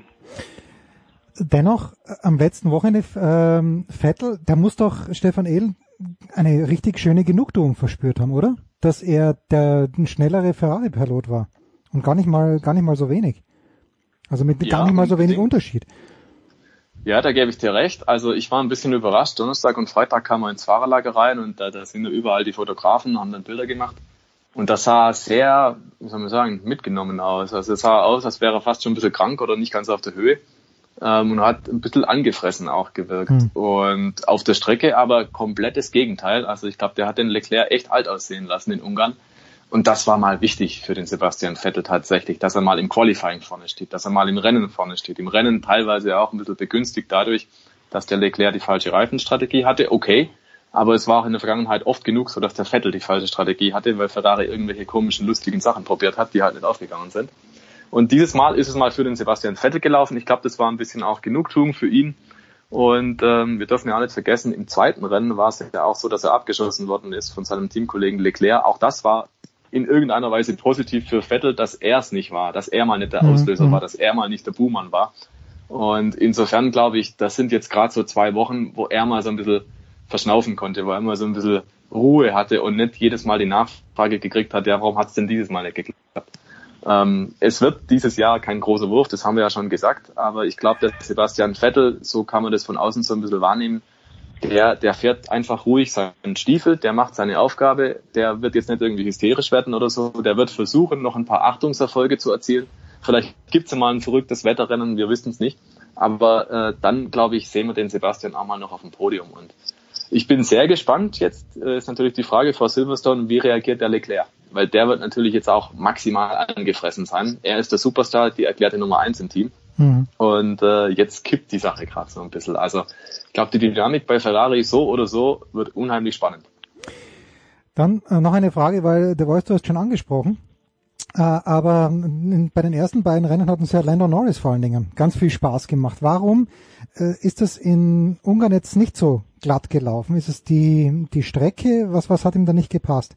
Dennoch, am letzten Wochenende Vettel, da muss doch Stefan Ehlen eine richtig schöne Genugtuung verspürt haben, oder? Dass er ein schnellere Ferrari-Pilot war. Und gar nicht mal so wenig. Also mit gar nicht mal so wenig Unterschied. Ja, da gebe ich dir recht. Also ich war ein bisschen überrascht. Donnerstag und Freitag kam er ins Fahrerlager rein und da sind ja überall die Fotografen, haben dann Bilder gemacht. Und das sah sehr, wie soll man sagen, mitgenommen aus. Also es sah aus, als wäre er fast schon ein bisschen krank oder nicht ganz auf der Höhe. Und hat ein bisschen angefressen auch gewirkt. Und auf der Strecke aber komplettes Gegenteil. Also ich glaube, der hat den Leclerc echt alt aussehen lassen in Ungarn. Und das war mal wichtig für den Sebastian Vettel tatsächlich, dass er mal im Qualifying vorne steht, dass er mal im Rennen vorne steht. Im Rennen teilweise auch ein bisschen begünstigt dadurch, dass der Leclerc die falsche Reifenstrategie hatte. Okay, aber es war auch in der Vergangenheit oft genug so, dass der Vettel die falsche Strategie hatte, weil Ferrari irgendwelche komischen, lustigen Sachen probiert hat, die halt nicht aufgegangen sind. Und dieses Mal ist es mal für den Sebastian Vettel gelaufen. Ich glaube, das war ein bisschen auch Genugtuung für ihn. Und wir dürfen ja auch nicht vergessen, im zweiten Rennen war es ja auch so, dass er abgeschossen worden ist von seinem Teamkollegen Leclerc. Auch das war in irgendeiner Weise positiv für Vettel, dass er es nicht war, dass er mal nicht der Auslöser war, dass er mal nicht der Buhmann war. Und insofern glaube ich, das sind jetzt gerade so 2 Wochen, wo er mal so ein bisschen verschnaufen konnte, wo er mal so ein bisschen Ruhe hatte und nicht jedes Mal die Nachfrage gekriegt hat, ja, warum hat es denn dieses Mal nicht geklappt? Es wird dieses Jahr kein großer Wurf, das haben wir ja schon gesagt, aber ich glaube, der Sebastian Vettel, so kann man das von außen so ein bisschen wahrnehmen, der fährt einfach ruhig seinen Stiefel, der macht seine Aufgabe, der wird jetzt nicht irgendwie hysterisch werden oder so, der wird versuchen, noch ein paar Achtungserfolge zu erzielen. Vielleicht gibt's ja mal ein verrücktes Wetterrennen, wir wissen es nicht, aber dann, glaube ich, sehen wir den Sebastian auch mal noch auf dem Podium. Und ich bin sehr gespannt. Jetzt ist natürlich die Frage vor Silverstone, wie reagiert der Leclerc? Weil der wird natürlich jetzt auch maximal angefressen sein. Er ist der Superstar, die erklärte Nummer 1 im Team. Und jetzt kippt die Sache gerade so ein bisschen. Also ich glaube, die Dynamik bei Ferrari so oder so wird unheimlich spannend. Dann noch eine Frage, weil der Voice, du hast schon angesprochen. Aber bei den ersten beiden Rennen hat uns ja Lando Norris vor allen Dingen ganz viel Spaß gemacht. Warum ist das in Ungarn jetzt nicht so glatt gelaufen? Ist es die Strecke? Was hat ihm da nicht gepasst?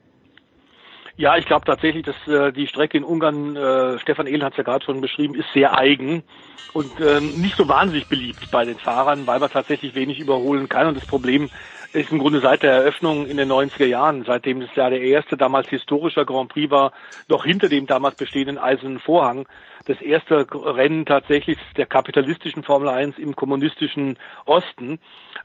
Ja, ich glaube tatsächlich, dass die Strecke in Ungarn, Stefan Ehlen hat es ja gerade schon beschrieben, ist sehr eigen und nicht so wahnsinnig beliebt bei den Fahrern, weil man tatsächlich wenig überholen kann. Und das Problem ist im Grunde seit der Eröffnung in den 90er Jahren, seitdem es ja der erste damals historischer Grand Prix war, noch hinter dem damals bestehenden Eisernen Vorhang, das erste Rennen tatsächlich der kapitalistischen Formel 1 im kommunistischen Osten.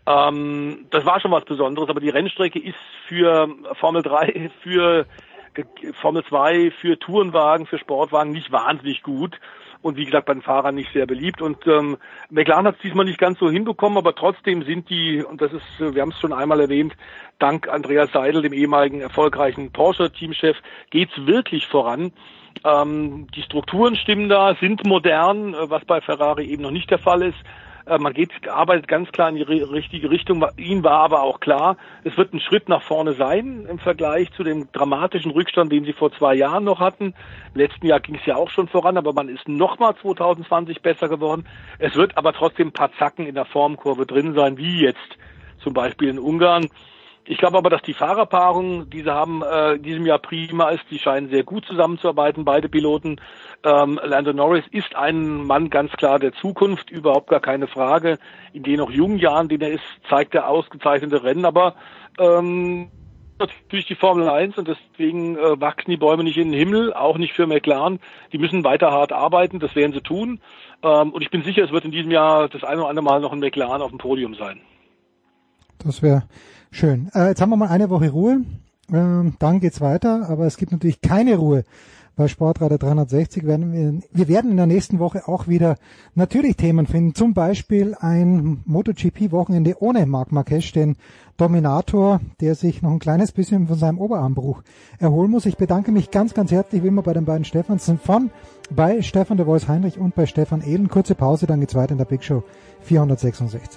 Das war schon was Besonderes, aber die Rennstrecke ist für Formel 3, für Formel 2, für Tourenwagen, für Sportwagen nicht wahnsinnig gut. Und wie gesagt, bei den Fahrern nicht sehr beliebt. Und McLaren hat es diesmal nicht ganz so hinbekommen, aber trotzdem sind die, und das ist, wir haben es schon einmal erwähnt, dank Andreas Seidel, dem ehemaligen erfolgreichen Porsche-Teamchef, geht's wirklich voran. Die Strukturen stimmen da, sind modern, was bei Ferrari eben noch nicht der Fall ist. Arbeitet ganz klar in die richtige Richtung. Ihnen war aber auch klar, es wird ein Schritt nach vorne sein im Vergleich zu dem dramatischen Rückstand, den sie vor 2 Jahren noch hatten. Im letzten Jahr ging es ja auch schon voran, aber man ist nochmal 2020 besser geworden. Es wird aber trotzdem ein paar Zacken in der Formkurve drin sein, wie jetzt zum Beispiel in Ungarn. Ich glaube aber, dass die Fahrerpaarung, die sie haben, in diesem Jahr prima ist. Die scheinen sehr gut zusammenzuarbeiten, beide Piloten. Lando Norris ist ein Mann ganz klar der Zukunft, überhaupt gar keine Frage. In den noch jungen Jahren, den er ist, zeigt er ausgezeichnete Rennen, aber natürlich die Formel 1 und deswegen wachsen die Bäume nicht in den Himmel, auch nicht für McLaren. Die müssen weiter hart arbeiten, das werden sie tun. Und ich bin sicher, es wird in diesem Jahr das eine oder andere Mal noch ein McLaren auf dem Podium sein. Das wäre schön. Jetzt haben wir mal eine Woche Ruhe, dann geht's weiter, aber es gibt natürlich keine Ruhe bei Sportradio 360. Wir werden in der nächsten Woche auch wieder natürlich Themen finden, zum Beispiel ein MotoGP-Wochenende ohne Marc Marquez, den Dominator, der sich noch ein kleines bisschen von seinem Oberarmbruch erholen muss. Ich bedanke mich ganz, ganz herzlich wie immer bei den beiden Stefans, bei Stefan de Vois Heinrich und bei Stefan Ehlen. Kurze Pause, dann geht's weiter in der Big Show 466.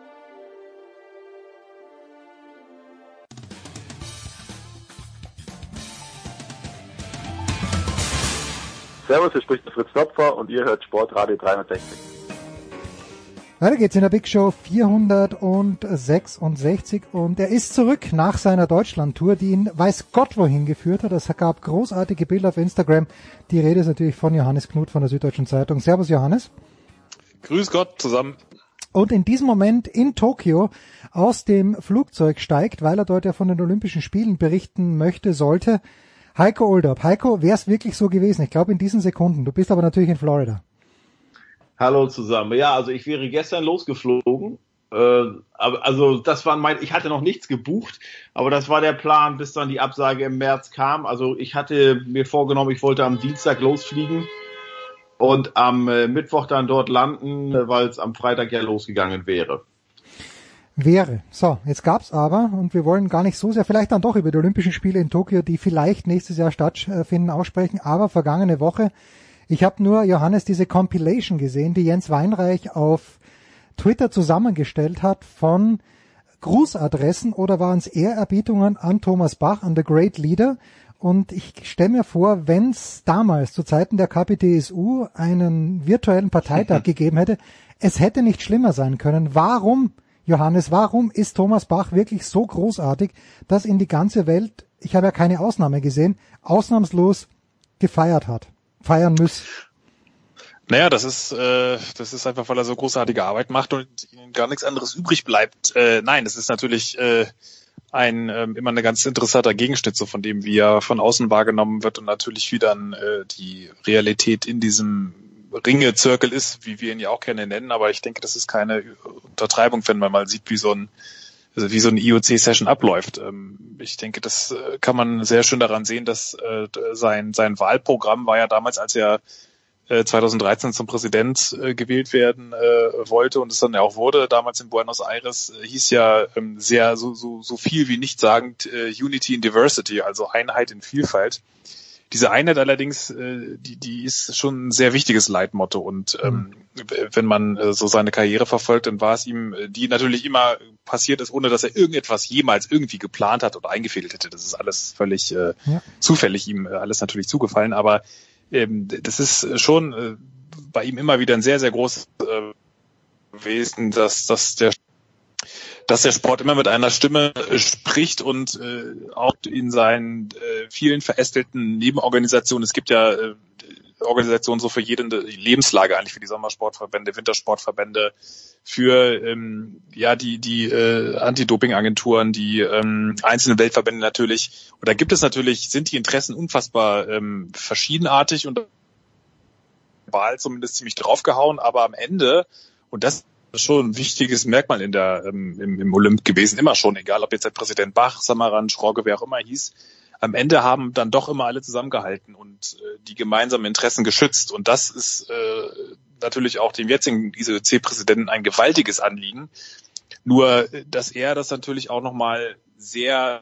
Servus, hier spricht der Fritz Topfer und ihr hört Sportradio 360. Weiter geht's in der Big Show 466 und er ist zurück nach seiner Deutschland-Tour, die ihn weiß Gott wohin geführt hat. Es gab großartige Bilder auf Instagram. Die Rede ist natürlich von Johannes Knuth von der Süddeutschen Zeitung. Servus Johannes. Grüß Gott zusammen. Und in diesem Moment in Tokio aus dem Flugzeug steigt, weil er dort ja von den Olympischen Spielen berichten sollte, Heiko Olderb. Heiko, wäre es wirklich so gewesen? Ich glaube in diesen Sekunden. Du bist aber natürlich in Florida. Hallo zusammen. Ja, also ich wäre gestern losgeflogen. Also das war ich hatte noch nichts gebucht, aber das war der Plan, bis dann die Absage im März kam. Also ich hatte mir vorgenommen, ich wollte am Dienstag losfliegen und am Mittwoch dann dort landen, weil es am Freitag ja losgegangen wäre. So, jetzt gab's aber, und wir wollen gar nicht so sehr, vielleicht dann doch über die Olympischen Spiele in Tokio, die vielleicht nächstes Jahr stattfinden, aussprechen, aber vergangene Woche, ich habe nur, Johannes, diese Compilation gesehen, die Jens Weinreich auf Twitter zusammengestellt hat von Grußadressen oder waren es Ehrerbietungen an Thomas Bach, an The Great Leader. Und ich stelle mir vor, wenn es damals zu Zeiten der KPDSU einen virtuellen Parteitag gegeben hätte, es hätte nicht schlimmer sein können. Johannes, warum ist Thomas Bach wirklich so großartig, dass ihn die ganze Welt, ich habe ja keine Ausnahme gesehen, ausnahmslos feiern müssen? Naja, das ist einfach, weil er so großartige Arbeit macht und ihnen gar nichts anderes übrig bleibt. Nein, es ist natürlich immer ein ganz interessanter Gegenschnitt, so von dem, wie er von außen wahrgenommen wird und natürlich wie dann die Realität in diesem Ringe-Zirkel ist, wie wir ihn ja auch gerne nennen, aber ich denke, das ist keine Untertreibung, wenn man mal sieht, wie so eine IOC-Session abläuft. Ich denke, das kann man sehr schön daran sehen, dass sein Wahlprogramm war ja damals, als er 2013 zum Präsident gewählt werden wollte und es dann ja auch wurde, damals in Buenos Aires, hieß ja sehr so viel wie nichtssagend Unity in Diversity, also Einheit in Vielfalt. Diese Einheit allerdings, die ist schon ein sehr wichtiges Leitmotto und wenn man so seine Karriere verfolgt, dann war es ihm, die natürlich immer passiert ist, ohne dass er irgendetwas jemals irgendwie geplant hat oder eingefädelt hätte. Das ist alles völlig zufällig ihm alles natürlich zugefallen, aber das ist schon bei ihm immer wieder ein sehr, sehr großes Wesen, dass der Sport immer mit einer Stimme spricht und auch in seinen vielen verästelten Nebenorganisationen. Es gibt ja Organisationen so für jede Lebenslage eigentlich, für die Sommersportverbände, Wintersportverbände, für die Anti-Doping-Agenturen, die einzelnen Weltverbände natürlich. Und da gibt es natürlich, sind die Interessen unfassbar verschiedenartig und Wahl zumindest ziemlich draufgehauen, aber am Ende, und das ist schon ein wichtiges Merkmal in im Olymp gewesen, immer schon, egal ob jetzt der Präsident Bach, Samaran, Schrogge, wer auch immer hieß, am Ende haben dann doch immer alle zusammengehalten und die gemeinsamen Interessen geschützt. Und das ist natürlich auch dem jetzigen IOC-Präsidenten ein gewaltiges Anliegen. Nur, dass er das natürlich auch nochmal sehr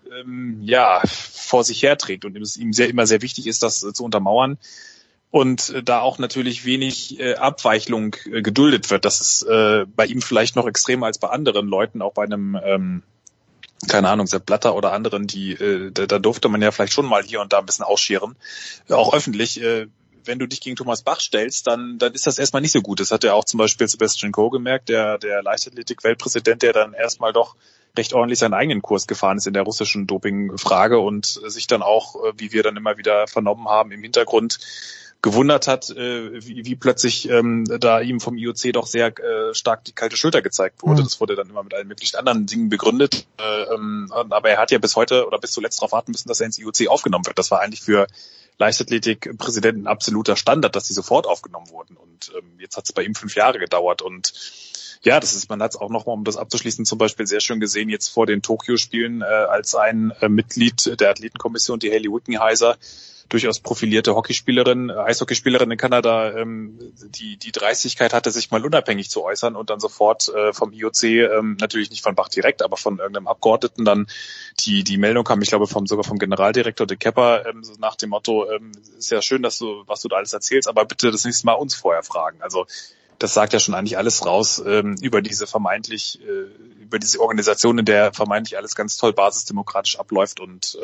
vor sich herträgt und es ihm immer sehr wichtig ist, das zu untermauern. Und da auch natürlich wenig Abweichling geduldet wird. Das ist bei ihm vielleicht noch extremer als bei anderen Leuten, auch bei einem, keine Ahnung, Sepp Blatter oder anderen, die da durfte man ja vielleicht schon mal hier und da ein bisschen ausscheren, auch öffentlich. Wenn du dich gegen Thomas Bach stellst, dann ist das erstmal nicht so gut. Das hat ja auch zum Beispiel Sebastian Coe gemerkt, der Leichtathletik-Weltpräsident, der dann erstmal doch recht ordentlich seinen eigenen Kurs gefahren ist in der russischen Dopingfrage und sich dann auch, wie wir dann immer wieder vernommen haben, im Hintergrund gewundert hat, wie plötzlich da ihm vom IOC doch sehr stark die kalte Schulter gezeigt wurde. Das wurde dann immer mit allen möglichen anderen Dingen begründet. Aber er hat ja bis heute oder bis zuletzt darauf warten müssen, dass er ins IOC aufgenommen wird. Das war eigentlich für Leichtathletik-Präsidenten absoluter Standard, dass die sofort aufgenommen wurden. Und jetzt hat es bei ihm 5 Jahre gedauert. Und ja, man hat es auch nochmal, um das abzuschließen, zum Beispiel sehr schön gesehen, jetzt vor den Tokio-Spielen, als ein Mitglied der Athletenkommission, die Hayley Wickenheiser, durchaus profilierte Eishockeyspielerin in Kanada, die Dreistigkeit hatte, sich mal unabhängig zu äußern und dann sofort vom IOC, natürlich nicht von Bach direkt, aber von irgendeinem Abgeordneten dann die Meldung kam, ich glaube sogar vom Generaldirektor de Kepper, so nach dem Motto, ist ja schön, was du da alles erzählst, aber bitte das nächste Mal uns vorher fragen. Also das sagt ja schon eigentlich alles raus über diese Organisation, in der vermeintlich alles ganz toll basisdemokratisch abläuft und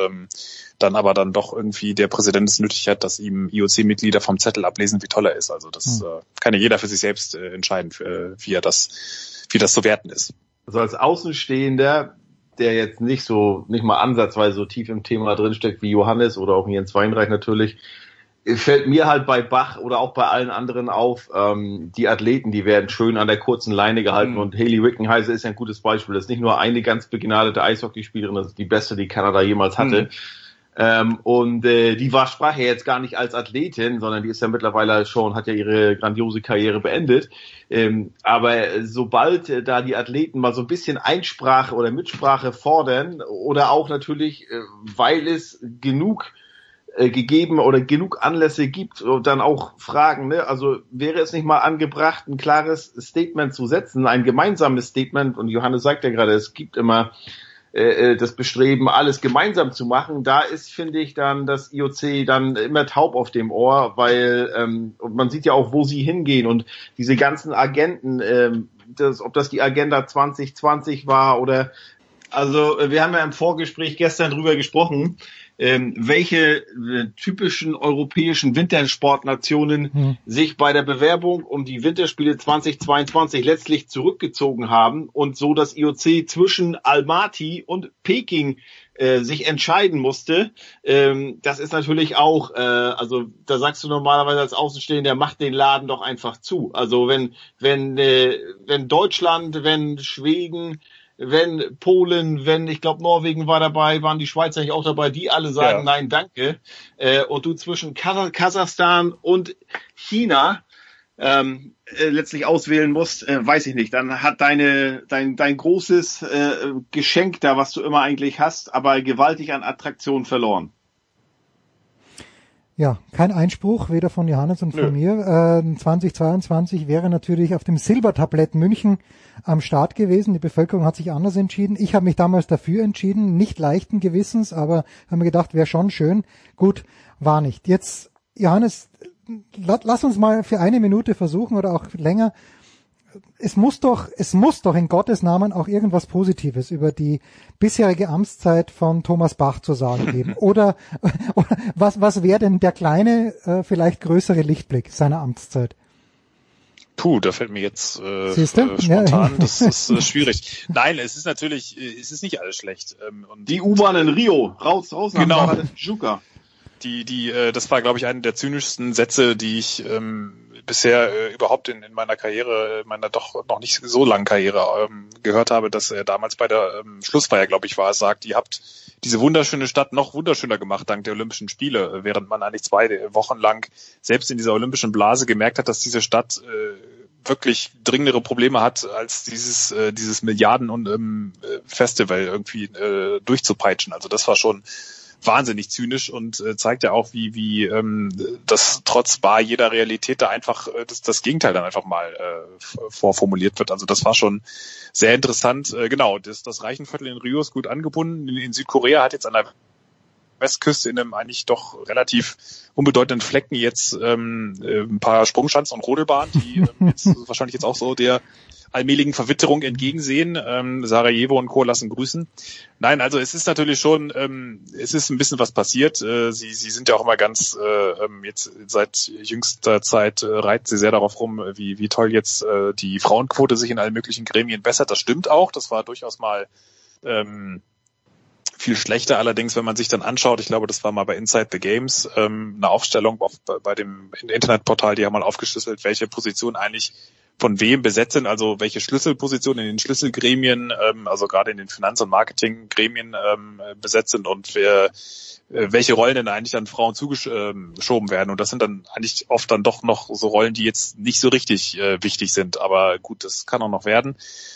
dann doch irgendwie der Präsident es nötig hat, dass ihm IOC-Mitglieder vom Zettel ablesen, wie toll er ist. Also das kann ja jeder für sich selbst entscheiden, wie das zu werten ist. Also als Außenstehender, der jetzt nicht mal ansatzweise so tief im Thema drinsteckt wie Johannes oder auch Jens Weinreich natürlich, fällt mir halt bei Bach oder auch bei allen anderen auf, die Athleten, die werden schön an der kurzen Leine gehalten und Hayley Wickenheiser ist ja ein gutes Beispiel. Das ist nicht nur eine ganz begnadete Eishockeyspielerin, das ist die beste, die Kanada jemals hatte. Die sprach ja jetzt gar nicht als Athletin, sondern die ist ja mittlerweile hat ja ihre grandiose Karriere beendet. Aber sobald da die Athleten mal so ein bisschen Einsprache oder Mitsprache fordern oder auch natürlich, weil es genug gegeben oder genug Anlässe gibt und dann auch fragen, ne? Also wäre es nicht mal angebracht, ein klares Statement zu setzen, ein gemeinsames Statement, und Johannes sagt ja gerade, es gibt immer das Bestreben, alles gemeinsam zu machen. Da ist, finde ich, dann das IOC dann immer taub auf dem Ohr, weil und man sieht ja auch, wo sie hingehen und diese ganzen Agenten, ob das die Agenda 2020 war oder, also wir haben ja im Vorgespräch gestern drüber gesprochen, welche typischen europäischen Wintersportnationen sich bei der Bewerbung um die Winterspiele 2022 letztlich zurückgezogen haben und so das IOC zwischen Almaty und Peking sich entscheiden musste. Das ist natürlich auch, also da sagst du normalerweise als Außenstehender, macht den Laden doch einfach zu. Also wenn Deutschland, wenn Schweden, wenn Polen, ich glaube Norwegen war dabei, waren die Schweizer auch dabei, die alle sagen, nein, danke. Und du zwischen Kasachstan und China letztlich auswählen musst, weiß ich nicht. Dann hat dein großes Geschenk da, was du immer eigentlich hast, aber gewaltig an Attraktion verloren. Ja, kein Einspruch, weder von Johannes und von mir. 2022 wäre natürlich auf dem Silbertablett München am Start gewesen. Die Bevölkerung hat sich anders entschieden. Ich habe mich damals dafür entschieden, nicht leichten Gewissens, aber habe mir gedacht, wäre schon schön. Gut, war nicht. Jetzt, Johannes, lass uns mal für eine Minute versuchen oder auch länger. Es muss doch in Gottes Namen auch irgendwas Positives über die bisherige Amtszeit von Thomas Bach zu sagen geben. Oder was wäre denn der kleine, vielleicht größere Lichtblick seiner Amtszeit? Puh, da fällt mir jetzt spontan, das ist schwierig. Nein, es ist natürlich, es ist nicht alles schlecht. Und die U-Bahn in Rio, raus genau. Nach Tijuca. Das war, glaube ich, einer der zynischsten Sätze, die ich bisher überhaupt in meiner Karriere, meiner doch noch nicht so langen Karriere gehört habe, dass er damals bei der Schlussfeier, glaube ich, war, sagt, ihr habt diese wunderschöne Stadt noch wunderschöner gemacht dank der Olympischen Spiele, während man eigentlich 2 Wochen lang selbst in dieser olympischen Blase gemerkt hat, dass diese Stadt wirklich dringendere Probleme hat, als dieses Milliarden- und Festival irgendwie durchzupeitschen. Also das war schon wahnsinnig zynisch und zeigt ja auch, wie das trotz bar jeder Realität da einfach das Gegenteil dann einfach mal vorformuliert wird. Also das war schon sehr interessant. Genau, das Reichenviertel in Rio ist gut angebunden. In Südkorea hat jetzt an der Westküste in einem eigentlich doch relativ unbedeutenden Flecken jetzt ein paar Sprungschanzen und Rodelbahnen, die wahrscheinlich jetzt auch so der allmähligen Verwitterung entgegensehen. Sarajevo und Co. lassen grüßen. Nein, also es ist natürlich schon, es ist ein bisschen was passiert. Sie sind ja auch immer ganz, jetzt seit jüngster Zeit reiten sie sehr darauf rum, wie toll jetzt die Frauenquote sich in allen möglichen Gremien bessert. Das stimmt auch. Das war durchaus mal viel schlechter. Allerdings, wenn man sich dann anschaut, ich glaube, das war mal bei Inside the Games, eine Aufstellung bei dem Internetportal, die haben mal aufgeschlüsselt, welche Positionen eigentlich von wem besetzt sind, also welche Schlüsselpositionen in den Schlüsselgremien, also gerade in den Finanz- und Marketinggremien besetzt sind und welche Rollen denn eigentlich an Frauen zugeschoben werden. Und das sind dann eigentlich oft dann doch noch so Rollen, die jetzt nicht so richtig wichtig sind. Aber gut, das kann auch noch werden.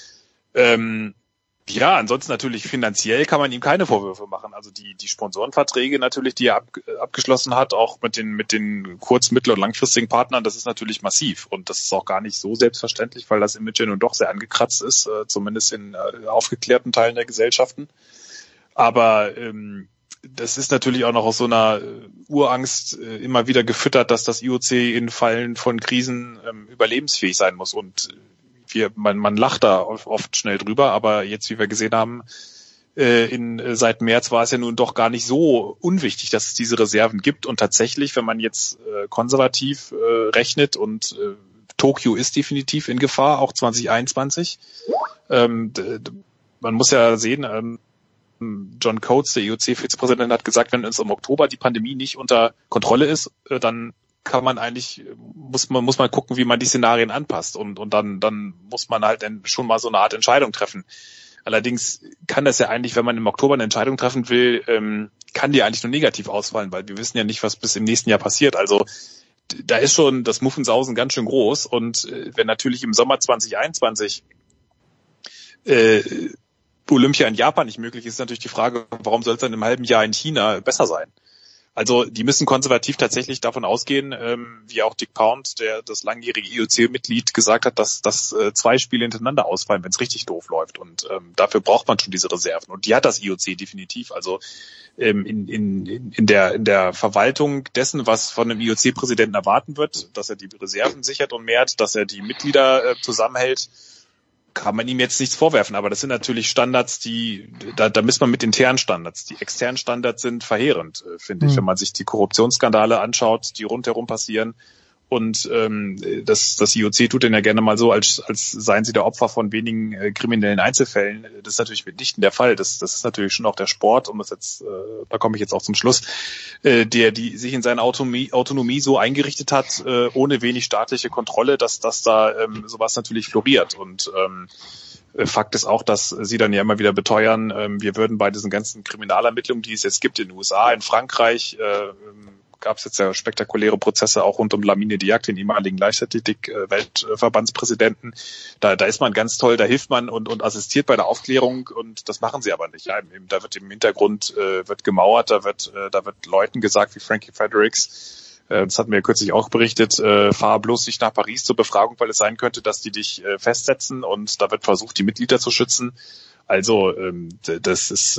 Ja, ansonsten natürlich finanziell kann man ihm keine Vorwürfe machen. Also die Sponsorenverträge natürlich, die er abgeschlossen hat, auch mit den kurz-, mittel- und langfristigen Partnern, das ist natürlich massiv. Und das ist auch gar nicht so selbstverständlich, weil das Image ja nun doch sehr angekratzt ist, zumindest in aufgeklärten Teilen der Gesellschaften. Aber das ist natürlich auch noch aus so einer Urangst immer wieder gefüttert, dass das IOC in Fallen von Krisen überlebensfähig sein muss. Und man lacht da oft schnell drüber, aber jetzt, wie wir gesehen haben, seit März war es ja nun doch gar nicht so unwichtig, dass es diese Reserven gibt. Und tatsächlich, wenn man jetzt konservativ rechnet und Tokio ist definitiv in Gefahr, auch 2021. Man muss ja sehen, John Coates, der IOC-Vizepräsident, hat gesagt, wenn uns im Oktober die Pandemie nicht unter Kontrolle ist, dann kann man eigentlich, muss man gucken, wie man die Szenarien anpasst und dann muss man halt dann schon mal so eine Art Entscheidung treffen. Allerdings kann das ja eigentlich, wenn man im Oktober eine Entscheidung treffen will, kann die eigentlich nur negativ ausfallen, weil wir wissen ja nicht, was bis im nächsten Jahr passiert. Also da ist schon das Muffensausen ganz schön groß und wenn natürlich im Sommer 2021 Olympia in Japan nicht möglich ist, ist natürlich die Frage, warum soll es dann im halben Jahr in China besser sein? Also die müssen konservativ tatsächlich davon ausgehen, wie auch Dick Pound, das langjährige IOC-Mitglied, gesagt hat, dass 2 Spiele hintereinander ausfallen, wenn es richtig doof läuft. Und dafür braucht man schon diese Reserven. Und die hat das IOC definitiv. Also in der Verwaltung dessen, was von einem IOC-Präsidenten erwarten wird, dass er die Reserven sichert und mehrt, dass er die Mitglieder zusammenhält, kann man ihm jetzt nichts vorwerfen, aber das sind natürlich Standards, da misst man mit internen Standards. Die externen Standards sind verheerend, finde ich, wenn man sich die Korruptionsskandale anschaut, die rundherum passieren. Und das IOC tut denn ja gerne mal so, als seien sie der Opfer von wenigen kriminellen Einzelfällen. Das ist natürlich mitnichten der Fall. Das ist natürlich schon auch der Sport, da komme ich jetzt auch zum Schluss, die sich in seiner Autonomie so eingerichtet hat, ohne wenig staatliche Kontrolle, dass da sowas natürlich floriert. Und Fakt ist auch, dass sie dann ja immer wieder beteuern, wir würden bei diesen ganzen Kriminalermittlungen, die es jetzt gibt in den USA, in Frankreich, gab es jetzt ja spektakuläre Prozesse auch rund um Lamine Diack, den ehemaligen Leichtathletik-Weltverbandspräsidenten. Da ist man ganz toll, da hilft man und assistiert bei der Aufklärung und das machen sie aber nicht. Ja, da wird im Hintergrund wird gemauert, da wird Leuten gesagt wie Frankie Fredericks, das hatten wir kürzlich auch berichtet, fahr bloß nicht nach Paris zur Befragung, weil es sein könnte, dass die dich festsetzen und da wird versucht, die Mitglieder zu schützen. Also das ist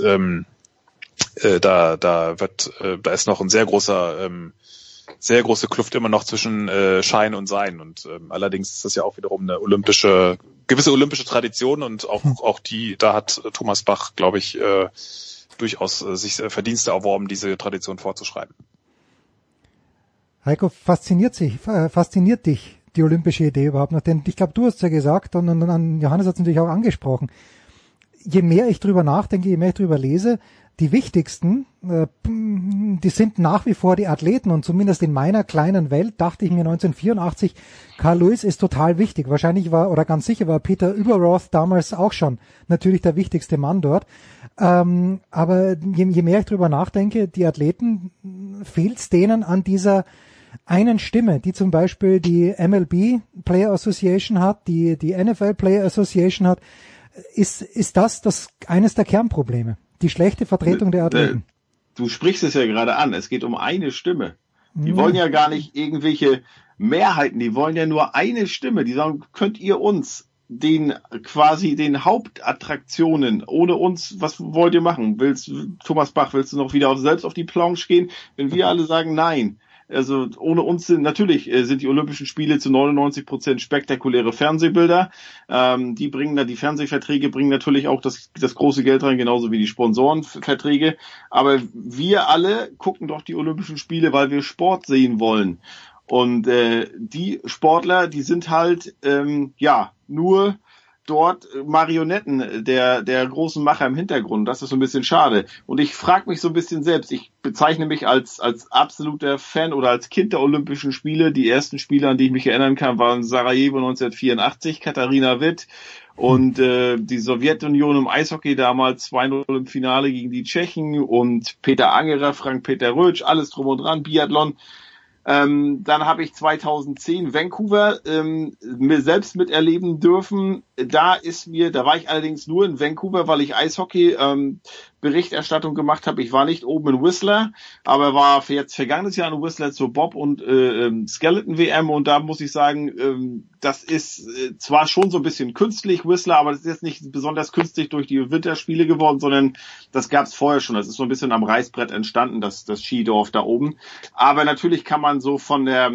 da ist noch ein sehr große Kluft immer noch zwischen Schein und Sein und allerdings ist das ja auch wiederum eine gewisse olympische Tradition und auch da hat Thomas Bach, glaube ich, durchaus sich Verdienste erworben, diese Tradition fortzuschreiben. Heiko, fasziniert dich die olympische Idee überhaupt noch? Denn ich glaube, du hast es ja gesagt und an Johannes hat es natürlich auch angesprochen. Je mehr ich drüber nachdenke, je mehr ich drüber lese, die wichtigsten, die sind nach wie vor die Athleten und zumindest in meiner kleinen Welt dachte ich mir 1984, Carl Lewis ist total wichtig. Wahrscheinlich ganz sicher war Peter Ueberroth damals auch schon natürlich der wichtigste Mann dort. Aber je mehr ich drüber nachdenke, die Athleten, fehlt's denen an dieser einen Stimme, die zum Beispiel die MLB Player Association hat, die NFL Player Association hat. Ist das eines der Kernprobleme? Die schlechte Vertretung der Athleten. Du sprichst es ja gerade an. Es geht um eine Stimme. Die wollen ja gar nicht irgendwelche Mehrheiten. Die wollen ja nur eine Stimme. Die sagen, könnt ihr uns den Hauptattraktionen ohne uns, was wollt ihr machen? Thomas Bach, willst du noch wieder selbst auf die Planche gehen? Wenn wir alle sagen nein. Also ohne uns sind die Olympischen Spiele zu 99% spektakuläre Fernsehbilder. Die Fernsehverträge bringen natürlich auch das große Geld rein, genauso wie die Sponsorenverträge. Aber wir alle gucken doch die Olympischen Spiele, weil wir Sport sehen wollen. Und die Sportler, die sind halt nur dort Marionetten der großen Macher im Hintergrund. Das ist so ein bisschen schade. Und ich frage mich so ein bisschen selbst. Ich bezeichne mich als absoluter Fan oder als Kind der Olympischen Spiele. Die ersten Spiele, an die ich mich erinnern kann, waren Sarajevo 1984, Katharina Witt und die Sowjetunion im Eishockey damals 2-0 im Finale gegen die Tschechen und Peter Angerer, Frank-Peter Rötsch, alles drum und dran, Biathlon. Dann habe ich 2010 Vancouver mir selbst miterleben dürfen. Da war ich allerdings nur in Vancouver, weil ich Eishockey Berichterstattung gemacht habe. Ich war nicht oben in Whistler, aber war vergangenes Jahr in Whistler zur Bob- und Skeleton WM und da muss ich sagen, das ist zwar schon so ein bisschen künstlich, Whistler, aber das ist jetzt nicht besonders künstlich durch die Winterspiele geworden, sondern das gab es vorher schon. Das ist so ein bisschen am Reißbrett entstanden, das Skidorf da oben. Aber natürlich kann man so von der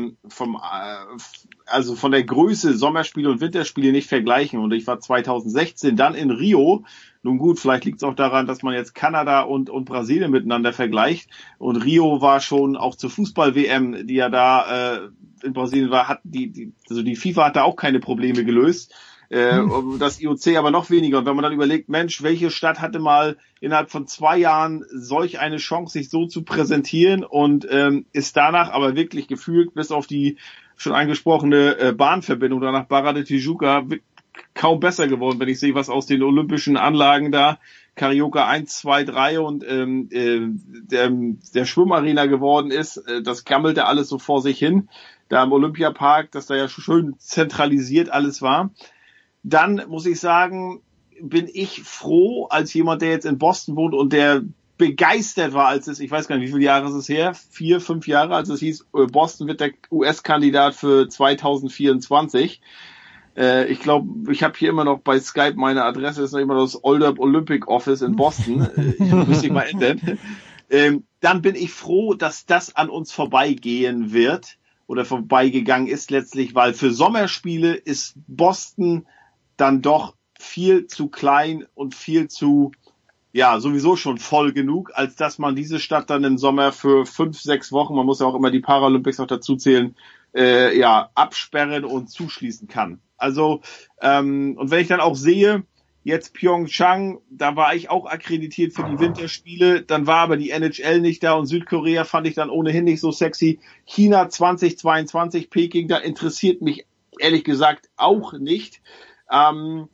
Größe Sommerspiele und Winterspiele nicht vergleichen. Und ich war 2016 dann in Rio. Nun gut, vielleicht liegt es auch daran, dass man jetzt Kanada und Brasilien miteinander vergleicht. Und Rio war schon auch zur Fußball-WM, die ja da in Brasilien war, die FIFA hat da auch keine Probleme gelöst. Das IOC aber noch weniger. Und wenn man dann überlegt, Mensch, welche Stadt hatte mal innerhalb von 2 Jahren solch eine Chance, sich so zu präsentieren und ist danach aber wirklich gefühlt bis auf die schon angesprochene Bahnverbindung da nach Barra de Tijuca kaum besser geworden, wenn ich sehe, was aus den olympischen Anlagen da Carioca 1, 2, 3 und der Schwimmarena geworden ist. Das gammelte alles so vor sich hin. Da im Olympiapark, dass da ja schön zentralisiert alles war. Dann muss ich sagen, bin ich froh, als jemand, der jetzt in Boston wohnt und der begeistert war, ich weiß gar nicht, wie viele Jahre ist es her? 4, 5 Jahre, als es hieß, Boston wird der US-Kandidat für 2024. Ich glaube, ich habe hier immer noch bei Skype meine Adresse, ist noch immer das Olderb Olympic Office in Boston. Müsste ich mal ändern. Dann bin ich froh, dass das an uns vorbeigehen wird oder vorbeigegangen ist letztlich, weil für Sommerspiele ist Boston dann doch viel zu klein und viel zu, sowieso schon voll genug, als dass man diese Stadt dann im Sommer für 5, 6 Wochen, man muss ja auch immer die Paralympics noch dazu zählen, absperren und zuschließen kann. Also, und wenn ich dann auch sehe, jetzt Pyeongchang, da war ich auch akkreditiert für die Winterspiele, dann war aber die NHL nicht da und Südkorea fand ich dann ohnehin nicht so sexy. China 2022, Peking, da interessiert mich ehrlich gesagt auch nicht.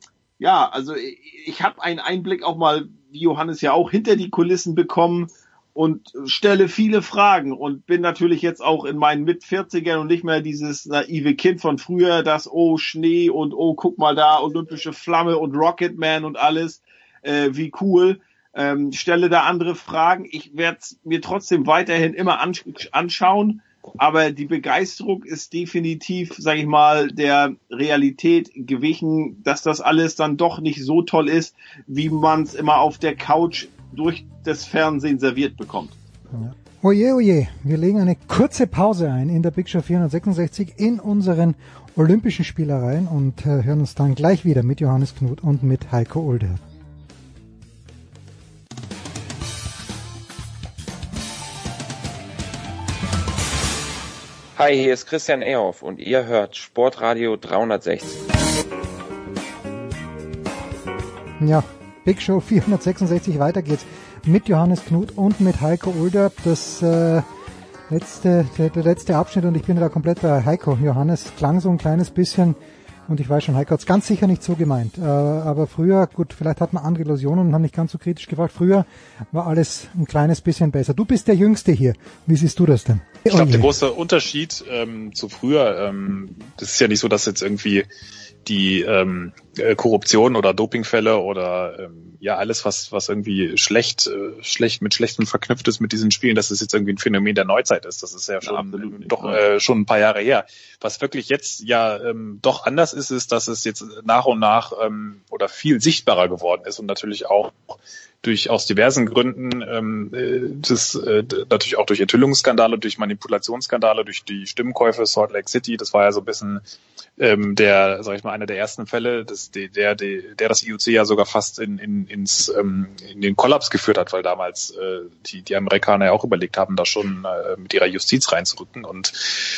Also ich habe einen Einblick auch mal, wie Johannes ja auch, hinter die Kulissen bekommen und stelle viele Fragen und bin natürlich jetzt auch in meinen Mit-40ern und nicht mehr dieses naive Kind von früher, das Schnee und guck mal da, olympische Flamme und Rocketman und alles, wie cool. Stelle da andere Fragen. Ich werde es mir trotzdem weiterhin immer anschauen, aber die Begeisterung ist definitiv, sage ich mal, der Realität gewichen, dass das alles dann doch nicht so toll ist, wie man es immer auf der Couch durch das Fernsehen serviert bekommt. Ja. Oje, oje, wir legen eine kurze Pause ein in der Big Show 466 in unseren Olympischen Spielereien und hören uns dann gleich wieder mit Johannes Knut und mit Heiko Older. Hi, hier ist Christian Ehoff und ihr hört Sportradio 360. Ja, Big Show 466, weiter geht's mit Johannes Knut und mit Heiko Older. Der letzte Abschnitt und ich bin da komplett bei Heiko. Johannes klang so ein kleines bisschen, und ich weiß schon, Heiko hat es ganz sicher nicht so gemeint, aber früher, gut, vielleicht hat man andere Illusionen und haben nicht ganz so kritisch gefragt, früher war alles ein kleines bisschen besser. Du bist der Jüngste hier, wie siehst du das denn? Ich glaube, der große Unterschied zu früher, das ist ja nicht so, dass jetzt irgendwie die Korruption oder Dopingfälle oder alles, was irgendwie schlecht mit Schlechtem verknüpft ist mit diesen Spielen, dass es jetzt irgendwie ein Phänomen der Neuzeit ist. Das ist ja schon schon ein paar Jahre her. Was wirklich jetzt doch anders ist, dass es jetzt nach und nach oder viel sichtbarer geworden ist und natürlich auch aus diversen Gründen, natürlich auch durch Enthüllungsskandale, durch Manipulationsskandale, durch die Stimmkäufe Salt Lake City. Das war ja so ein bisschen einer der ersten Fälle, der das IOC ja sogar fast in den Kollaps geführt hat, weil damals die Amerikaner ja auch überlegt haben, da schon mit ihrer Justiz reinzurücken. Und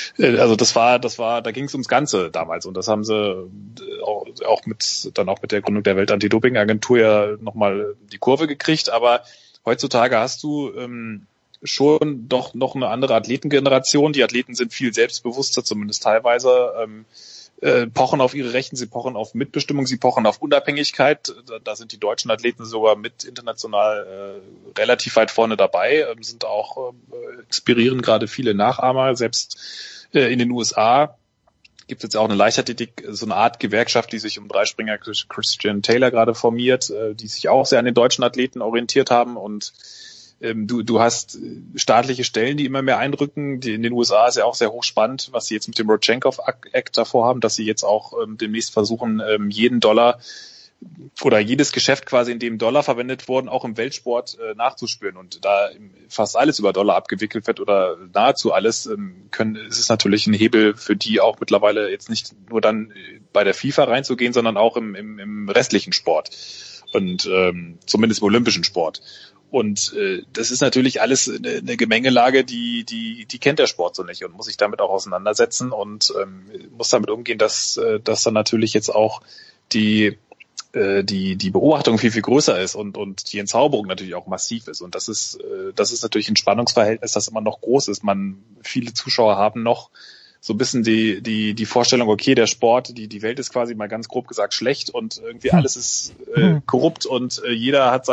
da ging es ums Ganze damals. Und das haben sie auch mit der Gründung der Welt-Anti-Doping-Agentur ja nochmal die Kurve gekriegt. Aber heutzutage hast du schon doch noch eine andere Athletengeneration. Die Athleten sind viel selbstbewusster, zumindest teilweise, pochen auf ihre Rechten, sie pochen auf Mitbestimmung, sie pochen auf Unabhängigkeit. Da sind die deutschen Athleten sogar mit international relativ weit vorne dabei, sind auch inspirieren gerade viele Nachahmer. Selbst in den USA gibt es jetzt auch eine Leichtathletik, so eine Art Gewerkschaft, die sich um Dreispringer Christian Taylor gerade formiert, die sich auch sehr an den deutschen Athleten orientiert haben. Und du hast staatliche Stellen, die immer mehr einrücken. In den USA ist ja auch sehr hochspannend, was sie jetzt mit dem Rodchenkov Act davor haben, dass sie jetzt auch demnächst versuchen, jeden Dollar oder jedes Geschäft quasi, in dem Dollar verwendet wurden, auch im Weltsport nachzuspüren. Und da fast alles über Dollar abgewickelt wird oder nahezu alles, ist es natürlich ein Hebel für die auch mittlerweile jetzt nicht nur dann bei der FIFA reinzugehen, sondern auch im restlichen Sport und zumindest im olympischen Sport. Und das ist natürlich alles eine Gemengelage, die kennt der Sport so nicht und muss sich damit auch auseinandersetzen und muss damit umgehen, dass dann natürlich jetzt auch die Beobachtung viel, viel größer ist und die Entzauberung natürlich auch massiv ist. Und das ist natürlich ein Spannungsverhältnis, das immer noch groß ist. Viele Zuschauer haben noch so ein bisschen die Vorstellung, okay, der Sport, die Welt ist quasi mal ganz grob gesagt schlecht und irgendwie alles ist korrupt und jeder hat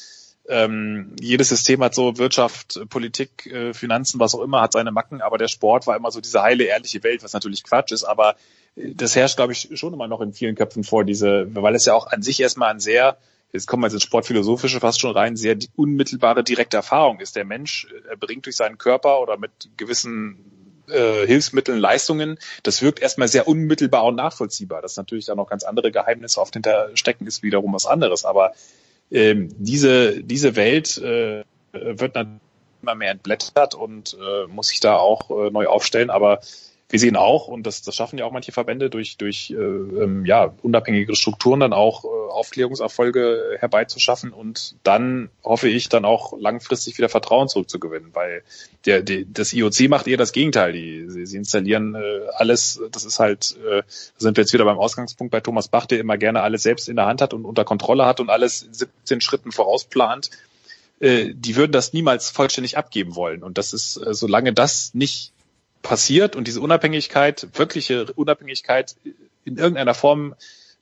jedes System hat so Wirtschaft, Politik, Finanzen, was auch immer, hat seine Macken, aber der Sport war immer so diese heile, ehrliche Welt, was natürlich Quatsch ist, aber das herrscht, glaube ich, schon immer noch in vielen Köpfen vor, weil es ja auch an sich erstmal jetzt kommen wir jetzt ins Sportphilosophische fast schon rein, sehr unmittelbare, direkte Erfahrung ist. Der Mensch erbringt durch seinen Körper oder mit gewissen Hilfsmitteln, Leistungen, das wirkt erstmal sehr unmittelbar und nachvollziehbar. Dass natürlich da noch ganz andere Geheimnisse oft hinterstecken, ist wiederum was anderes, aber diese Welt wird natürlich immer mehr entblättert und muss sich da auch neu aufstellen, aber wir sehen auch, und das schaffen ja auch manche Verbände durch unabhängige Strukturen dann auch Aufklärungserfolge herbeizuschaffen und dann hoffe ich dann auch langfristig wieder Vertrauen zurückzugewinnen, weil das IOC macht eher das Gegenteil. Sie installieren alles, das ist halt, da sind wir jetzt wieder beim Ausgangspunkt bei Thomas Bach, der immer gerne alles selbst in der Hand hat und unter Kontrolle hat und alles in 17 Schritten vorausplant. Die würden das niemals vollständig abgeben wollen und das ist, solange das nicht passiert und diese Unabhängigkeit, wirkliche Unabhängigkeit in irgendeiner Form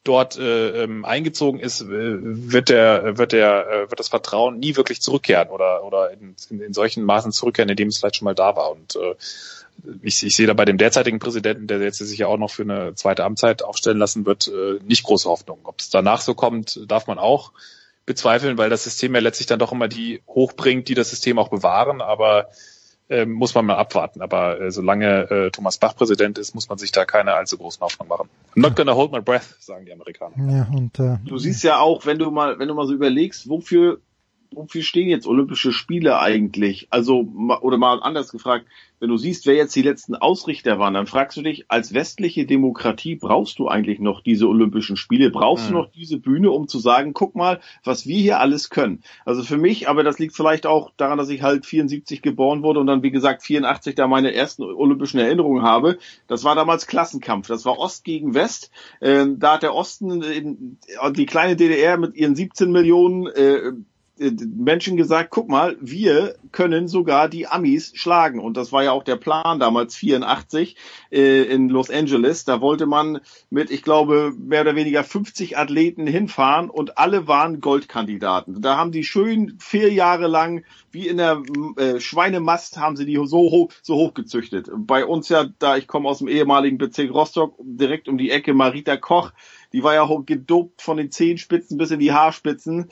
dort eingezogen ist, wird das Vertrauen nie wirklich zurückkehren oder in solchen Maßen zurückkehren, in dem es vielleicht schon mal da war. Und ich sehe da bei dem derzeitigen Präsidenten, der jetzt sich ja auch noch für eine zweite Amtszeit aufstellen lassen wird, nicht große Hoffnung. Ob es danach so kommt, darf man auch bezweifeln, weil das System ja letztlich dann doch immer die hochbringt, die das System auch bewahren, aber muss man mal abwarten. Aber solange Thomas Bach Präsident ist, muss man sich da keine allzu großen Hoffnung machen. I'm not gonna hold my breath, sagen die Amerikaner. Ja, und du siehst ja auch, wenn du mal so überlegst, wofür stehen jetzt Olympische Spiele eigentlich? Also, oder mal anders gefragt, wenn du siehst, wer jetzt die letzten Ausrichter waren, dann fragst du dich, als westliche Demokratie brauchst du eigentlich noch diese Olympischen Spiele? Brauchst du noch diese Bühne, um zu sagen, guck mal, was wir hier alles können? Also für mich, aber das liegt vielleicht auch daran, dass ich halt 74 geboren wurde und dann, wie gesagt, 84 da meine ersten olympischen Erinnerungen habe. Das war damals Klassenkampf. Das war Ost gegen West. Da hat der Osten, die kleine DDR mit ihren 17 Millionen Menschen gesagt, guck mal, wir können sogar die Amis schlagen. Und das war ja auch der Plan damals, 84 in Los Angeles. Da wollte man mit, ich glaube, mehr oder weniger 50 Athleten hinfahren und alle waren Goldkandidaten. Da haben die schön 4 Jahre lang, wie in der Schweinemast, haben sie die so hoch gezüchtet. Bei uns ja, da ich komme aus dem ehemaligen Bezirk Rostock, direkt um die Ecke, Marita Koch, die war ja auch gedopt von den Zehenspitzen bis in die Haarspitzen.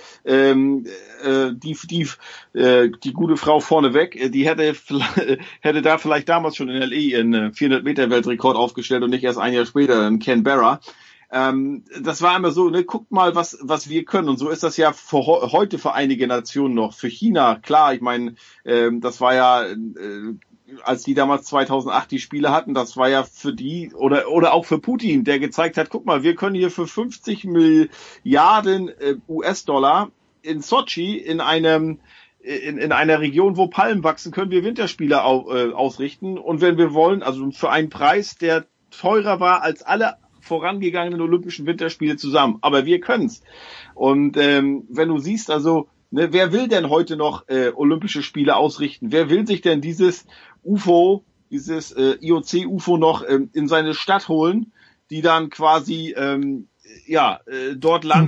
Die gute Frau vorneweg, die hätte da vielleicht damals schon in L.A. ihren 400-Meter-Weltrekord aufgestellt und nicht erst ein Jahr später in Canberra. Das war immer so, ne, guckt mal, was wir können. Und so ist das ja heute für einige Nationen noch. Für China, klar, ich meine, das war ja als die damals 2008 die Spiele hatten, das war ja für die oder auch für Putin, der gezeigt hat, guck mal, wir können hier für 50 Milliarden US-Dollar in Sochi in einer Region, wo Palmen wachsen, können wir Winterspiele ausrichten. Und wenn wir wollen, also für einen Preis, der teurer war als alle vorangegangenen Olympischen Winterspiele zusammen. Aber wir können's. Und wenn du siehst, also ne, wer will denn heute noch Olympische Spiele ausrichten? Wer will sich denn dieses UFO, dieses IOC-UFO noch in seine Stadt holen, die dann quasi dort lang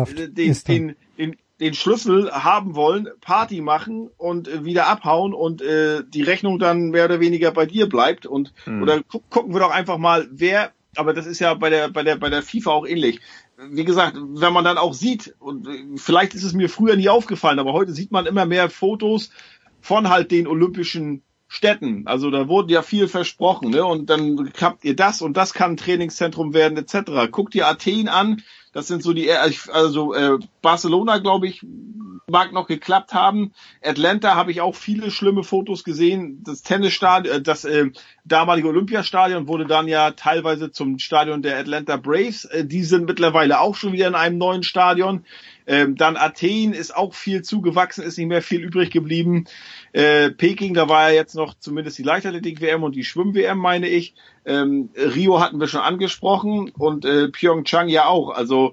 den Schlüssel haben wollen, Party machen und wieder abhauen und die Rechnung dann mehr oder weniger bei dir bleibt und oder gucken wir doch einfach mal, wer, aber das ist ja bei der FIFA auch ähnlich. Wie gesagt, wenn man dann auch sieht, und vielleicht ist es mir früher nie aufgefallen, aber heute sieht man immer mehr Fotos von halt den Olympischen Städten. Also da wurde ja viel versprochen, ne? Und dann habt ihr das und das kann ein Trainingszentrum werden, etc. Guckt ihr Athen an, das sind so Barcelona, glaube ich, mag noch geklappt haben. Atlanta habe ich auch viele schlimme Fotos gesehen. Das Tennisstadion, das damalige Olympiastadion wurde dann ja teilweise zum Stadion der Atlanta Braves. Die sind mittlerweile auch schon wieder in einem neuen Stadion. Dann Athen ist auch viel zugewachsen, ist nicht mehr viel übrig geblieben. Peking, da war ja jetzt noch zumindest die Leichtathletik-WM und die Schwimm-WM, meine ich. Rio hatten wir schon angesprochen und Pyeongchang ja auch. Also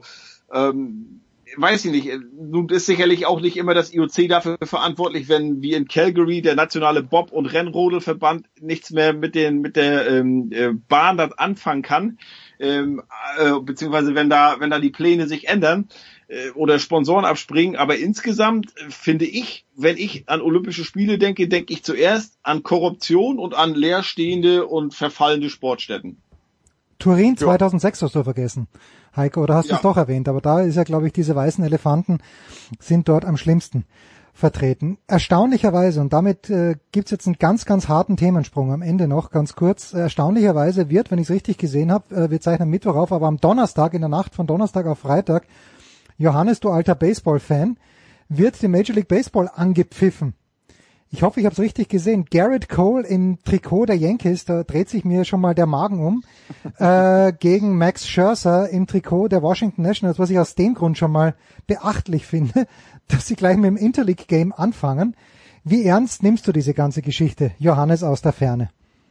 weiß ich nicht, nun ist sicherlich auch nicht immer das IOC dafür verantwortlich, wenn wie in Calgary der nationale Bob- und Rennrodelverband nichts mehr mit der Bahn dort anfangen kann, beziehungsweise wenn da die Pläne sich ändern oder Sponsoren abspringen. Aber insgesamt finde ich, wenn ich an Olympische Spiele denke, denke ich zuerst an Korruption und an leerstehende und verfallende Sportstätten. Turin 2006 hast du vergessen, Heiko, oder hast du es doch erwähnt? Aber da ist ja, glaube ich, diese weißen Elefanten sind dort am schlimmsten vertreten. Erstaunlicherweise, und damit gibt's jetzt einen ganz, ganz harten Themensprung am Ende noch, ganz kurz. Erstaunlicherweise wird, wenn ich es richtig gesehen habe, wir zeichnen Mittwoch auf, aber am Donnerstag, in der Nacht von Donnerstag auf Freitag, Johannes, du alter Baseball-Fan, wird die Major League Baseball angepfiffen. Ich hoffe, ich habe es richtig gesehen. Garrett Cole im Trikot der Yankees, da dreht sich mir schon mal der Magen um, gegen Max Scherzer im Trikot der Washington Nationals, was ich aus dem Grund schon mal beachtlich finde, dass sie gleich mit dem Interleague-Game anfangen. Wie ernst nimmst du diese ganze Geschichte, Johannes, aus der Ferne?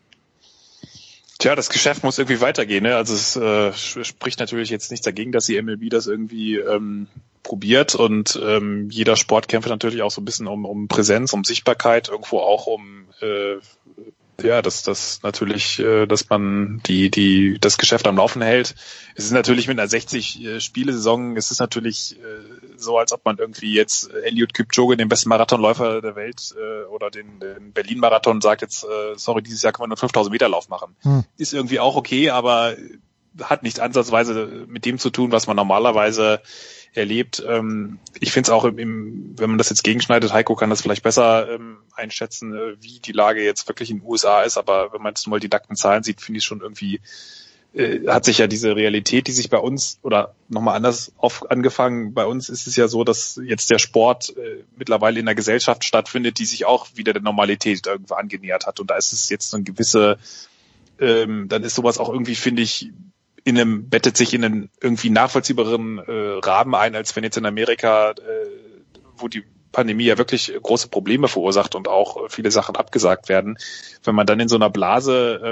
Tja, das Geschäft muss irgendwie weitergehen, ne? Also es spricht natürlich jetzt nichts dagegen, dass die MLB das irgendwie probiert und jeder Sport kämpft natürlich auch so ein bisschen um Präsenz, um Sichtbarkeit, irgendwo auch um ja, dass natürlich, dass man das Geschäft am Laufen hält. Es ist natürlich mit einer 60-Spiele-Saison, es ist natürlich so, als ob man irgendwie jetzt Eliud Kipchoge, den besten Marathonläufer der Welt, oder den Berlin-Marathon sagt jetzt, sorry, dieses Jahr können wir nur 5000 Meter Lauf machen. Ist irgendwie auch okay, aber hat nicht ansatzweise mit dem zu tun, was man normalerweise erlebt. Ich finde es auch, wenn man das jetzt gegenschneidet, Heiko kann das vielleicht besser einschätzen, wie die Lage jetzt wirklich in den USA ist, aber wenn man jetzt mal die nackten Zahlen sieht, finde ich schon irgendwie, hat sich ja diese Realität, die sich bei uns, oder nochmal anders angefangen, bei uns ist es ja so, dass jetzt der Sport mittlerweile in einer Gesellschaft stattfindet, die sich auch wieder der Normalität irgendwo angenähert hat, und da ist es jetzt so eine gewisse, dann ist sowas auch irgendwie, finde ich, bettet sich in einen irgendwie nachvollziehbaren Rahmen ein, als wenn jetzt in Amerika, wo die Pandemie ja wirklich große Probleme verursacht und auch viele Sachen abgesagt werden, wenn man dann in so einer Blase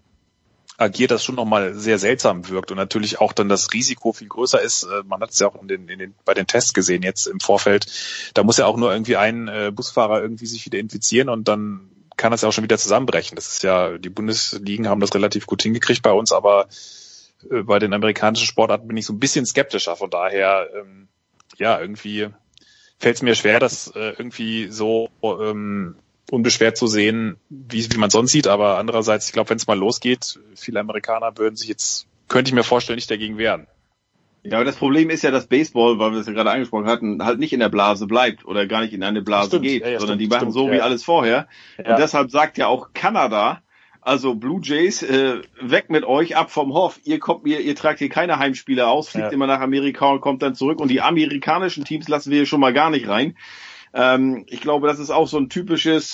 agiert, das schon nochmal sehr seltsam wirkt und natürlich auch dann das Risiko viel größer ist. Man hat es ja auch bei den Tests gesehen jetzt im Vorfeld. Da muss ja auch nur irgendwie ein Busfahrer irgendwie sich wieder infizieren und dann kann das ja auch schon wieder zusammenbrechen. Das ist ja, die Bundesligen haben das relativ gut hingekriegt bei uns, aber bei den amerikanischen Sportarten bin ich so ein bisschen skeptischer. Von daher, irgendwie fällt es mir schwer, das irgendwie so unbeschwert zu sehen, wie man sonst sieht. Aber andererseits, ich glaube, wenn es mal losgeht, viele Amerikaner würden sich jetzt, könnte ich mir vorstellen, nicht dagegen wehren. Ja, aber das Problem ist ja, dass Baseball, weil wir es ja gerade angesprochen hatten, halt nicht in der Blase bleibt oder gar nicht in eine Blase geht, sondern die machen so wie alles vorher. Ja. Und deshalb sagt ja auch Kanada, also Blue Jays, weg mit euch, ab vom Hof. Ihr tragt hier keine Heimspiele aus, fliegt immer nach Amerika und kommt dann zurück. Und die amerikanischen Teams lassen wir hier schon mal gar nicht rein. Ich glaube, das ist auch so ein typisches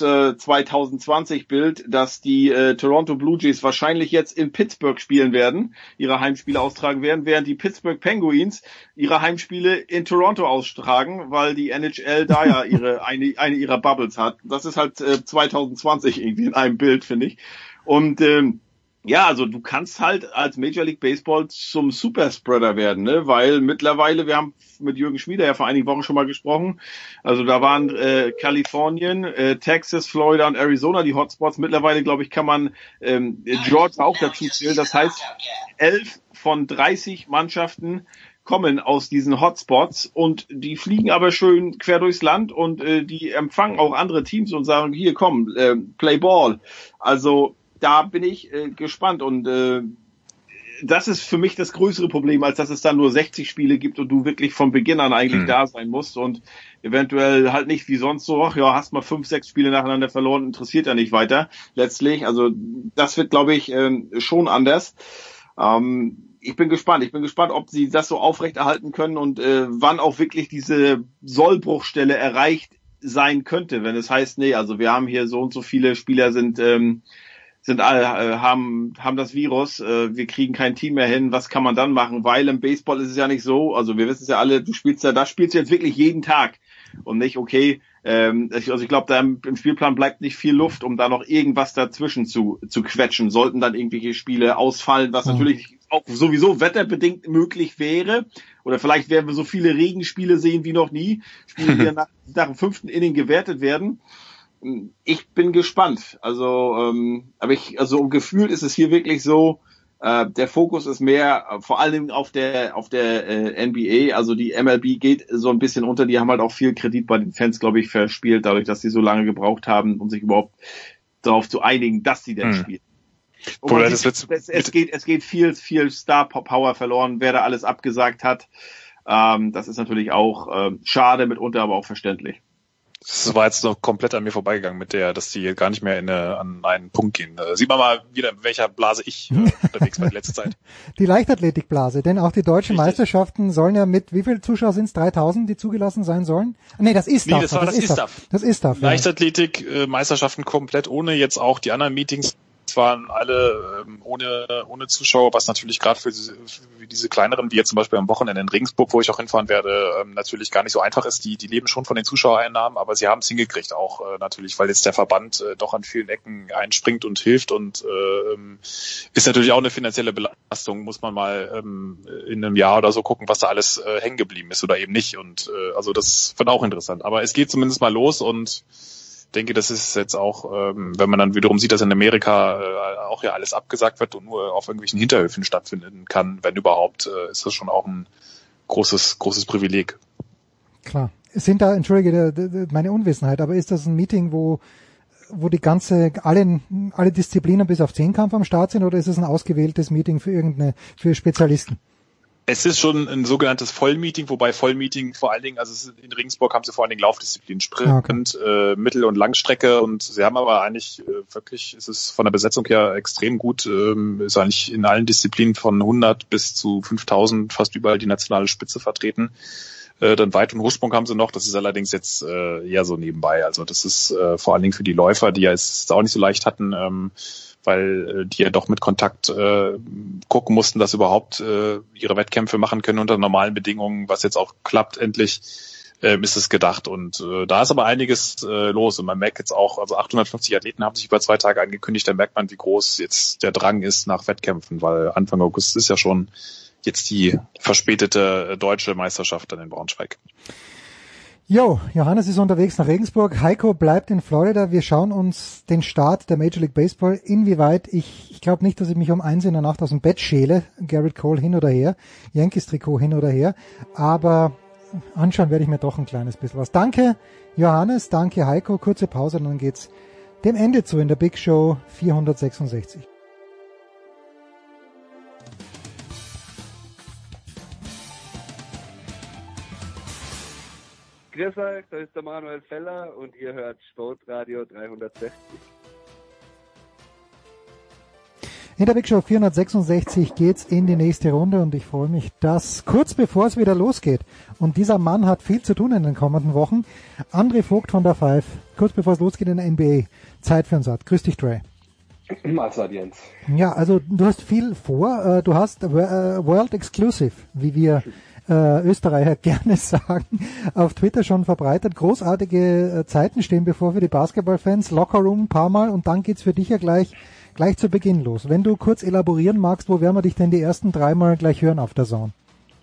2020-Bild, dass die Toronto Blue Jays wahrscheinlich jetzt in Pittsburgh spielen werden, ihre Heimspiele austragen werden, während die Pittsburgh Penguins ihre Heimspiele in Toronto austragen, weil die NHL da ja eine ihrer Bubbles hat. Das ist halt 2020 irgendwie in einem Bild, finde ich. Und also du kannst halt als Major League Baseball zum Superspreader werden, ne? Weil mittlerweile, wir haben mit Jürgen Schmieder ja vor einigen Wochen schon mal gesprochen, also da waren Kalifornien, Texas, Florida und Arizona die Hotspots. Mittlerweile, glaube ich, kann man Georgia auch dazu zählen. Das heißt, 11 von 30 Mannschaften kommen aus diesen Hotspots und die fliegen aber schön quer durchs Land und die empfangen auch andere Teams und sagen, hier komm, play ball. Also da bin ich gespannt und das ist für mich das größere Problem, als dass es dann nur 60 Spiele gibt und du wirklich von Beginn an eigentlich da sein musst und eventuell halt nicht wie sonst so, hast mal 5, 6 Spiele nacheinander verloren, interessiert ja nicht weiter letztlich. Also das wird, glaube ich, schon anders. Ich bin gespannt, ob sie das so aufrechterhalten können und wann auch wirklich diese Sollbruchstelle erreicht sein könnte, wenn es heißt, nee, also wir haben hier so und so viele Spieler haben das Virus, wir kriegen kein Team mehr hin, was kann man dann machen? Weil im Baseball ist es ja nicht so, also wir wissen es ja alle, da spielst du jetzt wirklich jeden Tag und nicht, okay, ich glaube, da im Spielplan bleibt nicht viel Luft, um da noch irgendwas dazwischen zu quetschen, sollten dann irgendwelche Spiele ausfallen, was natürlich auch sowieso wetterbedingt möglich wäre, oder vielleicht werden wir so viele Regenspiele sehen wie noch nie, Spiele, die nach dem 5. Inning gewertet werden. Ich bin gespannt. Also gefühlt ist es hier wirklich so, der Fokus ist mehr vor allem auf der NBA, also die MLB geht so ein bisschen unter, die haben halt auch viel Kredit bei den Fans, glaube ich, verspielt, dadurch, dass sie so lange gebraucht haben, um sich überhaupt darauf zu einigen, dass sie denn spielen. Es geht viel Star Power verloren, wer da alles abgesagt hat. Das ist natürlich auch schade, mitunter aber auch verständlich. Das war jetzt noch komplett an mir vorbeigegangen dass die gar nicht mehr an einen Punkt gehen. Sieht man mal wieder, in welcher Blase ich unterwegs war die letzte Zeit. Die Leichtathletikblase, denn auch die deutschen Meisterschaften sollen ja mit, wie viele Zuschauer sind es? 3.000, die zugelassen sein sollen? Nee, das ist das ISTAF. Das ISTAF. Leichtathletik, Meisterschaften komplett ohne, jetzt auch die anderen Meetings waren alle ohne Zuschauer, was natürlich gerade für diese kleineren, wie jetzt zum Beispiel am Wochenende in Regensburg, wo ich auch hinfahren werde, natürlich gar nicht so einfach ist. Die leben schon von den Zuschauereinnahmen, aber sie haben es hingekriegt auch natürlich, weil jetzt der Verband doch an vielen Ecken einspringt und hilft und ist natürlich auch eine finanzielle Belastung, muss man mal in einem Jahr oder so gucken, was da alles hängen geblieben ist oder eben nicht und also das wird auch interessant. Aber es geht zumindest mal los und denke, das ist jetzt auch, wenn man dann wiederum sieht, dass in Amerika auch ja alles abgesagt wird und nur auf irgendwelchen Hinterhöfen stattfinden kann, wenn überhaupt, ist das schon auch ein großes Privileg. Klar. Sind da, entschuldige meine Unwissenheit, aber ist das ein Meeting, wo die alle Disziplinen bis auf Zehnkampf am Start sind, oder ist es ein ausgewähltes Meeting für Spezialisten? Es ist schon ein sogenanntes Vollmeeting, wobei Vollmeeting vor allen Dingen, also in Regensburg haben sie vor allen Dingen Laufdisziplinen, Sprint, Mittel- und Langstrecke, und sie haben aber eigentlich wirklich, ist es von der Besetzung her extrem gut, ist eigentlich in allen Disziplinen von 100 bis zu 5000 fast überall die nationale Spitze vertreten. Dann Weit- und Hochsprung haben sie noch, das ist allerdings jetzt eher so nebenbei, also das ist vor allen Dingen für die Läufer, die ja es auch nicht so leicht hatten, weil die ja doch mit Kontakt gucken mussten, dass sie überhaupt ihre Wettkämpfe machen können unter normalen Bedingungen, was jetzt auch klappt endlich, ist es gedacht. Und da ist aber einiges los. Und man merkt jetzt auch, also 850 Athleten haben sich über 2 Tage angekündigt, da merkt man, wie groß jetzt der Drang ist nach Wettkämpfen, weil Anfang August ist ja schon jetzt die verspätete deutsche Meisterschaft dann in Braunschweig. Jo, Johannes ist unterwegs nach Regensburg, Heiko bleibt in Florida. Wir schauen uns den Start der Major League Baseball, inwieweit ich glaube nicht, dass ich mich um 1 in der Nacht aus dem Bett schäle, Garrett Cole hin oder her, Yankees Trikot hin oder her, aber anschauen werde ich mir doch ein kleines bisschen was. Danke Johannes, danke Heiko, kurze Pause und dann geht's dem Ende zu in der Big Show 466. Grüß euch, da ist der Manuel Feller und ihr hört Sportradio 360. In der Big Show 466 geht's in die nächste Runde und ich freue mich, dass kurz bevor es wieder losgeht, und dieser Mann hat viel zu tun in den kommenden Wochen, André Vogt von der Five, kurz bevor es losgeht in der NBA, Zeit für uns hat. Grüß dich, Dre. Mahlzeit, Jens. Ja, also du hast viel vor, du hast World Exclusive, wie wir Österreicher gerne sagen, auf Twitter schon verbreitet. Großartige Zeiten stehen bevor für die Basketballfans, Lockerroom ein paar Mal und dann geht's für dich ja gleich zu Beginn los. Wenn du kurz elaborieren magst, wo werden wir dich denn die ersten 3 Mal gleich hören auf der Zone?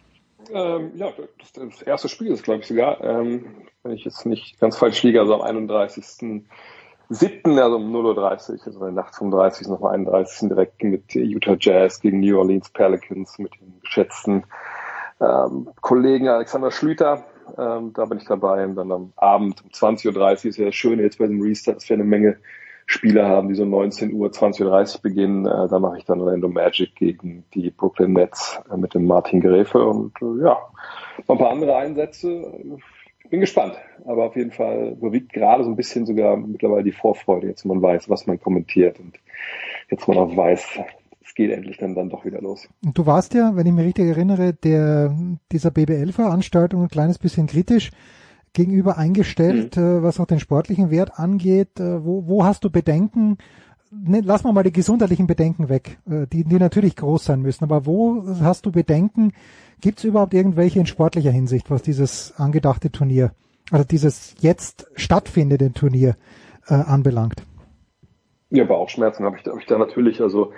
Ja, das erste Spiel ist, glaube ich, sogar, wenn ich jetzt nicht ganz falsch liege, also am 31.07., also um 0:30 Uhr, also in der Nacht vom 30. noch am 31. direkt mit Utah Jazz gegen New Orleans Pelicans, mit dem geschätzten Kollegen Alexander Schlüter, da bin ich dabei. Und dann am Abend um 20:30 Uhr ist ja das Schöne jetzt bei dem Restart, dass wir eine Menge Spieler haben, die so 19 Uhr, 20:30 Uhr beginnen. Da mache ich dann Orlando Magic gegen die Brooklyn Nets mit dem Martin Gräfe und ja, noch ein paar andere Einsätze. Ich bin gespannt, aber auf jeden Fall überwiegt gerade so ein bisschen sogar mittlerweile die Vorfreude, jetzt man weiß, was man kommentiert und jetzt man auch weiß, es geht endlich dann doch wieder los. Und du warst ja, wenn ich mich richtig erinnere, dieser BBL-Veranstaltung ein kleines bisschen kritisch gegenüber eingestellt, was auch den sportlichen Wert angeht. Wo hast du Bedenken? Lassen wir mal die gesundheitlichen Bedenken weg, die natürlich groß sein müssen. Aber wo hast du Bedenken? Gibt es überhaupt irgendwelche in sportlicher Hinsicht, was dieses angedachte Turnier, also dieses jetzt stattfindende Turnier anbelangt? Ja, Bauchschmerzen habe ich da natürlich. Also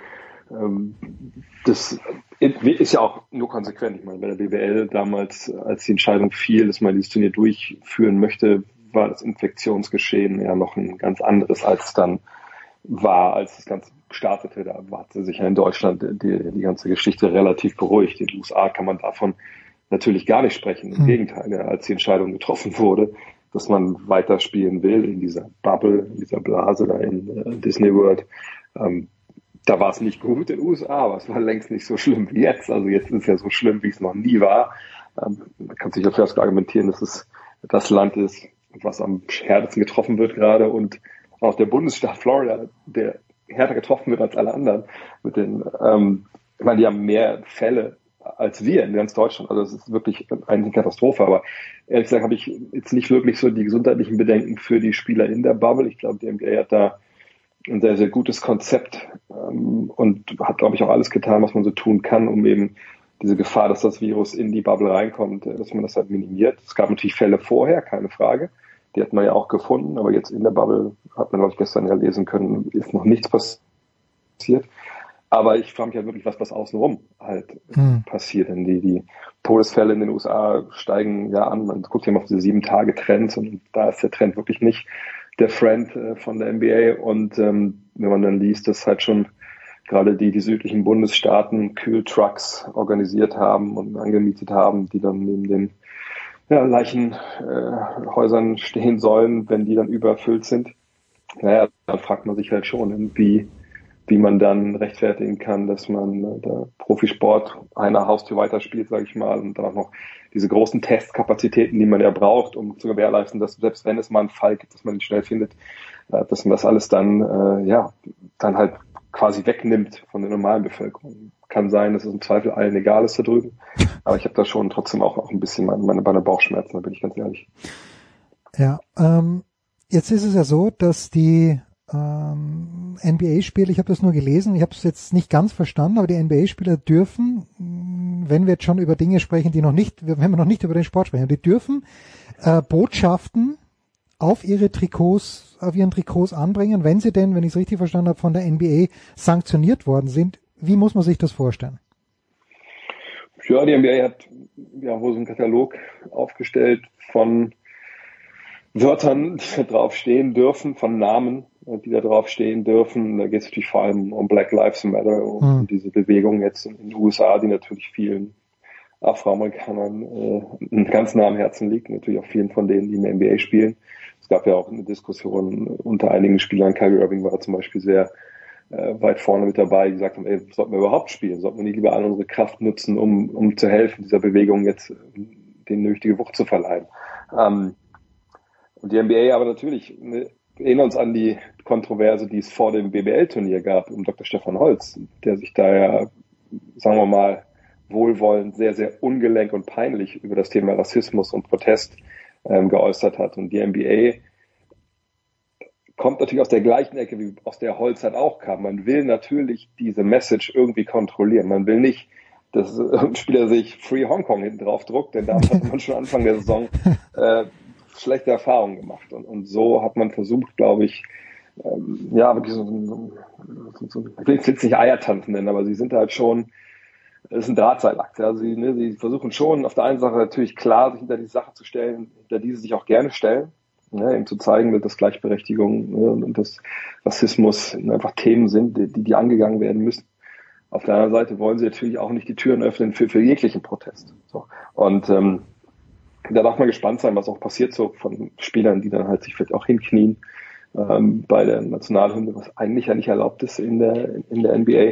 das ist ja auch nur konsequent. Ich meine, bei der BBL damals, als die Entscheidung fiel, dass man dieses Turnier durchführen möchte, war das Infektionsgeschehen ja noch ein ganz anderes, als es dann war, als das Ganze startete. Da hat sich ja in Deutschland die ganze Geschichte relativ beruhigt. In den USA kann man davon natürlich gar nicht sprechen. Im Gegenteil, als die Entscheidung getroffen wurde, dass man weiterspielen will in dieser Bubble, in dieser Blase da in Disney World, da war es nicht gut in den USA, aber es war längst nicht so schlimm wie jetzt. Also jetzt ist es ja so schlimm, wie es noch nie war. Man kann sich ja fast argumentieren, dass es das Land ist, was am härtesten getroffen wird gerade und auch der Bundesstaat Florida, der härter getroffen wird als alle anderen. Mit den, ich meine, die haben mehr Fälle als wir in ganz Deutschland. Also es ist wirklich eine Katastrophe. Aber ehrlich gesagt habe ich jetzt nicht wirklich so die gesundheitlichen Bedenken für die Spieler in der Bubble. Ich glaube, die NBA hat da ein sehr, sehr gutes Konzept und hat, glaube ich, auch alles getan, was man so tun kann, um eben diese Gefahr, dass das Virus in die Bubble reinkommt, dass man das halt minimiert. Es gab natürlich Fälle vorher, keine Frage. Die hat man ja auch gefunden, aber jetzt in der Bubble, hat man, glaube ich, gestern ja lesen können, ist noch nichts passiert. Aber ich frage mich halt wirklich, was außenrum halt passiert. Denn die Todesfälle in den USA steigen ja an. Man guckt ja immer auf diese 7-Tage-Trends und da ist der Trend wirklich nicht der Friend von der NBA. Und wenn man dann liest, dass halt schon gerade die südlichen Bundesstaaten Kühltrucks organisiert haben und angemietet haben, die dann neben den Leichenhäusern stehen sollen, wenn die dann überfüllt sind. Naja, dann fragt man sich halt schon, wie man dann rechtfertigen kann, dass man da Profisport einer Haustür weiterspielt, sage ich mal, und dann auch noch diese großen Testkapazitäten, die man ja braucht, um zu gewährleisten, dass selbst wenn es mal einen Fall gibt, dass man ihn schnell findet, dass man das alles dann dann halt quasi wegnimmt von der normalen Bevölkerung. Kann sein, dass es im Zweifel allen egal ist da drüben, aber ich habe da schon trotzdem auch ein bisschen meine Bauchschmerzen, da bin ich ganz ehrlich. Ja, jetzt ist es ja so, dass die NBA-Spieler, ich habe das nur gelesen, ich habe es jetzt nicht ganz verstanden, aber die NBA-Spieler dürfen, wenn wir jetzt schon über Dinge sprechen, wenn wir noch nicht über den Sport sprechen, die dürfen Botschaften auf ihren Trikots anbringen, wenn sie denn, wenn ich es richtig verstanden habe, von der NBA sanktioniert worden sind. Wie muss man sich das vorstellen? Ja, die NBA hat wohl so einen Katalog aufgestellt von Wörtern, die da drauf stehen dürfen, von Namen, die da drauf stehen dürfen. Da geht es natürlich vor allem um Black Lives Matter und diese Bewegung jetzt in den USA, die natürlich vielen Afroamerikanern ganz nah am Herzen liegt, natürlich auch vielen von denen, die in der NBA spielen. Es gab ja auch eine Diskussion unter einigen Spielern. Kyrie Irving war zum Beispiel sehr weit vorne mit dabei, die gesagt haben, sollten wir überhaupt spielen? Sollten wir nicht lieber alle unsere Kraft nutzen, um zu helfen, dieser Bewegung jetzt die nötige Wucht zu verleihen? Und die NBA aber natürlich, erinnern uns an die Kontroverse, die es vor dem BBL-Turnier gab, um Dr. Stefan Holz, der sich da ja, sagen wir mal, wohlwollend, sehr, sehr ungelenk und peinlich über das Thema Rassismus und Protest geäußert hat. Und die NBA kommt natürlich aus der gleichen Ecke, wie aus der Holz halt auch kam. Man will natürlich diese Message irgendwie kontrollieren. Man will nicht, dass ein Spieler sich Free Hong Kong hinten drauf druckt, denn damit hat man schon Anfang der Saison schlechte Erfahrungen gemacht. Und so hat man versucht, glaube ich, wirklich ich will es jetzt nicht Eiertanzen nennen, aber sie sind halt schon, es ist ein Drahtseilakt. Ja. Sie versuchen schon auf der einen Seite natürlich klar, sich hinter die Sache zu stellen, hinter die sie sich auch gerne stellen, eben zu zeigen, dass Gleichberechtigung und dass Rassismus einfach Themen sind, die angegangen werden müssen. Auf der anderen Seite wollen sie natürlich auch nicht die Türen öffnen für jeglichen Protest. So. Und da darf man gespannt sein, was auch passiert so von Spielern, die dann halt sich vielleicht auch hinknien bei der Nationalhymne, was eigentlich ja nicht erlaubt ist in der NBA.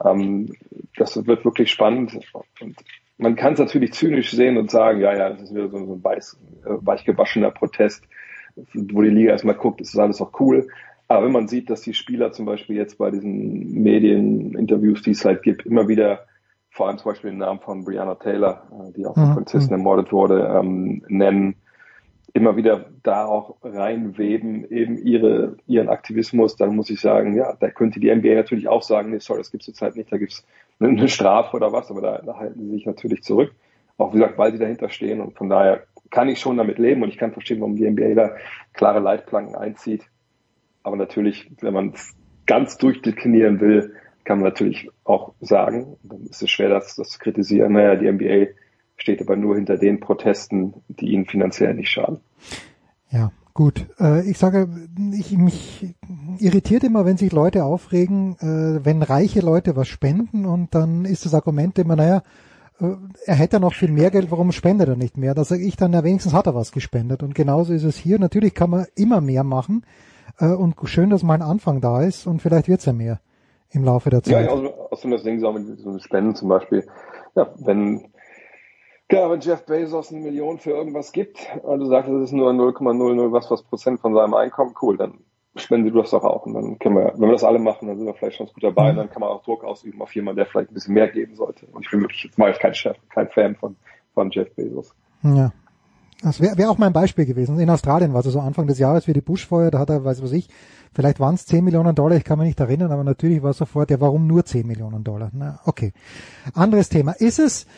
Das wird wirklich spannend. Und man kann es natürlich zynisch sehen und sagen, ja, das ist wieder so ein weich gewaschener Protest, wo die Liga erstmal guckt, ist das alles auch cool. Aber wenn man sieht, dass die Spieler zum Beispiel jetzt bei diesen Medieninterviews, die es halt gibt, immer wieder vor allem zum Beispiel den Namen von Breonna Taylor, die auch von Polizisten ermordet wurde, nennen, immer wieder da auch reinweben, eben ihren Aktivismus, dann muss ich sagen, ja, da könnte die NBA natürlich auch sagen, nee, sorry, das gibt's zurzeit nicht, da gibt's eine Strafe oder was, aber da halten sie sich natürlich zurück. Auch wie gesagt, weil sie dahinter stehen und von daher kann ich schon damit leben und ich kann verstehen, warum die NBA da klare Leitplanken einzieht. Aber natürlich, wenn man es ganz durchdeklinieren will, kann man natürlich auch sagen, dann ist es schwer, das zu kritisieren. Naja, die NBA steht aber nur hinter den Protesten, die ihnen finanziell nicht schaden. Ja, gut. Ich sage, mich irritiert immer, wenn sich Leute aufregen, wenn reiche Leute was spenden und dann ist das Argument immer, naja, er hätte noch viel mehr Geld, warum spendet er nicht mehr? Da sage ich dann, ja, wenigstens hat er was gespendet. Und genauso ist es hier. Natürlich kann man immer mehr machen und schön, dass mal ein Anfang da ist und vielleicht wird's ja mehr im Laufe der Zeit. Ja, außerdem das Ding ist auch mit so Spenden zum Beispiel. Ja, wenn Jeff Bezos 1 Million für irgendwas gibt und du sagst, das ist nur 0,00 was Prozent von seinem Einkommen, cool, dann spende du das doch auch. Und dann können wir, wenn wir das alle machen, dann sind wir vielleicht schon gut dabei und dann kann man auch Druck ausüben auf jemanden, der vielleicht ein bisschen mehr geben sollte. Und ich bin wirklich jetzt mal kein Fan von Jeff Bezos. Ja. Das wäre auch mein Beispiel gewesen. In Australien war es so Anfang des Jahres wie die Buschfeuer, da hat er, weiß was ich, vielleicht waren es 10 Millionen Dollar, ich kann mich nicht erinnern, aber natürlich war es sofort, ja, warum nur 10 Millionen Dollar? Na, okay. Anderes Thema. Ist es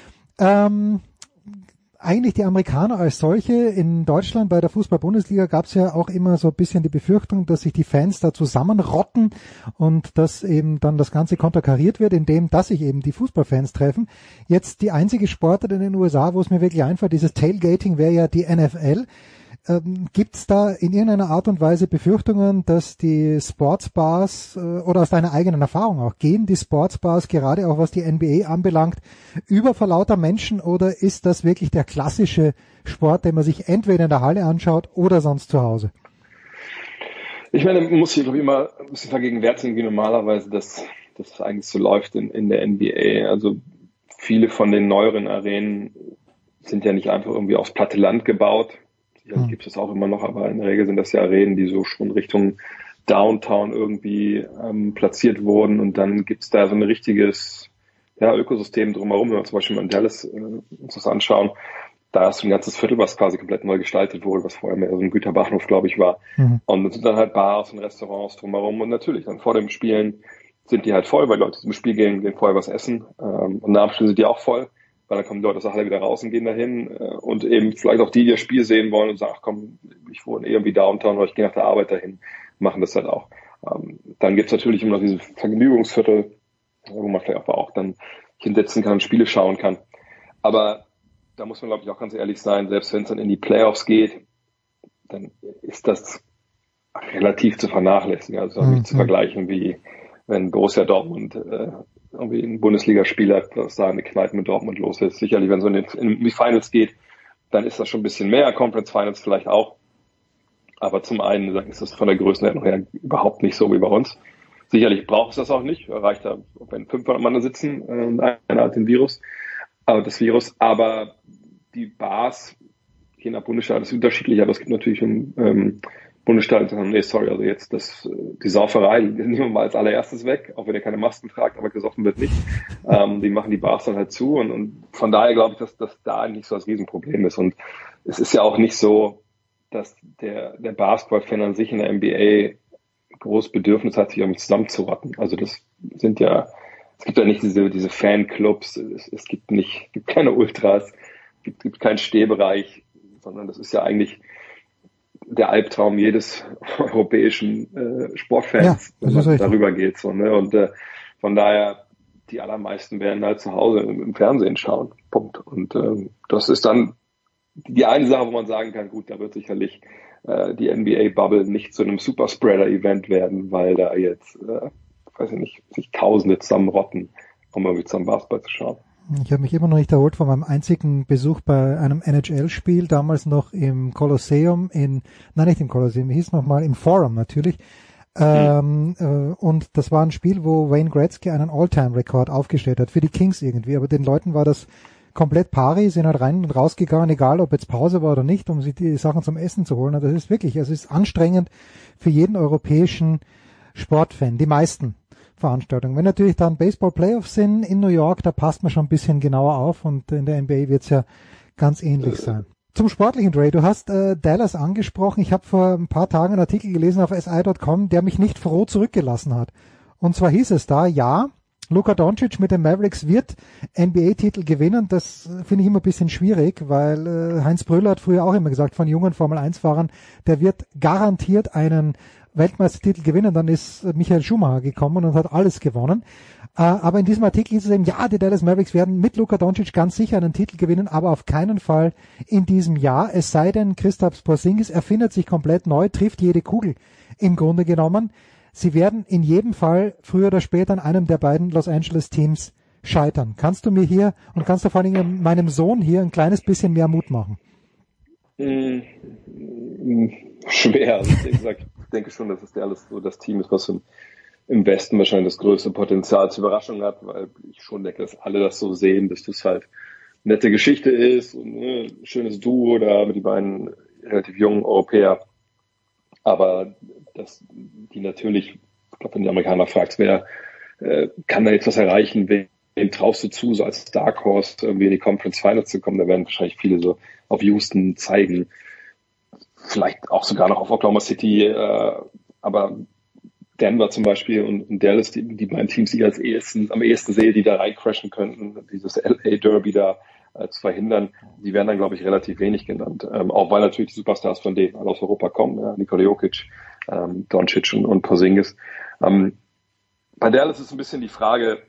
eigentlich die Amerikaner als solche? In Deutschland bei der Fußball-Bundesliga gab es ja auch immer so ein bisschen die Befürchtung, dass sich die Fans da zusammenrotten und dass eben dann das Ganze konterkariert wird, indem dass sich eben die Fußballfans treffen. Jetzt die einzige Sportart in den USA, wo es mir wirklich einfällt, dieses Tailgating wäre ja die NFL. Gibt es da in irgendeiner Art und Weise Befürchtungen, dass die Sportsbars oder aus deiner eigenen Erfahrung auch, gehen die Sportsbars gerade auch was die NBA anbelangt über vor lauter Menschen, oder ist das wirklich der klassische Sport, den man sich entweder in der Halle anschaut oder sonst zu Hause? Ich meine, man muss hier, glaube ich, immer ein bisschen vergegenwärtigen, wie normalerweise das eigentlich so läuft in der NBA. Also viele von den neueren Arenen sind ja nicht einfach irgendwie aufs platte Land gebaut. Sicherlich gibt es das auch immer noch, aber in der Regel sind das ja Arenen, die so schon Richtung Downtown irgendwie platziert wurden. Und dann gibt es da so ein richtiges Ökosystem drumherum. Wenn wir zum Beispiel mal in Dallas uns das anschauen, da ist ein ganzes Viertel, was quasi komplett neu gestaltet wurde, was vorher mehr so ein Güterbahnhof, glaube ich, war. Und es sind dann halt Bars und Restaurants drumherum. Und natürlich, dann vor dem Spielen sind die halt voll, weil Leute zum Spiel gehen vorher was essen. Und nach dem Spiel sind die auch voll, weil dann kommen die Leute aus der Halle wieder raus und gehen dahin. Und eben vielleicht auch die das Spiel sehen wollen und sagen, ach komm, ich wohne irgendwie Downtown oder ich gehe nach der Arbeit dahin, machen das halt auch. Dann gibt's natürlich immer noch diese Vergnügungsviertel, wo man vielleicht auch dann hinsetzen kann und Spiele schauen kann. Aber da muss man, glaube ich, auch ganz ehrlich sein, selbst wenn es dann in die Playoffs geht, dann ist das relativ zu vernachlässigen. Also nicht zu vergleichen, wie wenn Borussia Dortmund irgendwie ein Bundesligaspiel hat, was da eine Kneipe mit Dortmund los ist. Sicherlich, wenn es in die Finals geht, dann ist das schon ein bisschen mehr, Conference Finals vielleicht auch. Aber zum einen ist das von der Größenordnung her überhaupt nicht so wie bei uns. Sicherlich braucht es das auch nicht. Reicht da, wenn 500 Mann da sitzen und einer hat das Virus. Aber die Bars, je nach Bundesstaat, ist unterschiedlich, aber es gibt natürlich Bundesstaaten, die sagen, also jetzt die Sauferei, die nehmen wir mal als allererstes weg, auch wenn ihr keine Masken tragt, aber gesoffen wird nicht. Die machen die Bars dann halt zu und von daher glaube ich, dass da nicht so das Riesenproblem ist. Und es ist ja auch nicht so, dass der Basketball-Fan an sich in der NBA großes Bedürfnis hat, sich irgendwie zusammenzurotten. Also es gibt ja nicht diese Fanclubs, es gibt keine Ultras, gibt keinen Stehbereich, sondern das ist ja eigentlich der Albtraum jedes europäischen Sportfans, wenn man darüber geht. So, ne? Und von daher, die allermeisten werden halt zu Hause im Fernsehen schauen. Punkt. Und das ist dann die eine Sache, wo man sagen kann, gut, da wird sicherlich die NBA-Bubble nicht zu einem Superspreader-Event werden, weil da jetzt, sich Tausende zusammenrotten, um irgendwie zum Basketball zu schauen. Ich habe mich immer noch nicht erholt von meinem einzigen Besuch bei einem NHL-Spiel, damals noch im Kolosseum nicht im Kolosseum, hieß nochmal im Forum natürlich. Und das war ein Spiel, wo Wayne Gretzky einen All-Time-Rekord aufgestellt hat, für die Kings irgendwie, aber den Leuten war das komplett pari, sind halt rein und rausgegangen, egal ob jetzt Pause war oder nicht, um sich die Sachen zum Essen zu holen. Und das ist wirklich, es ist anstrengend für jeden europäischen Sportfan, die meisten Veranstaltungen. Wenn natürlich dann Baseball-Playoffs sind in New York, da passt man schon ein bisschen genauer auf und in der NBA wird es ja ganz ähnlich sein. Zum Sportlichen, Dre, du hast Dallas angesprochen. Ich habe vor ein paar Tagen einen Artikel gelesen auf SI.com, der mich nicht froh zurückgelassen hat. Und zwar hieß es da, ja, Luka Doncic mit den Mavericks wird NBA-Titel gewinnen. Das finde ich immer ein bisschen schwierig, weil Heinz Brüller hat früher auch immer gesagt, von jungen Formel-1-Fahrern, der wird garantiert einen Weltmeistertitel gewinnen. Dann ist Michael Schumacher gekommen und hat alles gewonnen. Aber in diesem Artikel hieß es eben, ja, die Dallas Mavericks werden mit Luka Doncic ganz sicher einen Titel gewinnen, aber auf keinen Fall in diesem Jahr. Es sei denn, Kristaps Porzingis erfindet sich komplett neu, trifft jede Kugel im Grunde genommen. Sie werden in jedem Fall früher oder später an einem der beiden Los Angeles Teams scheitern. Kannst du mir hier und kannst du vor allem meinem Sohn hier ein kleines bisschen mehr Mut machen? Schwer. Also ich denke schon, dass es alles so das Team ist, was im Westen wahrscheinlich das größte Potenzial zur Überraschung hat, weil ich schon denke, dass alle das so sehen, dass das halt eine nette Geschichte ist und ein schönes Duo da mit die beiden relativ jungen Europäer. Aber dass die natürlich, ich glaube, wenn die Amerikaner fragt, wer kann da jetzt was erreichen, wem traust du zu, so als Dark Horse irgendwie in die Conference Finals zu kommen, da werden wahrscheinlich viele so auf Houston zeigen, vielleicht auch sogar noch auf Oklahoma City, aber Denver zum Beispiel und Dallas, die beiden Teams, die ich am ehesten sehe, die da reincrashen könnten, dieses LA Derby da zu verhindern, die werden dann, glaube ich, relativ wenig genannt. Auch weil natürlich die Superstars von denen aus Europa kommen, ja, Nikola Jokic, Doncic und Porzingis. Bei Dallas ist ein bisschen die Frage,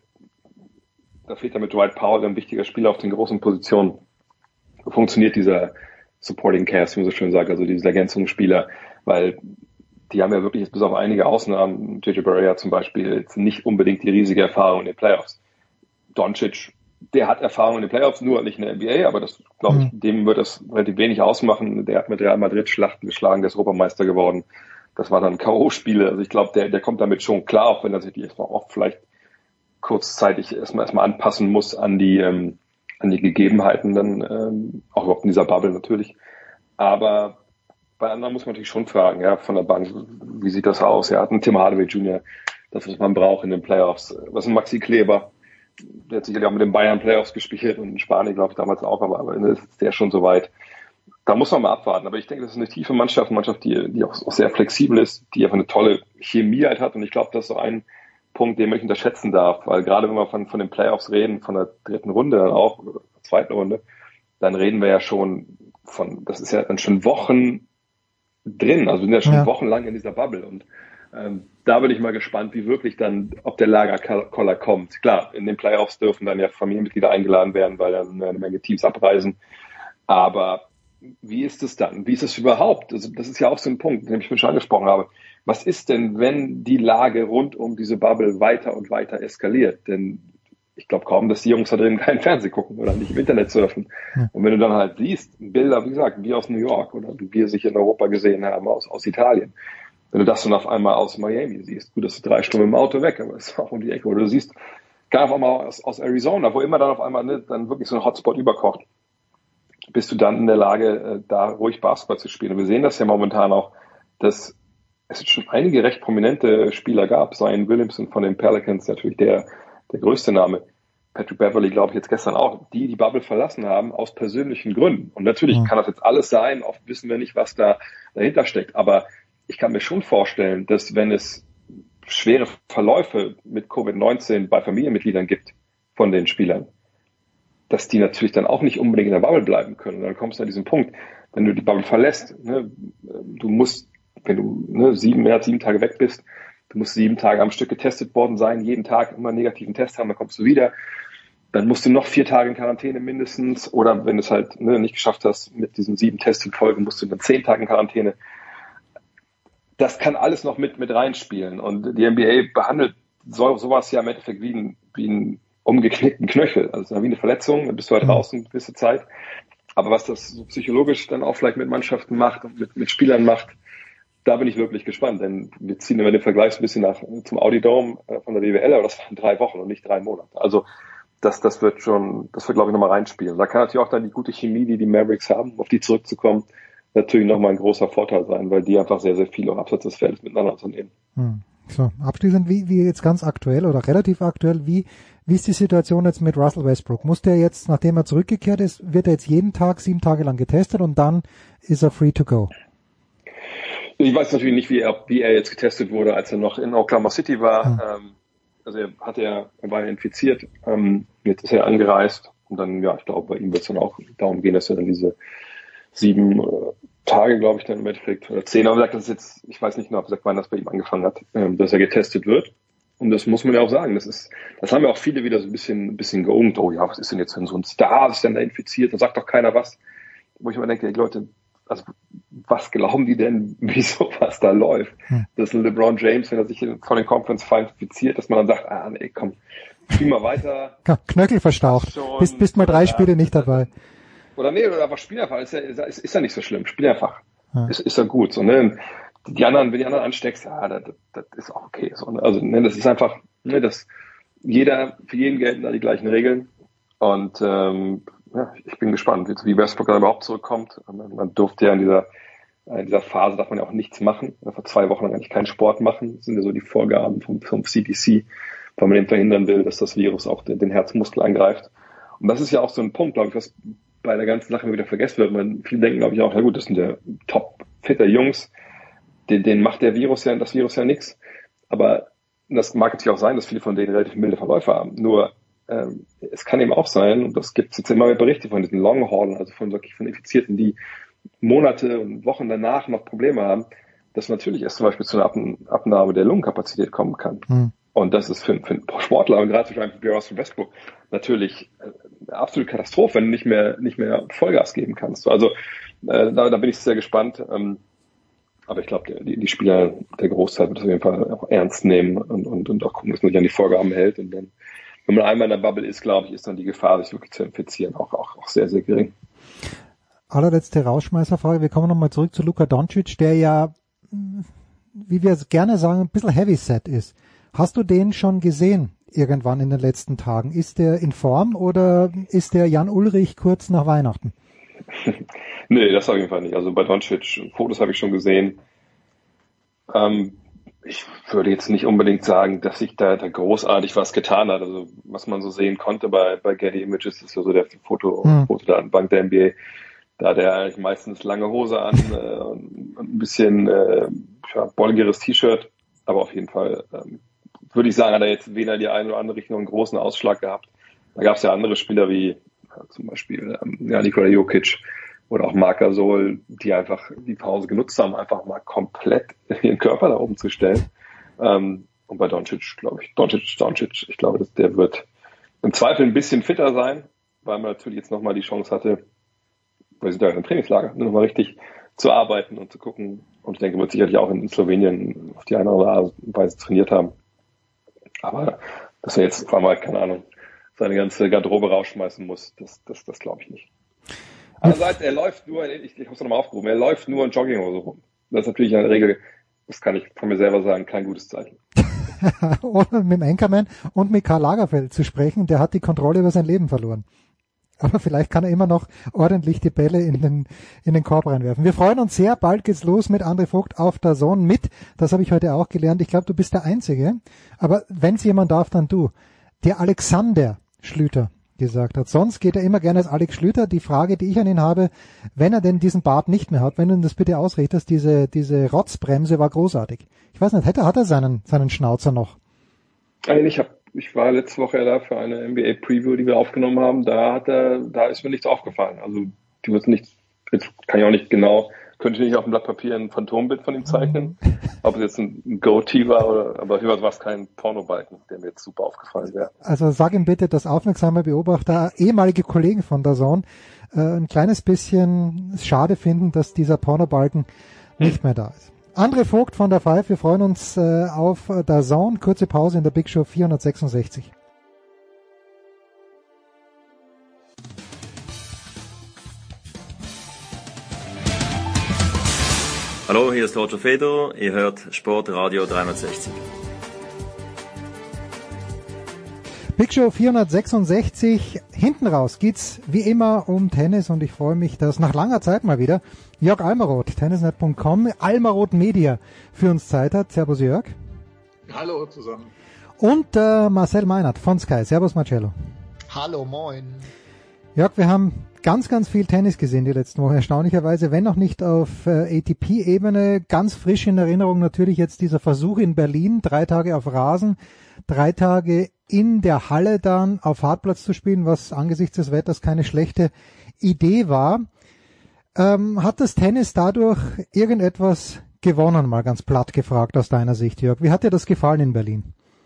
da fehlt ja mit Dwight Powell ein wichtiger Spieler auf den großen Positionen. Funktioniert dieser Supporting Cast, wie man so schön sagt, also diese Ergänzungsspieler, weil die haben ja wirklich jetzt bis auf einige Ausnahmen, JJ Barea zum Beispiel, jetzt nicht unbedingt die riesige Erfahrung in den Playoffs. Doncic, der hat Erfahrung in den Playoffs, nur nicht in der NBA, aber das, glaube ich, dem wird das relativ wenig ausmachen. Der hat mit Real Madrid Schlachten geschlagen, der ist Europameister geworden. Das war dann K.O.-Spiele. Also ich glaube, der kommt damit schon klar, auch wenn er sich erstmal oft vielleicht kurzzeitig erstmal anpassen muss an die Gegebenheiten, dann auch überhaupt in dieser Bubble natürlich. Aber bei anderen muss man natürlich schon fragen, ja, von der Bank, wie sieht das aus? Er hat einen Tim Hardaway Jr., das, was man braucht in den Playoffs. Was ist ein Maxi Kleber? Der hat sicherlich auch mit den Bayern Playoffs gespielt und in Spanien, glaube ich, damals auch, aber ist der schon soweit. Da muss man mal abwarten. Aber ich denke, das ist eine tiefe Mannschaft, die auch sehr flexibel ist, die einfach eine tolle Chemie halt hat. Und ich glaube, das ist so ein Punkt, den man nicht unterschätzen darf. Weil gerade wenn wir von den Playoffs reden, von der dritten Runde dann auch, oder der zweiten Runde, dann reden wir ja schon das ist ja dann schon Wochen drin. Also wir sind ja schon wochenlang in dieser Bubble. Und da bin ich mal gespannt, wie wirklich dann, ob der Lagerkoller kommt. Klar, in den Playoffs dürfen dann ja Familienmitglieder eingeladen werden, weil dann eine Menge Teams abreisen. Aber wie ist es dann? Wie ist es überhaupt? Also das ist ja auch so ein Punkt, den ich schon angesprochen habe. Was ist denn, wenn die Lage rund um diese Bubble weiter und weiter eskaliert? Denn ich glaube kaum, dass die Jungs da drin kein Fernsehen gucken oder nicht im Internet surfen. Und wenn du dann halt siehst, Bilder, wie gesagt, wie aus New York oder wie wir sich in Europa gesehen haben, aus Italien, wenn du das dann auf einmal aus Miami siehst, gut, das ist 3 Stunden im Auto weg, aber das ist auch um die Ecke. Oder du siehst gar auf einmal aus Arizona, wo immer dann auf einmal dann wirklich so ein Hotspot überkocht, bist du dann in der Lage, da ruhig Basketball zu spielen. Und wir sehen das ja momentan auch, dass es schon einige recht prominente Spieler gab. Zion Williamson von den Pelicans, natürlich der größte Name. Patrick Beverley, glaube ich, jetzt gestern auch, die Bubble verlassen haben aus persönlichen Gründen. Und natürlich kann das jetzt alles sein, oft wissen wir nicht, was da dahinter steckt. Aber ich kann mir schon vorstellen, dass wenn es schwere Verläufe mit Covid-19 bei Familienmitgliedern gibt von den Spielern, dass die natürlich dann auch nicht unbedingt in der Bubble bleiben können. Und dann kommst du an diesen Punkt, wenn du die Bubble verlässt, du musst, wenn du 7 Tage weg bist, du musst 7 Tage am Stück getestet worden sein, jeden Tag immer einen negativen Test haben, dann kommst du wieder. Dann musst du noch 4 Tage in Quarantäne mindestens, oder wenn du es halt nicht geschafft hast mit diesen 7 Tests in Folge, musst du dann 10 Tage in Quarantäne. Das kann alles noch mit reinspielen. Und die NBA behandelt sowas ja im Endeffekt wie einen umgeknickten Knöchel. Also wie eine Verletzung, dann bist du halt draußen eine gewisse Zeit. Aber was das so psychologisch dann auch vielleicht mit Mannschaften macht und mit Spielern macht, da bin ich wirklich gespannt. Denn wir ziehen immer den Vergleich ein bisschen zum Audi Dome von der BWL, aber das waren 3 Wochen und nicht 3 Monate. Also das wird, glaube ich, nochmal reinspielen. Da kann natürlich auch dann die gute Chemie, die Mavericks haben, auf die zurückzukommen, natürlich nochmal ein großer Vorteil sein, weil die einfach sehr, sehr viel auch abseits des Feldes miteinander unternehmen. So, abschließend, wie jetzt ganz aktuell oder relativ aktuell, wie ist die Situation jetzt mit Russell Westbrook? Muss der jetzt, nachdem er zurückgekehrt ist, wird er jetzt jeden Tag 7 Tage lang getestet und dann ist er free to go? Ich weiß natürlich nicht, wie er jetzt getestet wurde, als er noch in Oklahoma City war. Also er war infiziert, jetzt ist er angereist und dann, ja, ich glaube, bei ihm wird es dann auch darum gehen, dass er dann diese 7 Tage, glaube ich, dann im Endeffekt, oder 10, aber gesagt, das ist jetzt, ich weiß nicht genau, wann das bei ihm angefangen hat, dass er getestet wird. Und das muss man ja auch sagen, das haben ja auch viele wieder so ein bisschen geungt. Oh ja, was ist denn jetzt, wenn so ein Star sich dann da infiziert, dann sagt doch keiner was. Wo ich immer denke, die Leute, also was glauben die denn, wieso was da läuft? Dass ein LeBron James, wenn er sich von den Conference Finals infiziert, dass man dann sagt, nee, komm, spiel mal weiter. Knöchel verstaucht, bist mal 3 Spiele nicht dabei. Oder einfach spiel einfach, ist ja nicht so schlimm, spiel einfach. Ist ja gut, so, ne? Wenn die anderen ansteckst, das ist auch okay. So, ne? Also, ne, das ist einfach, ne, für jeden gelten da die gleichen Regeln. Und ich bin gespannt, wie Westbrook da überhaupt zurückkommt. Man durfte ja in dieser Phase darf man ja auch nichts machen. Vor 2 Wochen lang eigentlich keinen Sport machen. Das sind ja so die Vorgaben vom CDC, weil man eben verhindern will, dass das Virus auch den Herzmuskel angreift. Und das ist ja auch so ein Punkt, glaube ich, was bei der ganzen Sache wieder vergessen wird. Viele denken, glaube ich, auch, na gut, das sind ja top fitter Jungs, denen macht das Virus ja nichts. Aber das mag natürlich auch sein, dass viele von denen relativ milde Verläufe haben. Nur es kann eben auch sein, und das gibt es jetzt immer mehr Berichte von diesen Longhaulen, also von Infizierten, die Monate und Wochen danach noch Probleme haben, dass natürlich erst zum Beispiel zu einer Abnahme der Lungenkapazität kommen kann. Und das ist für einen Sportler, und gerade für Russell Westbrook, natürlich eine absolute Katastrophe, wenn du nicht mehr Vollgas geben kannst. Also Da bin ich sehr gespannt. Aber ich glaube, die Spieler, der Großteil wird das auf jeden Fall auch ernst nehmen und auch gucken, dass man sich an die Vorgaben hält. Und dann, wenn man einmal in der Bubble ist, glaube ich, ist dann die Gefahr, sich wirklich zu infizieren, auch sehr, sehr gering. Allerletzte Rausschmeißerfrage. Wir kommen nochmal zurück zu Luka Doncic, der ja, wie wir es gerne sagen, ein bisschen Heavyset ist. Hast du den schon gesehen irgendwann in den letzten Tagen? Ist der in Form oder ist der Jan Ulrich kurz nach Weihnachten? Nee, das auf jeden Fall nicht. Also bei Doncic, Fotos habe ich schon gesehen. Ich würde jetzt nicht unbedingt sagen, dass sich da großartig was getan hat. Also was man so sehen konnte bei Getty Images, ist so der Foto da an Bank der NBA. Da hat er eigentlich meistens lange Hose an und ein bisschen bolligeres T-Shirt. Aber auf jeden Fall würde ich sagen, hat er jetzt weder die eine oder andere Richtung einen großen Ausschlag gehabt. Da gab es ja andere Spieler wie zum Beispiel Nikola Jokic oder auch Marc Gasol, die einfach die Pause genutzt haben, einfach mal komplett ihren Körper da oben zu stellen. Und bei Doncic, glaube ich, ich glaube, dass der wird im Zweifel ein bisschen fitter sein, weil man natürlich jetzt nochmal die Chance hatte, weil sie da im Trainingslager nochmal richtig zu arbeiten und zu gucken. Und ich denke, wird sicherlich auch in Slowenien auf die eine oder andere Weise trainiert haben. Aber dass er jetzt auf einmal, keine Ahnung, seine ganze Garderobe rausschmeißen muss, das glaube ich nicht. Andererseits, er läuft nur, ich habe es nochmal aufgehoben, er läuft nur in Jogginghose rum. Das ist natürlich in der Regel, das kann ich von mir selber sagen, kein gutes Zeichen. Oder mit dem Anchorman und mit Karl Lagerfeld zu sprechen, der hat die Kontrolle über sein Leben verloren. Aber vielleicht kann er immer noch ordentlich die Bälle in den Korb reinwerfen. Wir freuen uns sehr, bald geht's los mit André Vogt auf DAZN mit. Das habe ich heute auch gelernt. Ich glaube, du bist der Einzige. Aber wenn's jemand darf, dann du. Der Alexander Schlüter gesagt hat. Sonst geht er immer gerne als Alex Schlüter. Die Frage, die ich an ihn habe, wenn er denn diesen Bart nicht mehr hat, wenn du das bitte ausrichtest, diese Rotzbremse war großartig. Ich weiß nicht, hat er seinen Schnauzer noch? Ich war letzte Woche da für eine NBA-Preview, die wir aufgenommen haben. Da ist mir nichts aufgefallen. Also die wird nicht, jetzt kann ich auch nicht genau, könnte ich nicht auf dem Blatt Papier ein Phantombild von ihm zeichnen, ob es jetzt ein Goatee war aber hier war es kein Pornobalken, der mir jetzt super aufgefallen wäre. Also sag ihm bitte, dass aufmerksame Beobachter, ehemalige Kollegen von DAZN, ein kleines bisschen schade finden, dass dieser Pornobalken nicht mehr da ist. André Vogt von der Five, wir freuen uns auf DAZN. Kurze Pause in der Big Show 466. Hallo, hier ist Roger Federer, ihr hört Sportradio 360. Big Show 466, hinten raus geht's wie immer um Tennis und ich freue mich, dass nach langer Zeit mal wieder Jörg Almaroth, tennisnet.com, Almaroth Media für uns Zeit hat. Servus Jörg. Hallo zusammen. Und Marcel Meinert von Sky. Servus Marcello. Hallo, moin. Jörg, wir haben ganz, ganz viel Tennis gesehen die letzten Wochen, erstaunlicherweise, wenn noch nicht auf ATP-Ebene. Ganz frisch in Erinnerung natürlich jetzt dieser Versuch in Berlin, 3 Tage auf Rasen, 3 Tage in der Halle dann auf Hartplatz zu spielen, was angesichts des Wetters keine schlechte Idee war. Hat das Tennis dadurch irgendetwas gewonnen, mal ganz platt gefragt aus deiner Sicht, Jörg? Wie hat dir das gefallen in Berlin?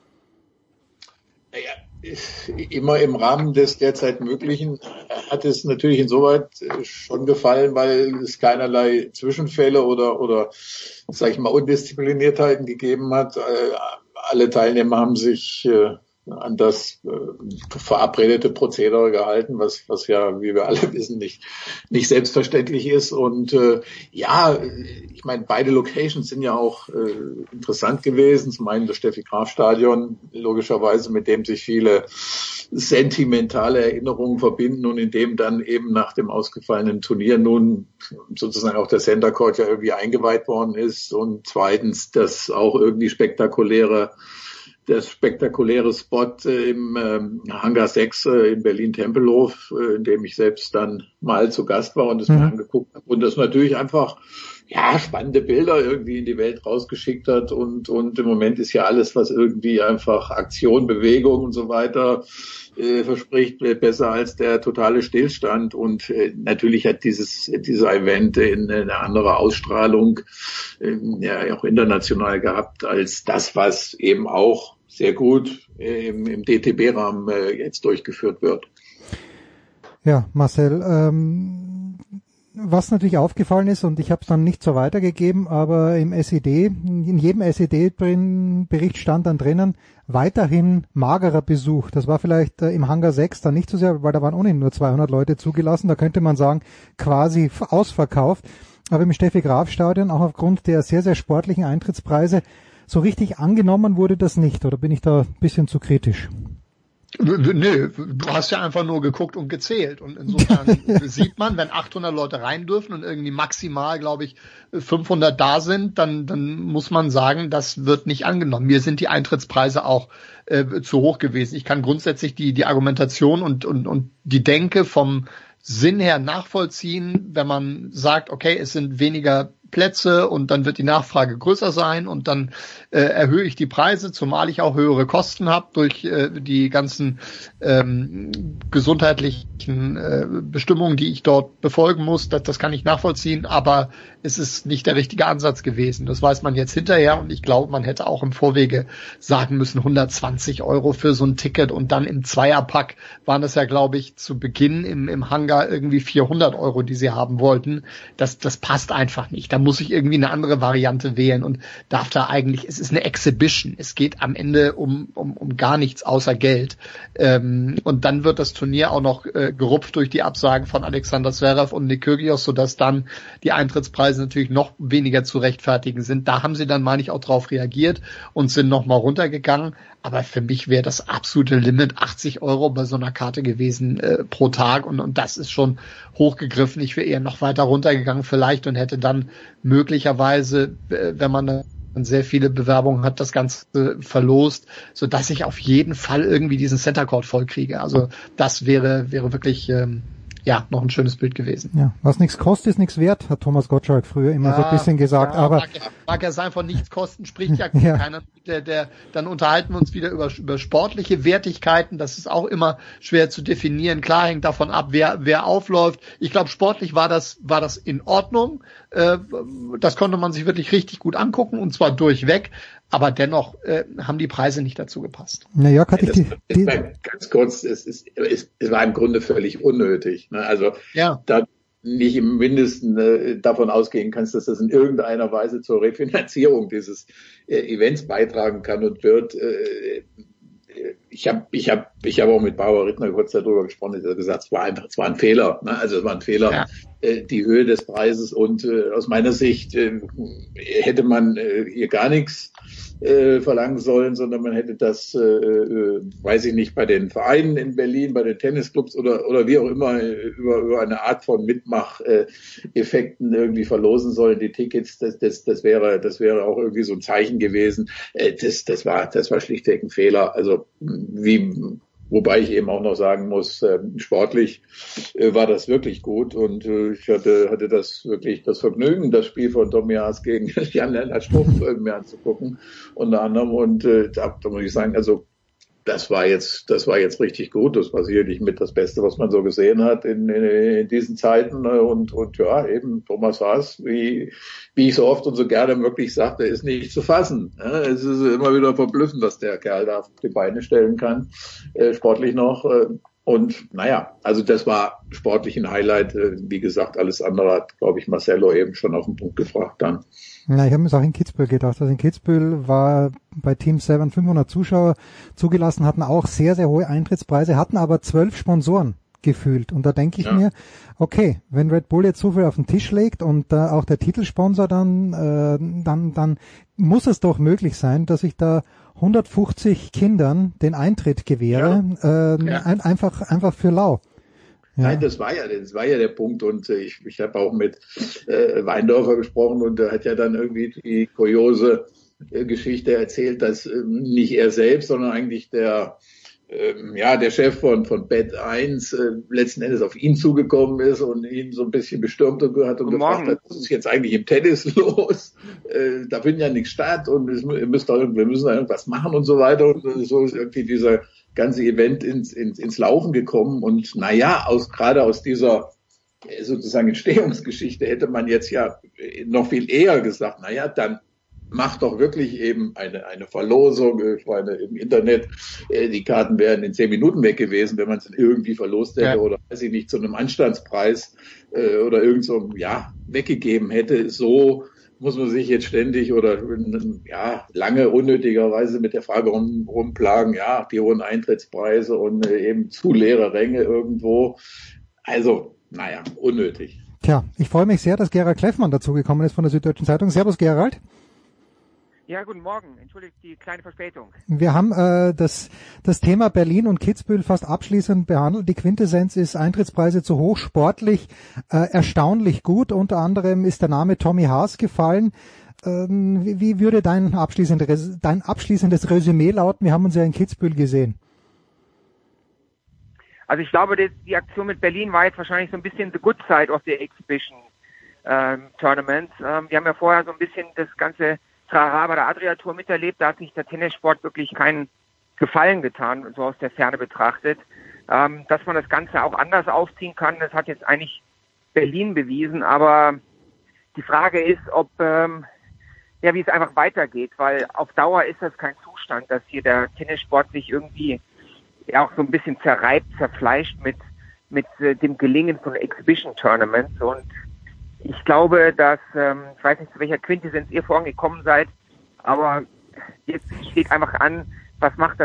Naja, immer im Rahmen des derzeit Möglichen hat es natürlich insoweit schon gefallen, weil es keinerlei Zwischenfälle oder sag ich mal, Undiszipliniertheiten gegeben hat. Alle Teilnehmer haben sich an das verabredete Prozedere gehalten, was ja, wie wir alle wissen, nicht selbstverständlich ist. Und ja, ich meine, beide Locations sind ja auch interessant gewesen. Zum einen das Steffi-Graf-Stadion, logischerweise, mit dem sich viele sentimentale Erinnerungen verbinden und in dem dann eben nach dem ausgefallenen Turnier nun sozusagen auch der Center Court ja irgendwie eingeweiht worden ist. Und zweitens das auch irgendwie der spektakuläre Spot im Hangar 6 in Berlin-Tempelhof, in dem ich selbst dann mal zu Gast war und es mir angeguckt habe. Und das natürlich einfach, ja, spannende Bilder irgendwie in die Welt rausgeschickt hat. Und im Moment ist ja alles, was irgendwie einfach Aktion, Bewegung und so weiter verspricht, besser als der totale Stillstand. Und natürlich hat dieser Event eine andere Ausstrahlung, ja, auch international gehabt, als das, was eben auch sehr gut im DTB-Rahmen jetzt durchgeführt wird. Ja, Marcel, was natürlich aufgefallen ist, und ich habe es dann nicht so weitergegeben, aber in jedem SED-Bericht stand dann drinnen, weiterhin magerer Besuch. Das war vielleicht im Hangar 6 dann nicht so sehr, weil da waren ohnehin nur 200 Leute zugelassen. Da könnte man sagen, quasi ausverkauft. Aber im Steffi-Graf-Stadion, auch aufgrund der sehr, sehr sportlichen Eintrittspreise, so richtig angenommen wurde das nicht. Oder bin ich da ein bisschen zu kritisch? Nö, du hast ja einfach nur geguckt und gezählt. Und insofern sieht man, wenn 800 Leute rein dürfen und irgendwie maximal, glaube ich, 500 da sind, dann muss man sagen, das wird nicht angenommen. Mir sind die Eintrittspreise auch zu hoch gewesen. Ich kann grundsätzlich die Argumentation und die Denke vom Sinn her nachvollziehen, wenn man sagt, okay, es sind weniger Plätze und dann wird die Nachfrage größer sein und dann erhöhe ich die Preise, zumal ich auch höhere Kosten habe durch die ganzen gesundheitlichen Bestimmungen, die ich dort befolgen muss. Das kann ich nachvollziehen, aber es ist nicht der richtige Ansatz gewesen. Das weiß man jetzt hinterher und ich glaube, man hätte auch im Vorwege sagen müssen, 120 € für so ein Ticket und dann im Zweierpack waren es ja, glaube ich, zu Beginn im Hangar irgendwie 400 €, die sie haben wollten. Das passt einfach nicht. Da muss ich irgendwie eine andere Variante wählen und darf da eigentlich, es ist eine Exhibition. Es geht am Ende um gar nichts außer Geld. Und dann wird das Turnier auch noch gerupft durch die Absagen von Alexander Zverev und Nick Kyrgios, sodass dann die Eintrittspreise natürlich noch weniger zu rechtfertigen sind. Da haben sie dann, meine ich, auch drauf reagiert und sind nochmal runtergegangen. Aber für mich wäre das absolute Limit 80 € bei so einer Karte gewesen pro Tag und das ist schon hochgegriffen. Ich wäre eher noch weiter runtergegangen vielleicht und hätte dann möglicherweise, wenn man dann sehr viele Bewerbungen hat, das Ganze verlost, so dass ich auf jeden Fall irgendwie diesen Center Court voll kriege. Also das wäre wirklich noch ein schönes Bild gewesen. Ja, was nichts kostet, ist nichts wert, hat Thomas Gottschalk früher immer so ein bisschen gesagt. Aber mag ja sein, von nichts kosten spricht ja keiner. Dann unterhalten wir uns wieder über sportliche Wertigkeiten. Das ist auch immer schwer zu definieren. Klar hängt davon ab, wer aufläuft. Ich glaube, sportlich war das in Ordnung. Das konnte man sich wirklich richtig gut angucken und zwar durchweg. Aber dennoch haben die Preise nicht dazu gepasst. Naja, ganz kurz, es war im Grunde völlig unnötig. Ne? Also da nicht im Mindesten davon ausgehen kannst, dass das in irgendeiner Weise zur Refinanzierung dieses Events beitragen kann und wird. Ich hab auch mit Barbara Rittner kurz darüber gesprochen, er hat gesagt, es war ein Fehler. Ne? Also es war ein Fehler, die Höhe des Preises und aus meiner Sicht hätte man hier gar nichts verlangen sollen, sondern man hätte das, weiß ich nicht, bei den Vereinen in Berlin, bei den Tennisclubs oder wie auch immer über eine Art von Mitmacheffekten irgendwie verlosen sollen. Die Tickets, das wäre auch irgendwie so ein Zeichen gewesen. Das war schlichtweg ein Fehler. Also wobei ich eben auch noch sagen muss, sportlich war das wirklich gut und ich hatte das Vergnügen, das Spiel von Tomias gegen Jan-Lennart Struff irgendwie anzugucken, unter anderem, und da muss ich sagen, also das war jetzt richtig gut. Das war sicherlich mit das Beste, was man so gesehen hat in diesen Zeiten. Und ja, eben Thomas Haas, wie ich so oft und so gerne wirklich sagte, ist nicht zu fassen. Es ist immer wieder verblüffend, was der Kerl da auf die Beine stellen kann, sportlich noch. Und naja, also das war sportlich ein Highlight. Wie gesagt, alles andere hat, glaube ich, Marcelo eben schon auf den Punkt gebracht dann. Ja, ich habe mir das auch in Kitzbühel gedacht. Also in Kitzbühel war bei Team 7 500 Zuschauer zugelassen, hatten auch sehr, sehr hohe Eintrittspreise, hatten aber 12 Sponsoren gefühlt. Und da denke ich mir, okay, wenn Red Bull jetzt so viel auf den Tisch legt und auch der Titelsponsor dann muss es doch möglich sein, dass ich da 150 Kindern den Eintritt gewähre, einfach für lau. Ja. Nein, das war ja der Punkt und ich habe auch mit Weindorfer gesprochen und er hat ja dann irgendwie die kuriose Geschichte erzählt, dass nicht er selbst, sondern eigentlich der Chef von Bet1 letzten Endes auf ihn zugekommen ist und ihn so ein bisschen bestürmt hat und gefragt hat, was ist jetzt eigentlich im Tennis los? Da findet ja nichts statt und wir müssen da irgendwas machen und so weiter. Und so ist irgendwie dieser ganze Event ins Laufen gekommen. Und gerade aus dieser sozusagen Entstehungsgeschichte hätte man jetzt ja noch viel eher gesagt, dann macht doch wirklich eben eine Verlosung. Ich meine, im Internet, die Karten wären in 10 Minuten weg gewesen, wenn man es irgendwie verlost hätte oder, weiß ich nicht, zu einem Anstandspreis oder irgend so, weggegeben hätte. So muss man sich jetzt ständig oder lange unnötigerweise mit der Frage rumplagen, die hohen Eintrittspreise und eben zu leere Ränge irgendwo. Also, unnötig. Tja, ich freue mich sehr, dass Gerald Kleffmann dazugekommen ist von der Süddeutschen Zeitung. Servus, Gerald. Ja, guten Morgen. Entschuldigt die kleine Verspätung. Wir haben das Thema Berlin und Kitzbühel fast abschließend behandelt. Die Quintessenz ist Eintrittspreise zu hoch, sportlich erstaunlich gut. Unter anderem ist der Name Tommy Haas gefallen. Wie würde dein abschließendes Resümee lauten? Wir haben uns ja in Kitzbühel gesehen. Also ich glaube, die Aktion mit Berlin war jetzt wahrscheinlich so ein bisschen the good side of the exhibition tournaments. Wir haben ja vorher so ein bisschen das ganze Trara bei der Adria-Tour miterlebt, da hat sich der Tennissport wirklich keinen Gefallen getan, so aus der Ferne betrachtet. Dass man das Ganze auch anders aufziehen kann, das hat jetzt eigentlich Berlin bewiesen, aber die Frage ist, wie es einfach weitergeht, weil auf Dauer ist das kein Zustand, dass hier der Tennissport sich irgendwie auch so ein bisschen zerfleischt mit dem Gelingen von Exhibition-Tournaments und ich glaube, dass, ich weiß nicht, zu welcher Quintessenz ihr vorhin gekommen seid, aber jetzt steht einfach an, was macht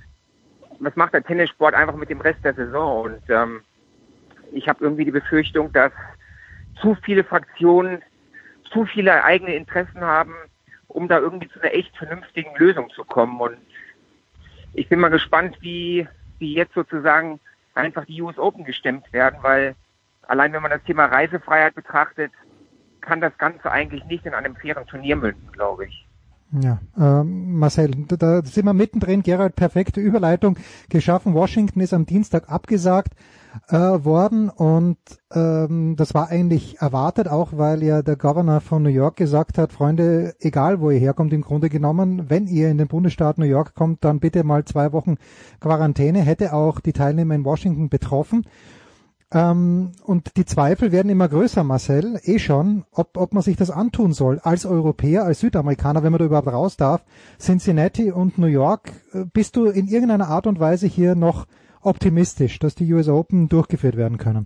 der Tennissport einfach mit dem Rest der Saison und ich habe irgendwie die Befürchtung, dass zu viele Fraktionen zu viele eigene Interessen haben, um da irgendwie zu einer echt vernünftigen Lösung zu kommen und ich bin mal gespannt, wie jetzt sozusagen einfach die US Open gestemmt werden, weil allein wenn man das Thema Reisefreiheit betrachtet, kann das Ganze eigentlich nicht in einem fairen Turnier münden, glaube ich. Ja, Marcel, da sind wir mittendrin. Gerald, perfekte Überleitung geschaffen. Washington ist am Dienstag abgesagt worden und das war eigentlich erwartet, auch weil ja der Governor von New York gesagt hat, Freunde, egal wo ihr herkommt, im Grunde genommen, wenn ihr in den Bundesstaat New York kommt, dann bitte mal 2 Wochen Quarantäne, hätte auch die Teilnehmer in Washington betroffen. Und die Zweifel werden immer größer, Marcel, schon, ob man sich das antun soll, als Europäer, als Südamerikaner, wenn man da überhaupt raus darf. Cincinnati und New York, bist du in irgendeiner Art und Weise hier noch optimistisch, dass die US Open durchgeführt werden können?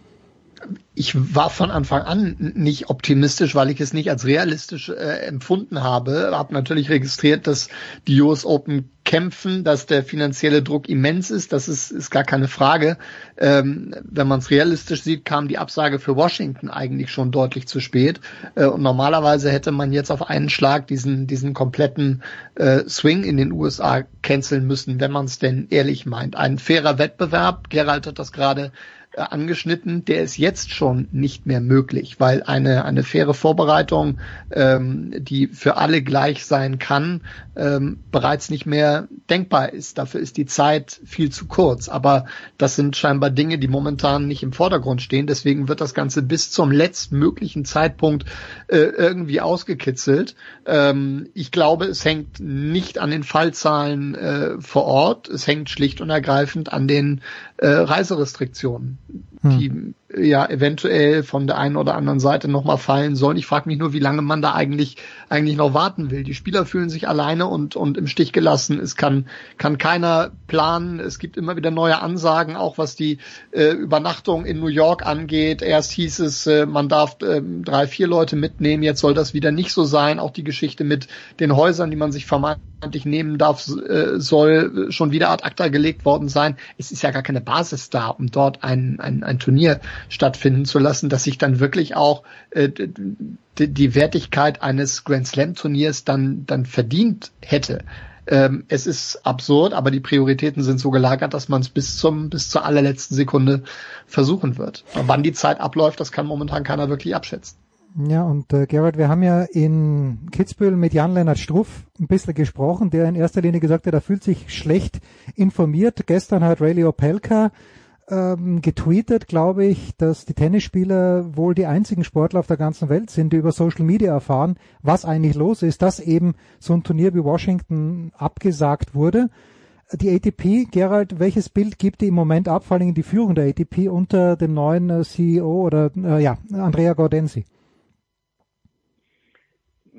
Ich war von Anfang an nicht optimistisch, weil ich es nicht als realistisch empfunden habe. Habe natürlich registriert, dass die US Open kämpfen, dass der finanzielle Druck immens ist. Das ist gar keine Frage. Wenn man es realistisch sieht, kam die Absage für Washington eigentlich schon deutlich zu spät. Und normalerweise hätte man jetzt auf einen Schlag diesen kompletten Swing in den USA canceln müssen, wenn man es denn ehrlich meint. Ein fairer Wettbewerb, Gerald hat das gerade angeschnitten, der ist jetzt schon nicht mehr möglich, weil eine faire Vorbereitung, die für alle gleich sein kann, bereits nicht mehr denkbar ist. Dafür ist die Zeit viel zu kurz. Aber das sind scheinbar Dinge, die momentan nicht im Vordergrund stehen. Deswegen wird das Ganze bis zum letztmöglichen Zeitpunkt irgendwie ausgekitzelt. Ich glaube, es hängt nicht an den Fallzahlen vor Ort. Es hängt schlicht und ergreifend an den Reiserestriktionen, die ja eventuell von der einen oder anderen Seite nochmal fallen sollen. Ich frage mich nur, wie lange man da eigentlich noch warten will. Die Spieler fühlen sich alleine und im Stich gelassen. Es kann keiner planen. Es gibt immer wieder neue Ansagen, auch was die Übernachtung in New York angeht. Erst hieß es, man darf 3-4 Leute mitnehmen. Jetzt soll das wieder nicht so sein. Auch die Geschichte mit den Häusern, die man sich vermeintlich nehmen darf, soll schon wieder ad acta gelegt worden sein. Es ist ja gar keine Basis da, um dort ein Turnier stattfinden zu lassen, dass sich dann wirklich auch die Wertigkeit eines Grand Slam Turniers dann verdient hätte. Es ist absurd, aber die Prioritäten sind so gelagert, dass man es bis zur allerletzten Sekunde versuchen wird. Aber wann die Zeit abläuft, das kann momentan keiner wirklich abschätzen. Ja, und Gerald, wir haben ja in Kitzbühel mit Jan-Lennart Struff ein bisschen gesprochen, der in erster Linie gesagt hat, er fühlt sich schlecht informiert. Gestern hat Reilly Opelka getweetet, glaube ich, dass die Tennisspieler wohl die einzigen Sportler auf der ganzen Welt sind, die über Social Media erfahren, was eigentlich los ist, dass eben so ein Turnier wie Washington abgesagt wurde. Die ATP, Gerald, welches Bild gibt die im Moment ab, vor allem die Führung der ATP unter dem neuen CEO oder Andrea Gaudenzi?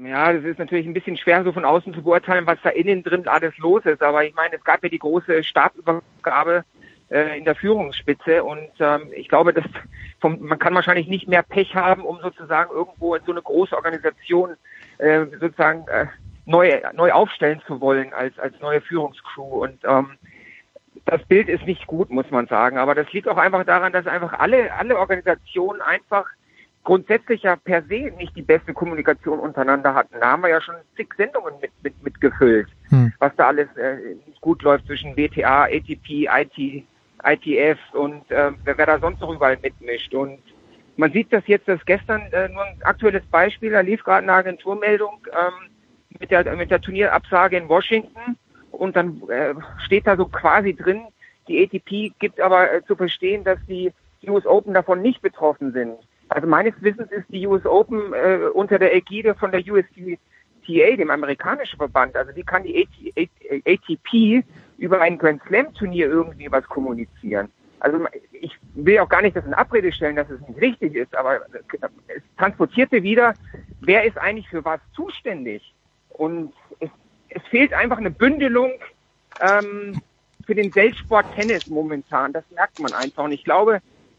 Ja, das ist natürlich ein bisschen schwer, so von außen zu beurteilen, was da innen drin alles los ist. Aber ich meine, es gab ja die große Stabübergabe in der Führungsspitze und ich glaube, man kann wahrscheinlich nicht mehr Pech haben, um sozusagen irgendwo so eine große Organisation sozusagen neu aufstellen zu wollen als neue Führungscrew. Und das Bild ist nicht gut, muss man sagen. Aber das liegt auch einfach daran, dass einfach alle Organisationen einfach grundsätzlich ja per se nicht die beste Kommunikation untereinander hatten. Da haben wir ja schon zig Sendungen mitgefüllt, was da alles nicht gut läuft zwischen WTA, ATP, ITF und wer da sonst noch überall mitmischt. Und man sieht das jetzt, dass gestern nur ein aktuelles Beispiel, da lief gerade eine Agenturmeldung mit der Turnierabsage in Washington und dann steht da so quasi drin, die ATP gibt aber zu verstehen, dass die US Open davon nicht betroffen sind. Also meines Wissens ist die US Open unter der Ägide von der USTA, dem amerikanischen Verband. Also wie kann die ATP über ein Grand Slam Turnier irgendwie was kommunizieren? Also ich will auch gar nicht das in Abrede stellen, dass es nicht richtig ist, aber es transportierte wieder, wer ist eigentlich für was zuständig? Und es fehlt einfach eine Bündelung für den Weltsport Tennis momentan. Das merkt man einfach. Und ich glaube,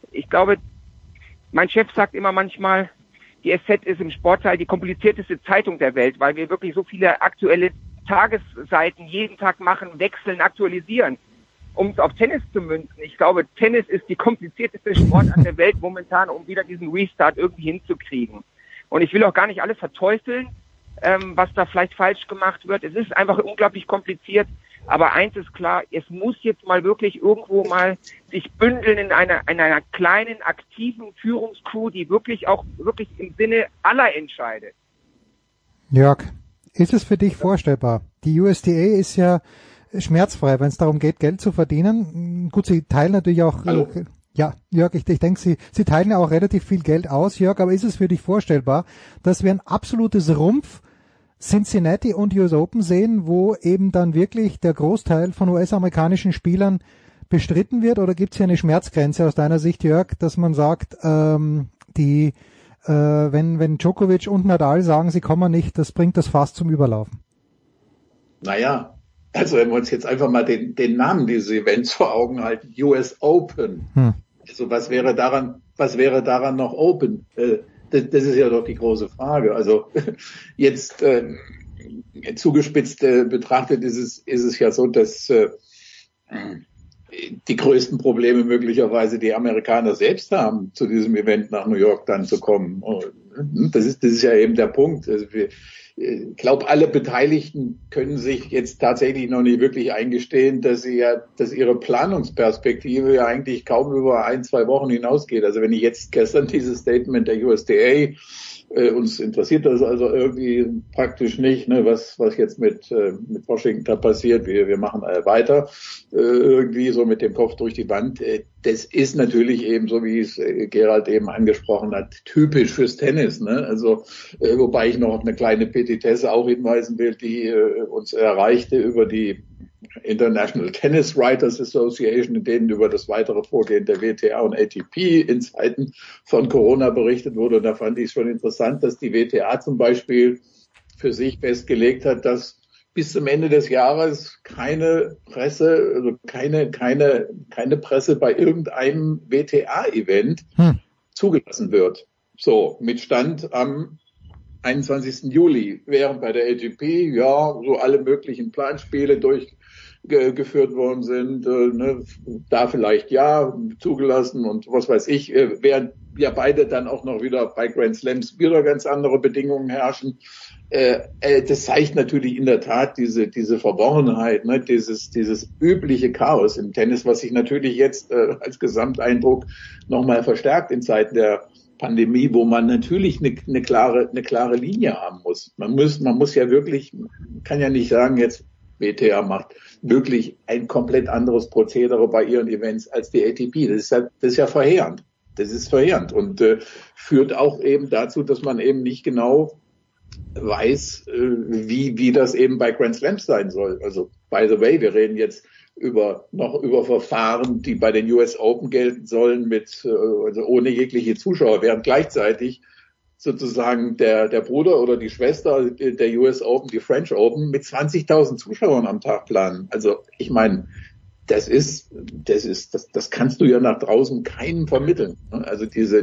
mein Chef sagt immer manchmal, die SZ ist im Sportteil die komplizierteste Zeitung der Welt, weil wir wirklich so viele aktuelle Tagesseiten jeden Tag machen, wechseln, aktualisieren, um es auf Tennis zu münzen. Ich glaube, Tennis ist die komplizierteste Sportart der Welt momentan, um wieder diesen Restart irgendwie hinzukriegen. Und ich will auch gar nicht alles verteufeln, was da vielleicht falsch gemacht wird. Es ist einfach unglaublich kompliziert. Aber eins ist klar, es muss jetzt mal wirklich irgendwo mal sich bündeln in einer kleinen, aktiven Führungscrew, die wirklich im Sinne aller entscheidet. Jörg, ist es für dich vorstellbar? Die USTA ist ja schmerzfrei, wenn es darum geht, Geld zu verdienen. Gut, sie teilen natürlich auch, ja, Jörg, ich denke, sie teilen ja auch relativ viel Geld aus, Jörg, aber ist es für dich vorstellbar, dass wir ein absolutes Rumpf Cincinnati und US Open sehen, wo eben dann wirklich der Großteil von US-amerikanischen Spielern bestritten wird? Oder gibt es hier eine Schmerzgrenze aus deiner Sicht, Jörg, dass man sagt, wenn Djokovic und Nadal sagen, sie kommen nicht, das bringt das Fass zum Überlaufen? Naja, also wenn wir uns jetzt einfach mal den Namen dieses Events vor Augen halten, US Open. Also was wäre daran noch Open? Das ist ja doch die große Frage. Also jetzt zugespitzt betrachtet ist es ja so, dass die größten Probleme möglicherweise die Amerikaner selbst haben, zu diesem Event nach New York dann zu kommen. Das ist ja eben der Punkt. Also ich glaube, alle Beteiligten können sich jetzt tatsächlich noch nicht wirklich eingestehen, dass ihre Planungsperspektive ja eigentlich kaum über 1-2 Wochen hinausgeht. Also wenn ich jetzt gestern dieses Statement der USTA, uns interessiert das also irgendwie praktisch nicht, ne, was jetzt mit Washington da passiert. Wir machen weiter, irgendwie so mit dem Kopf durch die Wand. Das ist natürlich eben, so wie es Gerald eben angesprochen hat, typisch fürs Tennis, ne? Also, wobei ich noch auf eine kleine Petitesse auch hinweisen will, die uns erreichte über die International Tennis Writers Association, in denen über das weitere Vorgehen der WTA und ATP in Zeiten von Corona berichtet wurde. Und da fand ich es schon interessant, dass die WTA zum Beispiel für sich festgelegt hat, dass bis zum Ende des Jahres keine Presse, also keine Presse bei irgendeinem WTA-Event zugelassen wird. So, mit Stand am 21. Juli, während bei der ATP ja so alle möglichen Planspiele durchgeführt worden sind, ne, da vielleicht ja zugelassen und was weiß ich, während ja beide dann auch noch wieder bei Grand Slams wieder ganz andere Bedingungen herrschen. Das zeigt natürlich in der Tat diese Verworrenheit, ne, dieses übliche Chaos im Tennis, was sich natürlich jetzt als Gesamteindruck nochmal verstärkt in Zeiten der Pandemie, wo man natürlich eine klare Linie haben muss. Man muss ja wirklich, kann ja nicht sagen, jetzt WTA macht wirklich ein komplett anderes Prozedere bei ihren Events als die ATP. Das ist ja verheerend. Das ist verheerend und führt auch eben dazu, dass man eben nicht genau weiß, wie das eben bei Grand Slams sein soll. Also, by the way, wir reden jetzt über Verfahren, die bei den US Open gelten sollen also ohne jegliche Zuschauer, während gleichzeitig sozusagen der Bruder oder die Schwester der US Open, die French Open, mit 20.000 Zuschauern am Tag planen. Also ich meine, das kannst du ja nach draußen keinem vermitteln. Also diese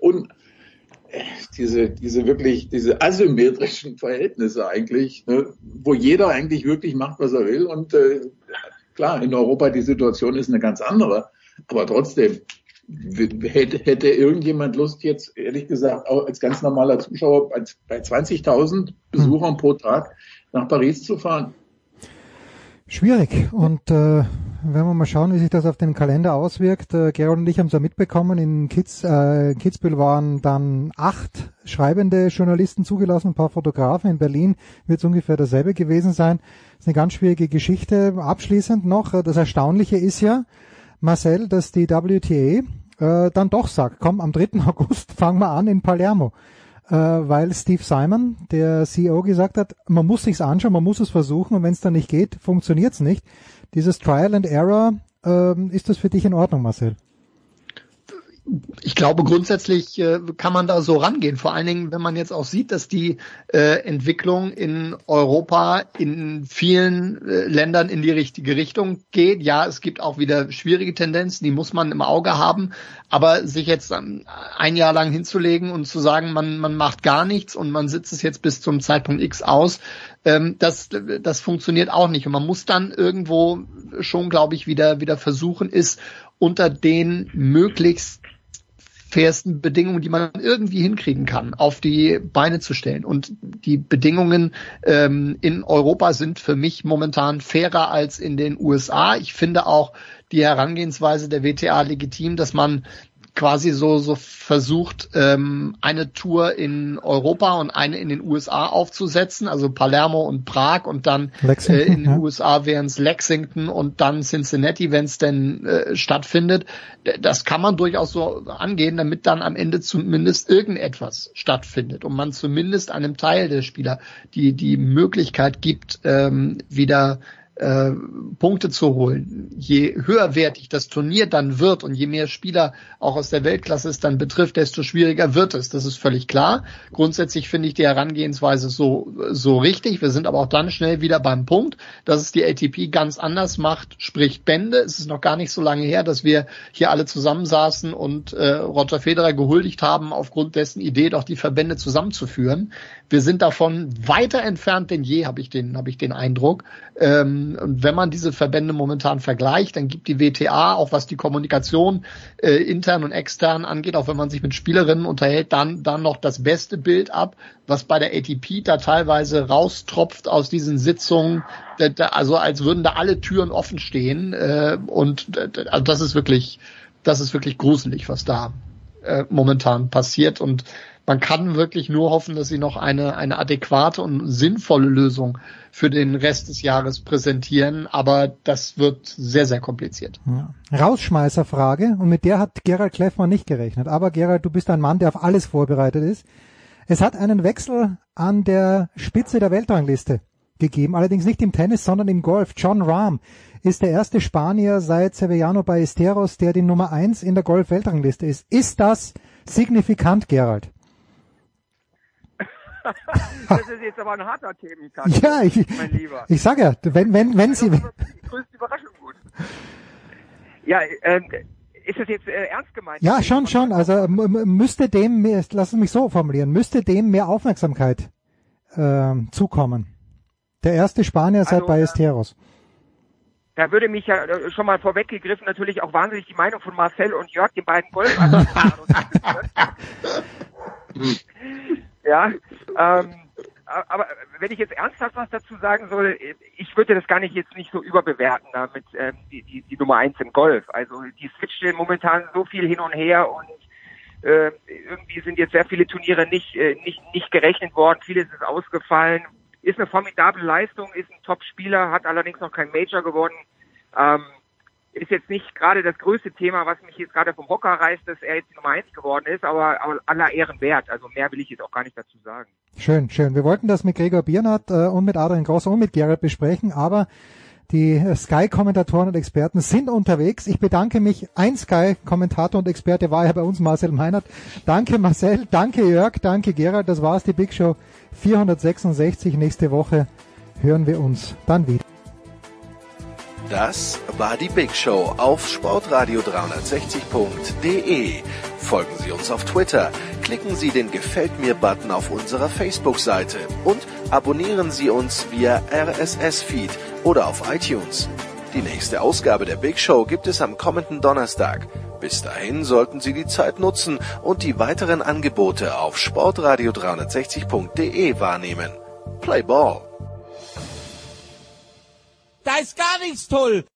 wirklich, diese asymmetrischen Verhältnisse eigentlich, ne, wo jeder eigentlich wirklich macht, was er will. Und klar, in Europa die Situation ist eine ganz andere. Aber trotzdem, hätte irgendjemand Lust jetzt, ehrlich gesagt, auch als ganz normaler Zuschauer bei 20.000 Besuchern pro Tag nach Paris zu fahren? Schwierig. Und wenn wir mal schauen, wie sich das auf den Kalender auswirkt. Gerald und ich haben es ja mitbekommen. In Kitzbühel waren dann 8 schreibende Journalisten zugelassen, ein paar Fotografen. In Berlin wird es ungefähr dasselbe gewesen sein. Das ist eine ganz schwierige Geschichte. Abschließend noch, das Erstaunliche ist ja, Marcel, dass die WTA dann doch sagt, komm, am 3. August fangen wir an in Palermo. Weil Steve Simon, der CEO, gesagt hat, man muss sich's anschauen, man muss es versuchen und wenn es dann nicht geht, funktioniert's nicht. Dieses Trial and Error, ist das für dich in Ordnung, Marcel? Ich glaube, grundsätzlich kann man da so rangehen. Vor allen Dingen, wenn man jetzt auch sieht, dass die Entwicklung in Europa in vielen Ländern in die richtige Richtung geht. Ja, es gibt auch wieder schwierige Tendenzen, die muss man im Auge haben. Aber sich jetzt ein Jahr lang hinzulegen und zu sagen, man macht gar nichts und man sitzt es jetzt bis zum Zeitpunkt X aus, das funktioniert auch nicht. Und man muss dann irgendwo schon, glaube ich, wieder versuchen, ist unter den möglichst fairsten Bedingungen, die man irgendwie hinkriegen kann, auf die Beine zu stellen. Und die Bedingungen in Europa sind für mich momentan fairer als in den USA. Ich finde auch die Herangehensweise der WTA legitim, dass man quasi so versucht, eine Tour in Europa und eine in den USA aufzusetzen, also Palermo und Prag und dann in den USA wären es Lexington und dann Cincinnati, wenn es denn stattfindet. Das kann man durchaus so angehen, damit dann am Ende zumindest irgendetwas stattfindet und man zumindest einem Teil der Spieler die Möglichkeit gibt, wieder Punkte zu holen. Je höherwertig das Turnier dann wird und je mehr Spieler auch aus der Weltklasse es dann betrifft, desto schwieriger wird es. Das ist völlig klar. Grundsätzlich finde ich die Herangehensweise so richtig. Wir sind aber auch dann schnell wieder beim Punkt, dass es die ATP ganz anders macht, spricht Bände. Es ist noch gar nicht so lange her, dass wir hier alle zusammensaßen und Roger Federer gehuldigt haben, aufgrund dessen Idee, doch die Verbände zusammenzuführen. Wir sind davon weiter entfernt denn je, habe ich den Eindruck. Und wenn man diese Verbände momentan vergleicht, dann gibt die WTA, auch was die Kommunikation intern und extern angeht, auch wenn man sich mit Spielerinnen unterhält, dann noch das beste Bild ab, was bei der ATP da teilweise raustropft aus diesen Sitzungen, also als würden da alle Türen offen stehen. Also das ist wirklich gruselig, was da momentan passiert. Und man kann wirklich nur hoffen, dass sie noch eine adäquate und sinnvolle Lösung für den Rest des Jahres präsentieren, aber das wird sehr, sehr kompliziert. Ja. Rausschmeißerfrage, und mit der hat Gerald Kleffmann nicht gerechnet. Aber Gerald, du bist ein Mann, der auf alles vorbereitet ist. Es hat einen Wechsel an der Spitze der Weltrangliste gegeben, allerdings nicht im Tennis, sondern im Golf. Jon Rahm ist der erste Spanier seit Severiano Ballesteros, der die Nummer 1 in der Golf-Weltrangliste ist. Ist das signifikant, Gerald? Das ist jetzt aber ein harter Themenkasten. Ja, mein Lieber. Ich sag ja, wenn Sie... Das ist die größte Überraschung gut. Ja, ist das jetzt ernst gemeint? Ja, schon. Also müsste dem, lass es mich so formulieren, müsste dem mehr Aufmerksamkeit zukommen. Der erste Spanier seit Ballesteros. Da würde mich ja schon mal vorweggegriffen natürlich auch wahnsinnig die Meinung von Marcel und Jörg, den beiden Golf. Ja, aber wenn ich jetzt ernsthaft was dazu sagen soll, ich würde das gar nicht so überbewerten damit die Nummer 1 im Golf. Also die switcht momentan so viel hin und her und irgendwie sind jetzt sehr viele Turniere nicht gerechnet worden, vieles ist ausgefallen. Ist eine formidable Leistung, ist ein Top-Spieler, hat allerdings noch kein Major gewonnen. Ist jetzt nicht gerade das größte Thema, was mich jetzt gerade vom Hocker reißt, dass er jetzt die Nummer 1 geworden ist, aber aller Ehren wert. Also mehr will ich jetzt auch gar nicht dazu sagen. Schön. Wir wollten das mit Gregor Biernat und mit Adrian Gross und mit Gerald besprechen, aber Die Sky-Kommentatoren und Experten sind unterwegs. Ich bedanke mich. Ein Sky-Kommentator und Experte war ja bei uns, Marcel Meinert. Danke Marcel, danke Jörg, danke Gerald. Das war's, die Big Show 466. Nächste Woche hören wir uns dann wieder. Das war die Big Show auf sportradio360.de. Folgen Sie uns auf Twitter, klicken Sie den Gefällt mir-Button auf unserer Facebook-Seite und abonnieren Sie uns via RSS-Feed oder auf iTunes. Die nächste Ausgabe der Big Show gibt es am kommenden Donnerstag. Bis dahin sollten Sie die Zeit nutzen und die weiteren Angebote auf sportradio360.de wahrnehmen. Play Ball! Da ist gar nichts toll.